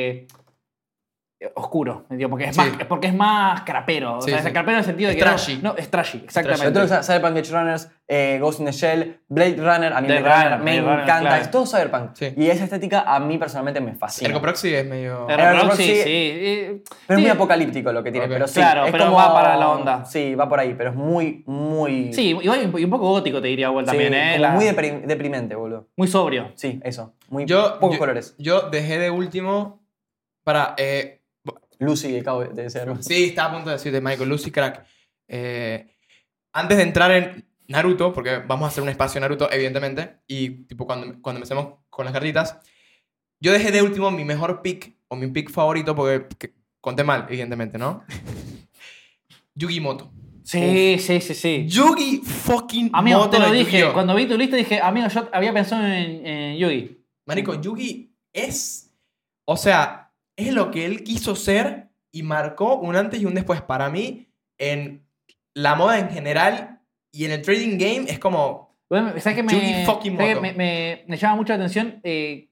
S2: oscuro, digo, porque es más crapero.
S3: Sí,
S2: o sea,
S3: sí.
S2: es crapero en el sentido de
S3: Es
S2: que
S3: trashy.
S2: no, es trashy, exactamente.
S1: Entonces, Cyberpunk Edge Runners, Ghost in the Shell, Blade Runner, a mí
S2: Blade
S1: Blade Runner
S2: Runner,
S1: me
S2: Blade Runner,
S1: encanta,
S2: claro.
S1: es todo Cyberpunk.
S3: Sí.
S1: Y esa estética a mí personalmente me fascina.
S3: Ergo Proxy es medio...
S1: Ergo
S2: Proxy,
S1: Proxy-
S2: sí.
S1: Pero es
S2: Sí.
S1: muy apocalíptico lo que tiene,
S3: Ok.
S1: pero sí.
S2: Claro,
S1: es
S2: pero
S1: como-
S2: va para la onda.
S1: Sí, va por ahí, pero es muy...
S2: Sí, y un poco gótico te diría igual
S1: sí,
S2: también, ¿eh?
S1: como muy deprimente, boludo.
S2: muy sobrio.
S1: Sí, eso. Muy
S3: Yo,
S1: pocos
S3: yo-
S1: colores.
S3: Yo dejé de último para...
S1: Lucy acabo de decir.
S3: Sí, estaba a punto de decirte, Michael, Lucy Crack. Antes de entrar en Naruto, porque vamos a hacer un espacio Naruto, evidentemente, y tipo cuando empecemos con las cartitas, yo dejé de último mi mejor pick, o mi pick favorito, porque conté mal, evidentemente, ¿no? Yugi Moto.
S2: Sí.
S3: Yugi fucking
S2: Amigo,
S3: Moto
S2: te lo
S3: de
S2: dije.
S3: Yu-Gi-Oh!
S2: Cuando vi tu lista dije, amigo, yo había pensado en Yugi.
S3: Marico, Yugi es... O sea, es lo que él quiso ser y marcó un antes y un después para mí en la moda en general y en el trading game es como...
S2: Bueno, ¿sabes qué
S3: Yugi fucking
S2: ¿sabes qué
S3: Moto.
S2: me llama mucho la atención?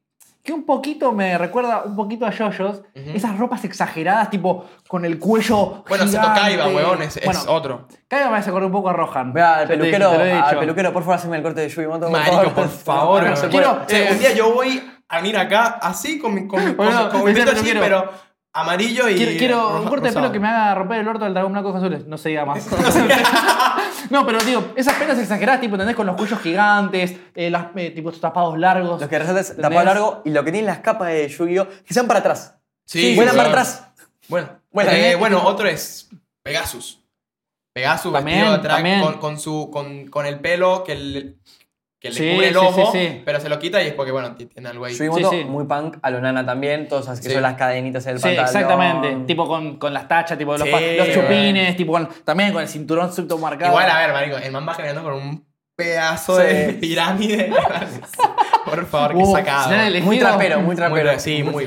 S2: que un poquito me recuerda un poquito a JoJo's. Esas ropas exageradas, tipo con el cuello
S3: Bueno,
S2: gigante.
S3: Seto Kaiba, huevón, es
S2: Bueno,
S3: otro.
S2: Kaiba me hace acordar un poco a Rohan.
S1: Vea, al
S2: Ya te dije,
S1: peluquero,
S2: te lo he dicho.
S1: al peluquero, por favor, haceme el corte de Yugimoto.
S3: Marico, por favor.
S1: No
S3: weón.
S1: se
S2: Quiero-
S1: puede.
S3: Che, un día yo voy a venir acá así con mi
S2: Bueno,
S3: con mi
S2: ese
S3: pelo así,
S2: peluquero.
S3: pero amarillo y
S2: Quiero un corte de
S3: rosado.
S2: pelo que me haga romper el orto del dragón blanco de ojos azules. No se diga más. No, pero digo, esas penas exageradas, tipo, ¿entendés? Con los cuellos gigantes, tipo estos tapados largos.
S1: Los que resaltas
S2: ¿entendés?
S1: tapado largo y lo que tienen las capas de Yu-Gi-Oh! Que sean para atrás.
S3: Sí,
S1: Vuelan para
S3: weón.
S1: atrás.
S3: Bueno,
S1: Bueno,
S3: bueno, otro es Pegasus. Pegasus
S2: También,
S3: vestido de
S2: también.
S3: drag con el pelo que le
S2: Sí,
S3: cubre el
S2: sí,
S3: ojo,
S2: sí.
S3: pero se lo quita y es porque, bueno, tiene algo ahí.
S1: Yugimoto,
S2: Sí, sí.
S1: muy punk, a lo Nana también, todas esas que
S3: Sí.
S1: son las cadenitas en el
S2: Sí,
S1: pantalón.
S2: exactamente. Tipo con las tachas, tipo los,
S3: Sí,
S2: los chupines, tipo también con el cinturón súper marcado.
S3: Igual, a ver, marico, el man va caminando con un pedazo
S1: Sí.
S3: de pirámide. Por favor, que
S2: Uh,
S3: sacado.
S2: si no le-
S1: Muy
S2: elegido.
S1: trapero, muy trapero.
S3: Sí, muy.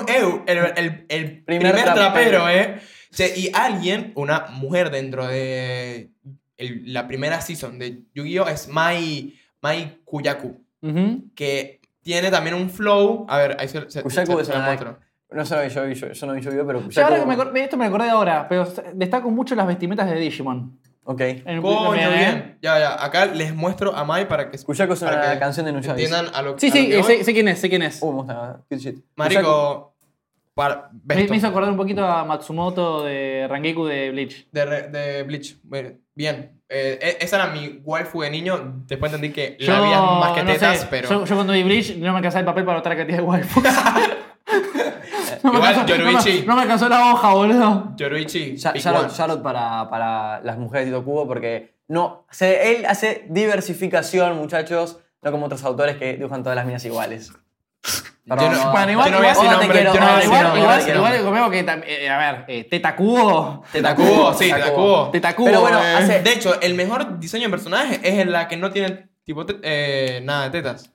S3: El
S1: Primer
S3: primer
S1: trapero.
S3: trapero, Che, y alguien, una mujer dentro de la primera season de Yu-Gi-Oh! Es Mai Kuyaku,
S2: Ujú.
S3: que tiene también un flow. A ver, ahí se
S1: Kuyaku es
S3: lo
S1: una-
S3: muestro.
S1: No sé, yo no vi Yu-Gi-Oh! Pero
S2: Yo ahora que
S1: Kuyaku-
S2: esto me acordé ahora, pero destaco mucho las vestimentas de Digimon.
S1: Ok.
S2: En el
S3: Coño,
S2: también, ¿eh?
S3: bien. Ya. Acá les muestro a Mai para que
S1: Kuyaku es
S3: para
S1: una
S3: que
S1: canción de Nuyabis.
S3: entiendan a lo
S2: Sí,
S3: a lo
S2: sí,
S3: que voy.
S2: sé quién es, sé quién es.
S1: Me gusta. Good shit. Kuyaku-
S3: Marico,
S2: Me hizo acordar un poquito a Matsumoto de Rangeku de Bleach.
S3: de Bleach. Bien. Esa era mi waifu de niño. Después entendí que
S2: Yo,
S3: la había más que
S2: no
S3: tetas,
S2: sé,
S3: pero.
S2: yo cuando vi Bleach no me alcanzaba el papel para otra cantidad de waifus. No me
S3: Igual,
S2: alcanzó-
S3: Yoruichi.
S2: no me alcanzó la hoja, boludo.
S3: Yoruichi.
S1: Ya-
S3: Big
S1: Shout
S3: One.
S1: out- shout out para las mujeres de Tito Kubo porque él hace diversificación, muchachos, no como otros autores que dibujan todas las minas iguales. Perdón,
S3: Yo no-
S1: Oda.
S2: Bueno, igual-
S3: yo no voy a decir
S1: Oda, te
S3: nombre,
S1: quiero,
S3: yo no voy a
S1: Oda, te
S3: decir
S1: quiero,
S3: nombre,
S1: Oda,
S3: no
S1: te
S3: voy a
S1: quiero.
S3: decir
S2: igual conmigo que también. A ver, Tetacubo.
S3: Tetacubo, sí, Tetacubo.
S2: Tetacubo.
S1: Pero bueno, hace-
S3: De hecho, el mejor diseño de personaje es la que no tiene tipo nada de tetas.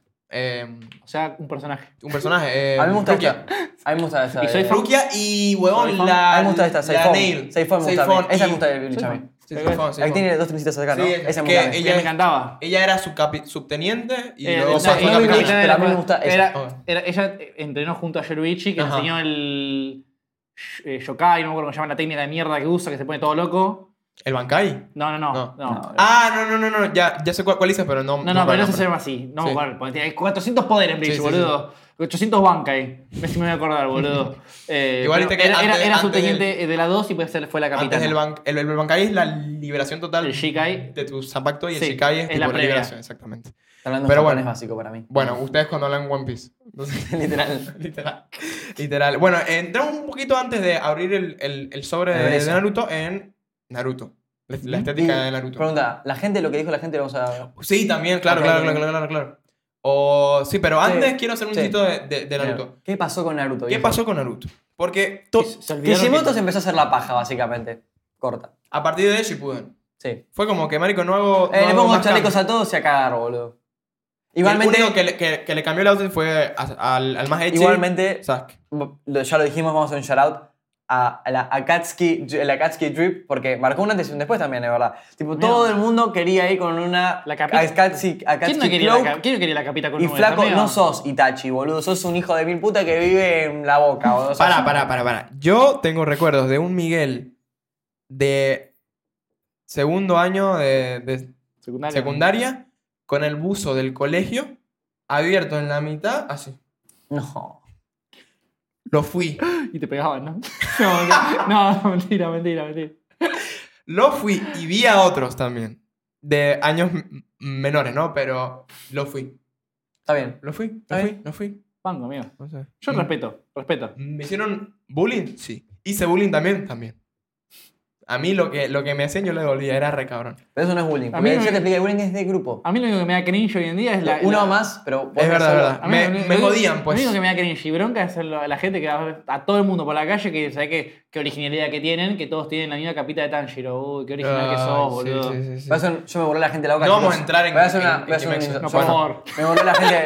S2: O sea, un personaje.
S3: Un personaje.
S1: A mí me gusta
S3: Rukia.
S1: esta. A mí me gusta esta.
S2: Y soy fan.
S3: Rukia y, huevón,
S2: Soy fan.
S3: la.
S1: A mí me gusta esta,
S3: la
S1: Seifon.
S3: Nail.
S1: Seifon me gusta
S3: Seifon
S1: también. Esa
S3: y-
S1: me gusta de Bleach a mí.
S3: Sí, Seifon,
S1: Ahí
S3: Seifon.
S1: tiene dos trencitas acá, ¿no?
S3: Sí,
S1: Esa me
S3: que
S1: gusta.
S3: ella-
S2: me encantaba.
S3: Ella era subteniente y luego
S2: No,
S3: pasó a
S1: no vi
S3: capitana.
S1: Bleach, pero a mí me gusta esa.
S2: Ella entrenó junto a Yoruichi, que le
S3: Ajá.
S2: enseñó el Yokai, no me acuerdo cómo se llama la técnica de mierda que usa, que se pone todo loco.
S3: ¿El Bankai?
S2: No.
S1: No.
S3: Ah, no. Ya sé cuál dices, pero no.
S2: No,
S3: me
S2: pero no
S3: acuerdo
S2: se
S3: el
S2: llama así. No me
S3: Sí.
S2: acuerdo, porque tiene 400 poderes en Bleach,
S3: Sí, sí,
S2: boludo. 800 Bankai. A ver si me voy a acordar, boludo.
S3: Igual
S2: Pero
S3: viste que
S2: era
S3: antes
S2: subteniente de la 2 y después se le fue la
S3: nombre.
S2: capitana.
S3: Antes el Bankai es la liberación total
S2: El Shikai.
S3: de tu Zanpakuto y el
S2: Sí,
S3: Shikai es
S2: es
S3: tipo
S2: la
S3: la
S2: previa.
S3: liberación, exactamente.
S1: Está hablando
S3: Pero
S1: en japonés
S3: bueno.
S1: básico para mí.
S3: Bueno, ustedes cuando hablan One Piece. Entonces,
S1: Literal.
S3: literal. Bueno, entramos un poquito antes de abrir el sobre de
S1: Regresa.
S3: Naruto en Naruto. La estética de Naruto.
S1: Pregunta, la gente, lo que dijo la gente, lo vamos a...
S3: Sí, también, claro,
S1: Ok,
S3: claro. O, sí, pero antes
S1: Sí,
S3: quiero hacer un
S1: sí.
S3: sitito de Naruto.
S1: ¿Qué pasó con Naruto?
S3: ¿Qué
S1: viejo?
S3: pasó con Naruto? Porque
S2: Se olvidaron
S1: Kishimoto
S2: que-
S1: se empezó a hacer la paja, básicamente. Corta.
S3: a partir de Shippuden
S1: Sí.
S3: fue como que, marico, no hago. no
S1: Le
S3: hago
S1: pongo
S3: más
S1: chalecos
S3: cambios.
S1: a todos y a cagar, boludo.
S3: El
S1: Igualmente,
S3: único que le cambió el outfit fue al más Ecchi.
S1: igualmente
S3: Sasuke.
S1: ya lo dijimos, vamos a hacer un shoutout a la Akatsuki Drip, porque marcó un antes y un después también, es verdad. Tipo, todo el mundo quería ir con una
S2: La capita.
S1: Akatsuki
S2: ¿Quién no quería
S1: cloak.
S2: ¿quién no quería la capita con
S1: Y
S2: nubes,
S1: flaco,
S2: amigo?
S1: no sos Itachi, boludo. Sos un hijo de mil puta que vive en la boca, boludo.
S3: Para. Yo tengo recuerdos de un Miguel de segundo año de secundaria con el buzo del colegio abierto en la mitad, así.
S1: No.
S3: Lo fui.
S2: Y te pegaban, ¿no? No, mentira.
S3: Lo fui y vi a otros también. De años menores, ¿no? Pero lo fui.
S1: Está bien.
S3: Lo fui.
S2: Pango, amigo.
S3: No sé.
S2: Yo respeto.
S3: ¿Me hicieron bullying? Sí. ¿Hice bullying también? También. A mí lo que me hacían yo le devolvía, era re cabrón.
S1: Pero eso no es bullying.
S2: A
S1: Porque
S2: mí
S1: yo
S2: me-
S1: te expliqué, el bullying es de grupo.
S2: A mí lo único que me da cringe hoy en día es
S1: Uno más, pero... vos
S3: Es verdad,
S1: solo-
S3: verdad.
S2: A mí
S3: Me jodían, pues.
S2: Lo único que me da cringe y bronca es la gente que va a todo el mundo por la calle que sabe qué originalidad que tienen, que todos tienen la misma capita de Tanjiro. Uy, qué original que sos,
S3: Ay,
S2: boludo.
S3: sí.
S1: Voy a hacer yo me volé la gente la boca.
S3: No vamos
S1: chicos.
S3: a entrar en-
S1: Voy a hacer una...
S3: en-
S1: voy a hacer
S3: en
S1: un-
S3: Kimetsu.
S2: No,
S1: yo
S2: por
S1: no.
S2: favor.
S1: Me volé la gente...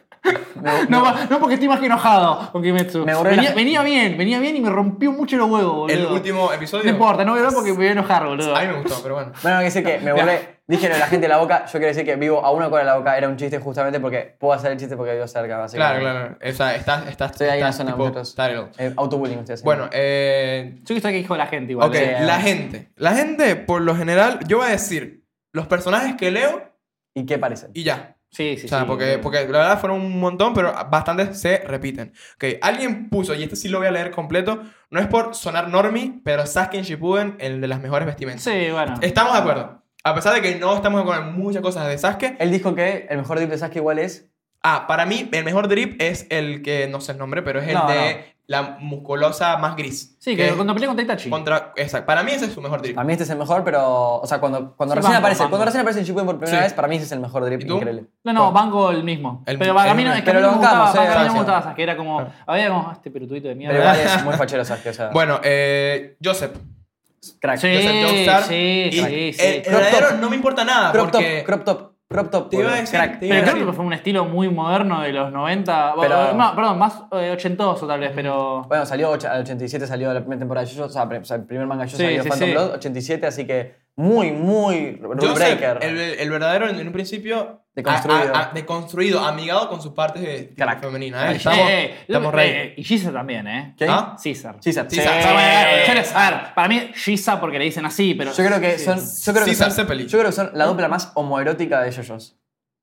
S2: No, porque estoy más que enojado con Kimetsu.
S1: Me borré la-
S2: Venía bien y me rompió mucho los huevos, boludo.
S3: El último episodio.
S2: No importa, no voy a hablar porque me voy a enojar, boludo.
S3: A mí me gustó, pero bueno.
S1: Bueno, que sé que me volé Dije lo de la gente de la Boca, yo quiero decir que vivo a una cuadra de la Boca, era un chiste justamente porque puedo hacer el chiste porque vivo cerca,
S3: Claro,
S1: básicamente.
S3: claro. O sea, estás
S1: Estoy ahí en la
S3: estás
S1: zona,
S3: tipo
S1: muchachos.
S3: title.
S1: Autobullying estoy haciendo.
S3: Bueno,
S2: Yo quiero saber qué dijo la gente igual.
S3: ok,
S2: ¿eh?
S3: la gente. La gente, por lo general, yo voy a decir los personajes que leo
S1: ¿Y qué parece?
S3: y ya.
S2: Sí, sí,
S3: O sea,
S2: sí.
S3: porque la verdad fueron un montón, pero bastantes se repiten. Ok, alguien puso, y este sí lo voy a leer completo, no es por sonar normie, pero Sasuke en Shippuden, el de las mejores vestimentas.
S2: Sí, bueno.
S3: Estamos de acuerdo. A pesar de que no estamos de acuerdo en muchas cosas de Sasuke.
S1: Él dijo que el mejor drip de Sasuke igual es...
S3: Para mí, el mejor drip es el que, no sé el nombre, pero es el
S2: No,
S3: de la musculosa más gris.
S2: Sí, que
S3: es
S2: cuando peleé contra Itachi.
S3: Exacto. Para mí ese es su mejor drip.
S1: A mí este es el mejor, pero... O sea, cuando
S2: Sí,
S1: recién
S2: banco,
S1: aparece,
S2: banco.
S1: cuando recién aparece en Shippuden por primera
S3: Sí.
S1: vez, para mí ese es el mejor drip.
S3: ¿Y tú?
S1: Increíble.
S2: No, banco el mismo.
S3: El-
S2: pero a mí no,
S3: el-
S2: es que a
S1: pero
S2: mí no
S1: lo
S2: me gustaba,
S1: bancamos,
S2: a mí no me
S1: gracias.
S2: gustaba Sasuke, era como, había como este pelotudito de mierda.
S1: Pero igual es muy fachero Sasuke, o sea...
S3: Bueno, Joseph.
S1: crack.
S2: Sí,
S3: Joseph Joestar.
S2: sí,
S3: Y
S2: sí, sí.
S3: el verdadero no me importa nada,
S1: Crop
S3: porque...
S1: crop top.
S3: Te iba a
S1: boludo.
S3: decir,
S1: Crack.
S3: te iba a
S2: Pero creo
S3: decir.
S2: que fue un estilo muy moderno de los 90.
S1: Pero-
S2: No, perdón, más ochentoso tal vez, pero.
S1: Bueno, salió al 87, salió la primera temporada de JoJo, o sea, el primer manga de JoJo
S2: Sí,
S1: salió
S2: sí,
S1: Phantom
S2: sí.
S1: Blood, 87, así que muy rule
S3: Joseph,
S1: breaker.
S3: el verdadero en un principio...
S1: Deconstruido.
S3: Deconstruido, amigado con sus partes de
S1: Crack.
S3: femenina.
S2: Estamos
S3: ready.
S2: Y Giza también, ¿eh?
S1: ¿Qué?
S3: ¿Ah?
S2: Caesar.
S1: Caesar.
S3: Sí,
S2: O
S3: Caesar.
S2: sea, a ver, para mí Giza porque le dicen así, pero.
S1: Yo creo que son. Yo creo que
S3: Caesar
S1: son,
S3: Zeppelin.
S1: yo creo que son la dupla más homoerótica de JoJo's.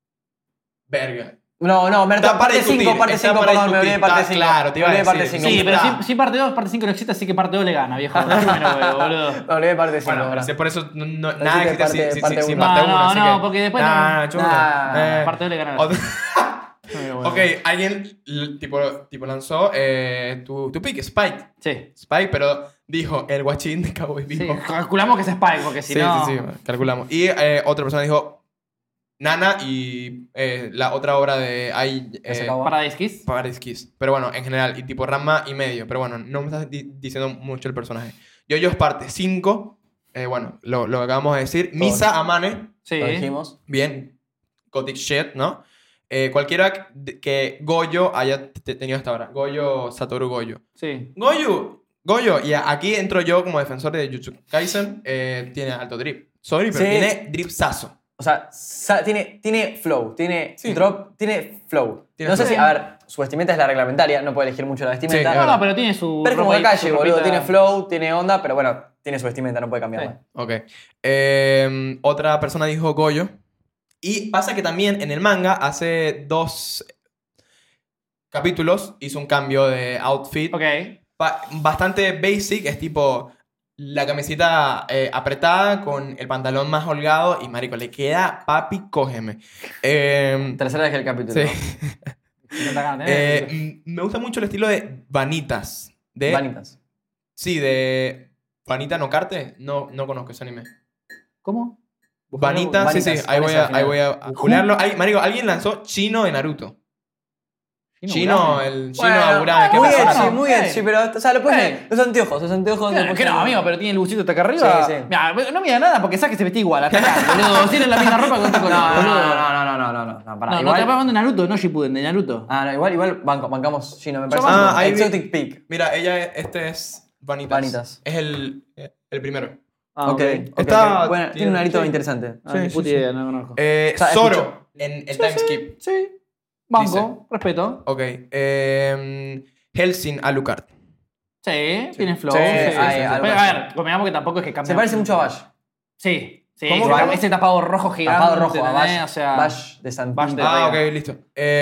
S3: Verga.
S1: No, me
S3: Está para
S1: parte 5,
S3: discutir,
S1: parte
S3: está
S1: 5,
S3: para
S1: perdón, me olvidé de
S3: discutir,
S1: parte
S3: está
S1: 5.
S3: claro, te iba a
S1: Me olvidé de parte
S3: decir.
S1: 5.
S2: Sí, pero
S3: Está.
S2: si parte 2, parte 5 no existe, así que parte 2 le gana, viejo. Chúpamelo, boludo.
S1: Me olvidé de parte 5.
S3: Bueno, pero por eso
S1: Así
S3: nada
S1: que
S3: existe sin
S1: parte uno.
S3: parte
S2: No,
S3: 1. así
S2: no,
S3: que...
S2: porque después
S3: Nah,
S2: no-
S3: chúpalo.
S2: Parte 2 le gana.
S3: Ok, alguien tipo lanzó tu pick, Spike.
S2: Sí.
S3: Spike, pero dijo el guachín de Cowboy
S2: Sí,
S3: Bebop.
S2: calculamos que es Spike, porque si
S3: Sí,
S2: no.
S3: sí, calculamos. Y otra persona dijo Nana y la otra obra de
S1: se acabó.
S2: Paradise Kiss.
S3: Paradise Kiss. Pero bueno, en general, y tipo Ranma y medio. Pero bueno, no me estás diciendo mucho el personaje. Yo parte 5. Bueno, lo que acabamos de decir. Misa Amane.
S2: Sí.
S1: Lo dijimos.
S3: Bien. Gothic shit, ¿no? Cualquiera que Goyo haya tenido hasta ahora. Goyo, Satoru Goyo.
S2: Sí.
S3: Goyo, y aquí entro yo como defensor de Jujutsu Kaisen, tiene alto drip. Sorry, pero
S1: Sí.
S3: tiene drip sazo.
S1: O sea, tiene flow, tiene
S3: Sí.
S1: drop, tiene flow.
S3: Tiene
S1: No sé
S3: flow.
S1: si, a ver, su vestimenta es la reglamentaria, no puede elegir mucho la vestimenta.
S3: Sí, es
S2: No,
S3: verdad.
S2: no, pero tiene su.
S1: Pero es como
S2: ropa y-
S1: la calle,
S2: su
S1: boludo.
S2: ropita-
S1: Tiene flow, tiene onda, pero bueno, tiene su vestimenta, no puede cambiarla.
S3: Ok. Otra persona dijo Goyo. Y pasa que también en el manga, hace 2 capítulos, hizo un cambio de outfit.
S2: Ok.
S3: Bastante basic, es tipo la camiseta apretada con el pantalón más holgado y marico, le queda papi, cógeme.
S1: Tercera vez que el capítulo.
S3: Sí.
S1: ¿no?
S2: Intenta ganar, ¿eh?
S3: Me gusta mucho el estilo de Vanitas. De,
S1: Vanitas.
S3: Sí, de Vanita no Carte. No conozco ese anime.
S2: ¿Cómo?
S3: Vanitas, sí,
S1: Vanitas,
S3: ahí
S1: Vanitas
S3: voy a googlearlo. Marico, alguien lanzó Chino de Naruto. Chino, el Chino Aburame. ¿qué
S1: Muy
S3: pasa?
S1: edgy, muy
S2: Ey.
S1: edgy, pero, o sea, lo puedes
S2: Ey.
S1: ver. Los anteojos.
S2: Que no, amigo, pero tiene el bucito hasta acá arriba.
S1: Sí, sí.
S2: Mirá, no mira nada porque sabes que se vestía igual. Hasta acá, boludo. Tiene la misma ropa que otro color,
S1: No,
S2: boludo.
S1: no, pará.
S2: No, no
S1: igual,
S2: te hablando de Naruto, no Shippuden, de Naruto.
S1: igual bancamos Chino, me parece.
S3: banco. Ahí vi-
S1: Exotic Peak.
S3: Mira, este es Vanitas.
S1: Vanitas.
S3: Es el primero.
S2: Ah,
S1: Ok.
S3: Está-
S1: Bueno, tiene un arito
S3: sí.
S1: interesante.
S2: Ah, ni
S3: Sí,
S2: puta
S3: sí,
S2: idea, no conozco.
S1: sea,
S3: Zoro,
S1: escucho.
S3: en el time skip.
S2: Sí. Banco,
S3: Dice.
S2: respeto.
S3: Ok. Helsing Alucard.
S2: Sí, tiene flow.
S1: Sí,
S2: Sí,
S1: hay algo
S2: Pero a
S1: así.
S2: ver, convengamos que tampoco es que cambia.
S1: Se parece mucho a Bash.
S2: Sí, sí.
S1: ¿Cómo?
S2: Ese tapado rojo gigante.
S1: Tapado rojo, a
S2: ¿entendés?
S1: Bash.
S2: O sea,
S1: Bash de San
S2: Bash de
S3: Ah,
S2: Rey.
S3: ok, listo.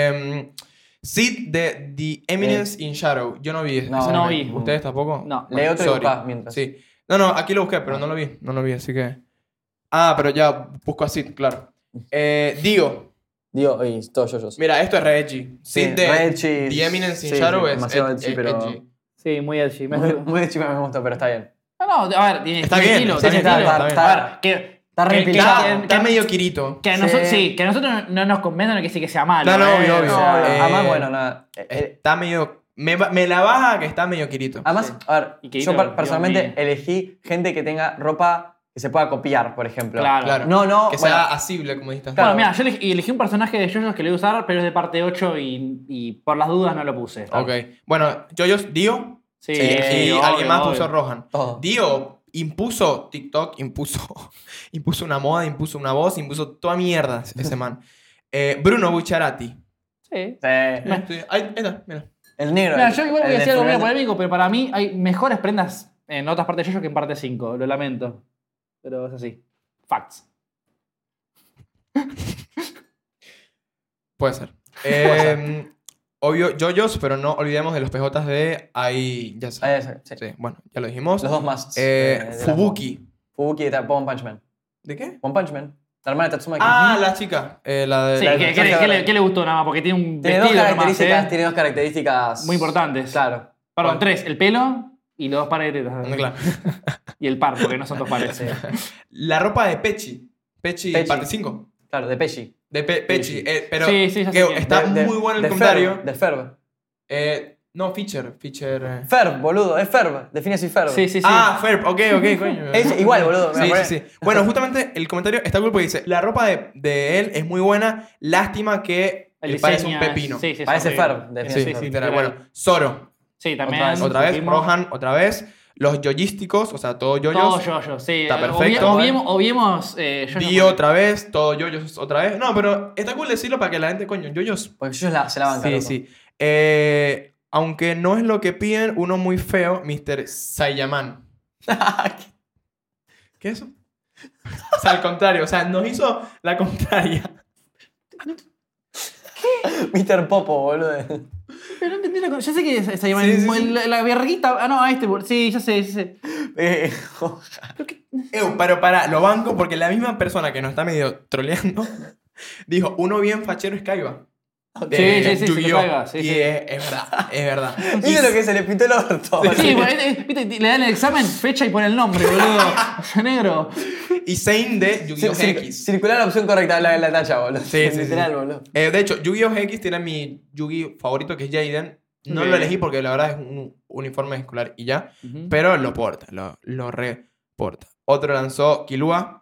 S3: Sid de The Eminence in Shadow. Yo no vi ese
S1: No,
S3: anime.
S2: no vi.
S3: ¿Ustedes tampoco?
S2: No.
S1: Lee otro y
S3: Sorry.
S1: busca mientras.
S3: Sí. No, aquí lo busqué, pero no lo vi, así que... Ah, pero ya busco a Sid, claro. Dio.
S1: Digo, y todos yoyos.
S3: Mira, esto es re edgy.
S1: Sí,
S3: Sid de
S1: re edgy.
S3: The Eminence in
S1: Sí,
S3: Shadow
S1: sí,
S3: es
S1: demasiado edgy, pero-
S3: edgy.
S2: Sí, muy edgy.
S1: Muy de chico me gusta, pero está bien.
S2: No, a ver, tiene
S3: Está
S2: tiene
S3: bien,
S2: estilo.
S3: está
S2: tiene
S3: bien,
S2: estilo.
S3: está
S1: bien.
S2: A ver, que...
S1: Está re
S2: que-
S1: empilado.
S2: que-
S3: Está medio Kirito.
S2: Que a
S1: Sí.
S2: nosotros, sí, que a nosotros no nos convenza no que sí que sea malo.
S3: No, no, obvio, obvio.
S2: O sea,
S1: Además, bueno, nada.
S3: Está medio... Me la baja que está medio Kirito.
S1: Además, a ver,
S2: Y que
S1: yo
S2: Dios
S1: personalmente
S2: mío.
S1: elegí gente que tenga ropa que se pueda copiar, por ejemplo.
S2: Claro.
S3: Claro.
S1: No,
S3: Que
S1: bueno,
S3: sea asible, como dijiste.
S2: Bueno, mira, yo elegí un personaje de JoJo's que le voy a usar, pero es de parte 8 y por las dudas no lo puse.
S3: Ok. Bueno, Dio
S2: Sí,
S3: y
S2: obvio,
S3: alguien más
S2: obvio.
S3: puso Rohan.
S1: Todo.
S3: Dio impuso TikTok, impuso una moda, impuso una voz, impuso toda mierda ese man. Bruno Bucciarati.
S2: Sí.
S1: Sí.
S3: Ahí está, mira.
S1: El negro.
S2: Mira, yo igual voy a
S1: el
S2: decir algo medio
S1: funeral-
S2: polémico, pero para mí hay mejores prendas en otras partes de Yoyo que en parte 5. Lo lamento. Pero es así. Facts.
S3: Puede ser. Obvio, yoyos, pero no olvidemos de los PJs de ahí. Ya
S1: Ah,
S3: sabes.
S1: ese, sí.
S3: Sí, bueno, ya lo dijimos.
S1: Los dos más.
S3: Fubuki.
S1: Fubuki de One Punch Man.
S3: ¿De qué?
S1: One Punch Man. La hermana de Tatsumaki.
S3: Ah, la chica. La de.
S2: Sí,
S1: la-
S2: ¿qué le gustó nada más? Porque tiene un
S1: Tiene dos
S2: vestido nomás,
S1: características. Tiene dos características.
S2: muy importantes.
S1: Claro.
S2: Perdón,
S3: ¿Cuál?
S2: 3. El pelo y los dos pares de tetas.
S3: Claro.
S2: Y el par, porque no son dos pares.
S1: Sí.
S3: La ropa de Pechi. Pechi,
S1: Pechi.
S3: parte 5.
S1: Claro, de Pesci.
S3: De Pechi. Pero
S2: Sí, sí, ya sé
S3: que
S2: quién.
S3: está
S1: De-
S3: muy bueno el
S1: de
S3: comentario.
S1: Ferb, de Ferb.
S3: No, Feature.
S1: Ferb, boludo. Es Ferb. Define así Ferb.
S2: Sí, sí, sí.
S3: Ah, Ferb. Ok, coño.
S1: Es igual, boludo.
S3: Sí, sí, sí. Bueno, justamente el comentario está cool porque dice: la ropa de él es muy buena. Lástima que
S2: El
S3: le parece
S2: diseño
S3: un pepino.
S2: Sí, sí,
S1: Parece
S2: es horrible.
S1: Ferb. Define
S3: Sí,
S1: así
S2: sí,
S1: Ferb.
S2: sí.
S3: literal. Bueno, Zoro.
S2: Sí, también.
S3: Otra vez.
S2: supimos.
S3: Rohan, otra vez. Los yoyísticos, o sea, todo yoyos.
S2: Todo yo, sí.
S3: Está perfecto.
S2: Obviemos yo
S3: Dio otra vez, todo yoyos otra vez. No, pero está cool decirlo para que la gente, coño, yoyos.
S1: Porque ellos se la bancan.
S3: Sí,
S1: loco.
S3: sí. Aunque no es lo que piden, uno muy feo, Mr. Sayaman. ¿Qué es eso? O sea, al contrario, o sea, nos hizo la contraria.
S1: Mr. Popo, boludo.
S2: Pero no entendí la cosa. Ya sé que se llama
S3: Sí, sí, sí.
S2: la verguita. Ah, no, a este. Sí, ya sé, ya sé.
S3: Pero para, lo banco porque la misma persona que nos está medio troleando dijo, uno bien fachero es Kaiba.
S2: Sí, sí, sí, se lo
S3: Yu-Gi-Oh!
S2: Kaiba, sí,
S3: Y
S2: sí.
S3: es verdad, es verdad.
S1: ¿Viste lo que se le pintó el orto?
S2: Sí, viste, le dan el examen, fecha y pone el nombre, boludo. O sea, negro.
S3: Y Zane de Yu-Gi-Oh! X.
S1: Circular la opción correcta la tacha, boludo.
S3: Sí, sí,
S1: Literal,
S3: sí.
S1: boludo.
S3: De hecho, Yu-Gi-Oh! X tiene mi Yu-Gi favorito que es Jaden. No
S2: Ok.
S3: lo elegí porque la verdad es un uniforme escolar y ya.
S2: Ujú.
S3: Pero lo porta, lo reporta. Otro lanzó Killua.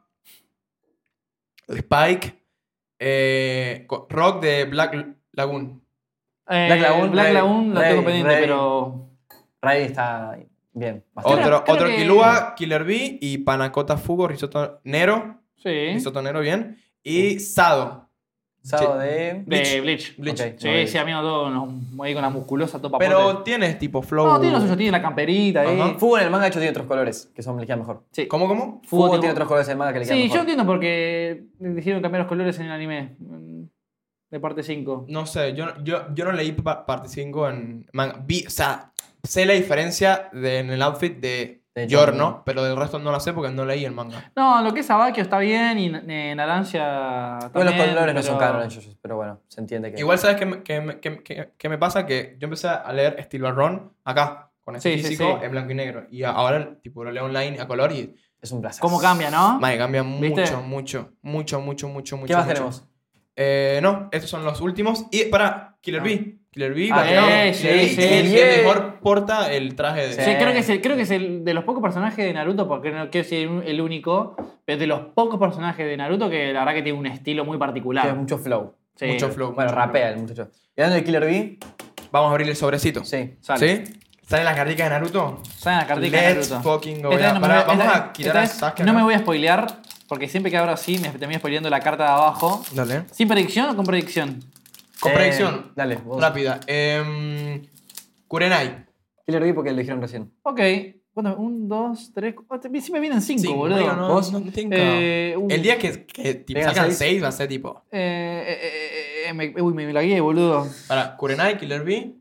S3: Spike. Rock de Black Lagoon.
S1: Black Lagoon,
S2: Black
S1: Rey,
S2: Lagoon lo
S1: Rey,
S2: tengo pendiente,
S1: Rey.
S2: pero.
S1: Ray está bien. Bastante.
S2: Creo
S3: Otro
S2: que-
S3: Killua, Killer Bee y Panacota Fugo, Risotto Nero.
S2: Sí.
S3: Risotto Nero, bien. Y Sado.
S1: Sábado de.
S2: De Bleach.
S3: Bleach.
S1: Ok.
S2: Sí, sí, amigo, todo ahí con la musculosa, todo papote.
S3: Pero tienes tipo flow.
S2: No, tiene lo suyo, tiene la camperita ahí.
S3: Ajá.
S1: Fugo en el manga, de hecho, tiene otros colores que le quedan mejor.
S2: Sí.
S3: ¿Cómo?
S1: Fugo
S2: tiene-
S1: tiene otros colores en el manga que le quedan
S2: Sí,
S1: mejor.
S2: yo entiendo porque decidieron cambiar los colores en el anime. De parte 5.
S3: No sé, yo no leí parte 5 en manga. O sea, sé la diferencia en el outfit de
S1: De
S3: Giorno,
S1: Giorno.
S3: pero del resto no la sé porque no leí el manga.
S2: No, lo que es Abakio está bien y Narancia también.
S1: Bueno, los colores no son
S2: pero-
S1: caros en JoJo's, pero bueno, se entiende que.
S3: Igual, ¿sabes qué me pasa? Que yo empecé a leer Steel Barron acá, con este
S2: Sí, sí,
S3: físico,
S2: sí.
S3: en blanco y negro. Y ahora, tipo, lo leo online a color y...
S1: Es un placer.
S2: ¿Cómo cambia, no?
S3: Madre, cambia
S2: ¿Viste?
S3: mucho.
S1: ¿Qué más tenemos?
S3: No, estos son los últimos. Y para Killer Bee. Killer Bee,
S2: Ah,
S3: bacán.
S2: sí,
S3: Killer Bee,
S2: sí,
S3: el
S2: sí.
S3: que mejor porta el traje de...
S2: Sí, creo que es el de los pocos personajes de Naruto, porque no quiero decir el único, pero de los pocos personajes de Naruto que la verdad que tiene un estilo muy particular.
S1: Tiene mucho flow.
S2: Sí.
S3: Mucho flow.
S1: Bueno,
S3: mucho
S1: rapea el muchacho. Y hablando de Killer Bee,
S3: Vamos a abrir el sobrecito.
S1: sí.
S2: Sale.
S3: ¿Sí? ¿Salen las carticas de Naruto?
S2: Salen las carticas de
S3: Let's
S2: Naruto.
S3: fucking go.
S2: Esta
S3: Ya,
S2: vez no me
S3: pará,
S2: voy-
S3: vamos
S2: esta-
S3: a quitar
S2: esta
S3: a
S2: vez
S3: Sasuke
S2: no
S3: acá.
S2: me voy a spoilear, porque siempre que abro así me termino spoileando la carta de abajo.
S3: Dale.
S2: ¿Sin predicción o con predicción?
S3: Con predicción.
S1: Dale, vos.
S3: Rápida. Kurenai.
S1: Killer Bee porque lo dijeron recién.
S2: Ok. ¿Cuánto? 1, 2, 3, 4. Sí me vienen 5, boludo.
S3: Marico, no,
S1: ¿Vos?
S3: no tengo.
S2: Un-
S3: El día que tipo,
S1: Venga,
S3: sacan
S1: seis.
S3: 6 va a ser tipo...
S2: me la guié, boludo.
S3: Para Kurenai, Killer Bee.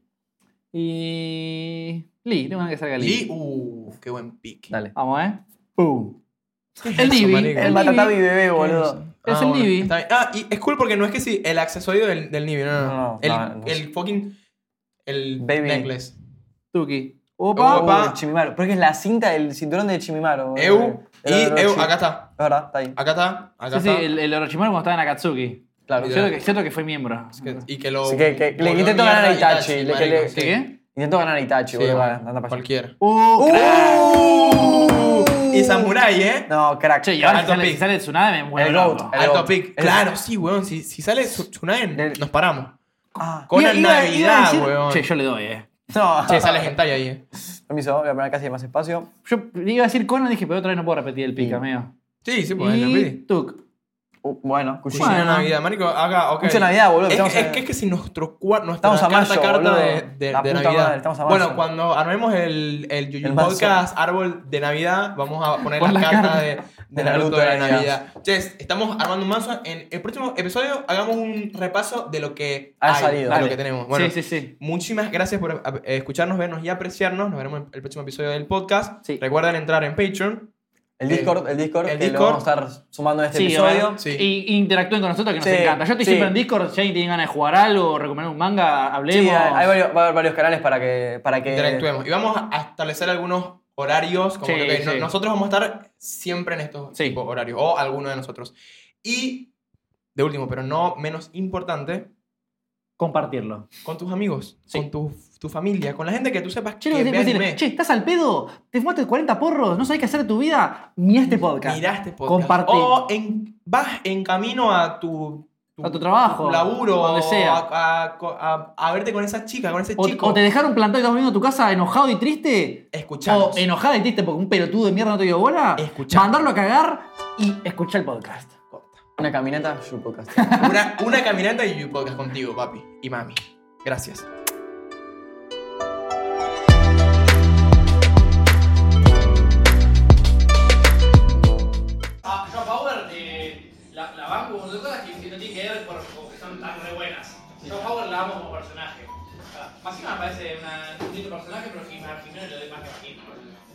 S2: Y. Lee, tengo ganas que salga Lee.
S3: Lee. Qué buen pick.
S1: Dale.
S2: Vamos,
S1: ¡Pum!
S2: El Divi.
S3: marico?
S1: El Matatabi bebé, boludo.
S2: Es el Nibi.
S3: está bien. Y es cool porque no es que sí, el accesorio del Nibi, no.
S1: No,
S3: El fucking... El
S1: Baby.
S3: necklace.
S2: Tuki. Opa.
S3: Opa.
S1: De Chimimaru. Porque es la cinta del cinturón de Chimimaru. boludo.
S3: Eu. Y
S1: El Orochi.
S3: Eu, acá está.
S1: Es verdad, está ahí.
S3: Acá está. Acá
S2: Sí, sí,
S3: está.
S2: el Orochimaru cuando estaba en Akatsuki.
S1: Claro.
S3: Literal.
S2: Cierto que fue miembro.
S3: Y que lo...
S1: Así que le
S3: volvió
S1: intentó ganar a
S3: mierda
S1: Itachi. Le- que
S3: marico,
S1: le-
S3: sí.
S2: ¿Qué?
S1: Intentó ganar a Itachi,
S3: Sí,
S1: boludo.
S3: bueno,
S1: Anda para allá.
S3: cualquiera.
S2: Crack.
S3: Y Samurai, ¿eh?
S1: No, crack.
S2: Che, y ahora
S3: Alto
S2: si
S3: pick.
S2: sale Tsunade me muero.
S1: El
S2: loco.
S1: GOAT. El
S3: Alto
S1: GOAT.
S3: pick. Claro, sí, weón. Si sale Tsunade,
S1: Del-
S3: nos paramos.
S1: Ah,
S3: Con
S2: Iba-
S3: la
S2: iba a
S3: Navidad,
S2: decir-
S3: weón.
S2: Che, yo le doy,
S1: No.
S3: Che, sale hentai ahí,
S1: Permiso, voy a poner casi más espacio.
S2: Yo iba a decir Conan, dije, pero otra vez no puedo repetir el picameo.
S3: Sí, pues
S2: Y Tuk.
S1: Bueno,
S3: Cuchina
S1: Cuchina.
S3: Navidad, marico, haga, ok.
S1: Mucha Navidad, boludo.
S3: Es que si nuestra
S1: Estamos a mayo,
S3: carta
S1: boludo.
S3: de
S1: La puta
S3: Navidad.
S1: madre, estamos a mayo.
S3: Bueno, cuando armemos el Yuyu
S1: El mazo.
S3: Podcast Árbol de Navidad, vamos a poner
S2: Pon
S3: la
S2: la
S3: carta
S2: carta.
S3: de Naruto de Navidad. Che, estamos armando un mazo. En el próximo episodio hagamos un repaso de lo que
S1: Ha
S3: hay,
S1: salido.
S3: de
S2: Dale.
S3: lo que tenemos. Bueno,
S2: Sí.
S3: muchísimas gracias por escucharnos, vernos y apreciarnos. Nos veremos en el próximo episodio del podcast.
S2: Sí.
S3: Recuerden entrar en Patreon.
S1: El Discord,
S3: el
S1: que lo
S3: Discord.
S1: vamos a estar sumando en este
S2: Sí,
S1: episodio.
S2: ¿verdad?
S3: Sí.
S2: Y interactúen con nosotros, que nos
S1: Sí,
S2: encanta. Yo estoy
S1: sí.
S2: siempre en Discord. Si alguien tiene ganas de jugar algo o recomendar un manga, hablemos.
S1: Sí, va a haber varios canales para que
S3: Interactuemos. Y vamos a establecer algunos horarios. Como
S2: Sí,
S3: que, ok,
S2: sí.
S3: nosotros vamos a estar siempre en estos
S2: Sí.
S3: tipos horarios. O alguno de nosotros. Y, de último, pero no menos importante,
S2: Compartirlo.
S3: con tus amigos,
S2: Sí.
S3: con tu familia, con la gente que tú sepas
S2: Che,
S3: que ve
S2: decirle,
S3: anime.
S2: che, ¿estás al pedo? ¿Te fumaste 40 porros? ¿No sabés qué hacer de tu vida? Mirá este podcast.
S3: Mirá este podcast.
S2: Compartí.
S3: O vas en camino a tu
S2: trabajo,
S3: tu laburo,
S2: donde sea.
S3: a verte con esa chica, con ese
S2: O,
S3: chico.
S2: o te dejaron plantado y estás volviendo a tu casa enojado y triste.
S3: Escuchanos.
S2: O enojada y triste porque un pelotudo de mierda no te dio bola.
S3: Escuchá.
S2: Mandarlo a cagar y escuchar el podcast.
S1: Una caminata, Yuyu Podcast.
S3: Una caminata y un podcast contigo, papi y mami. Gracias.
S2: Yo a Power la banco con cosas que no tienen que ver porque son tan re buenas. Yo a Power la amo como personaje. Máxima me parece un lindo personaje, pero Jimeno le doy más que a Jimeno.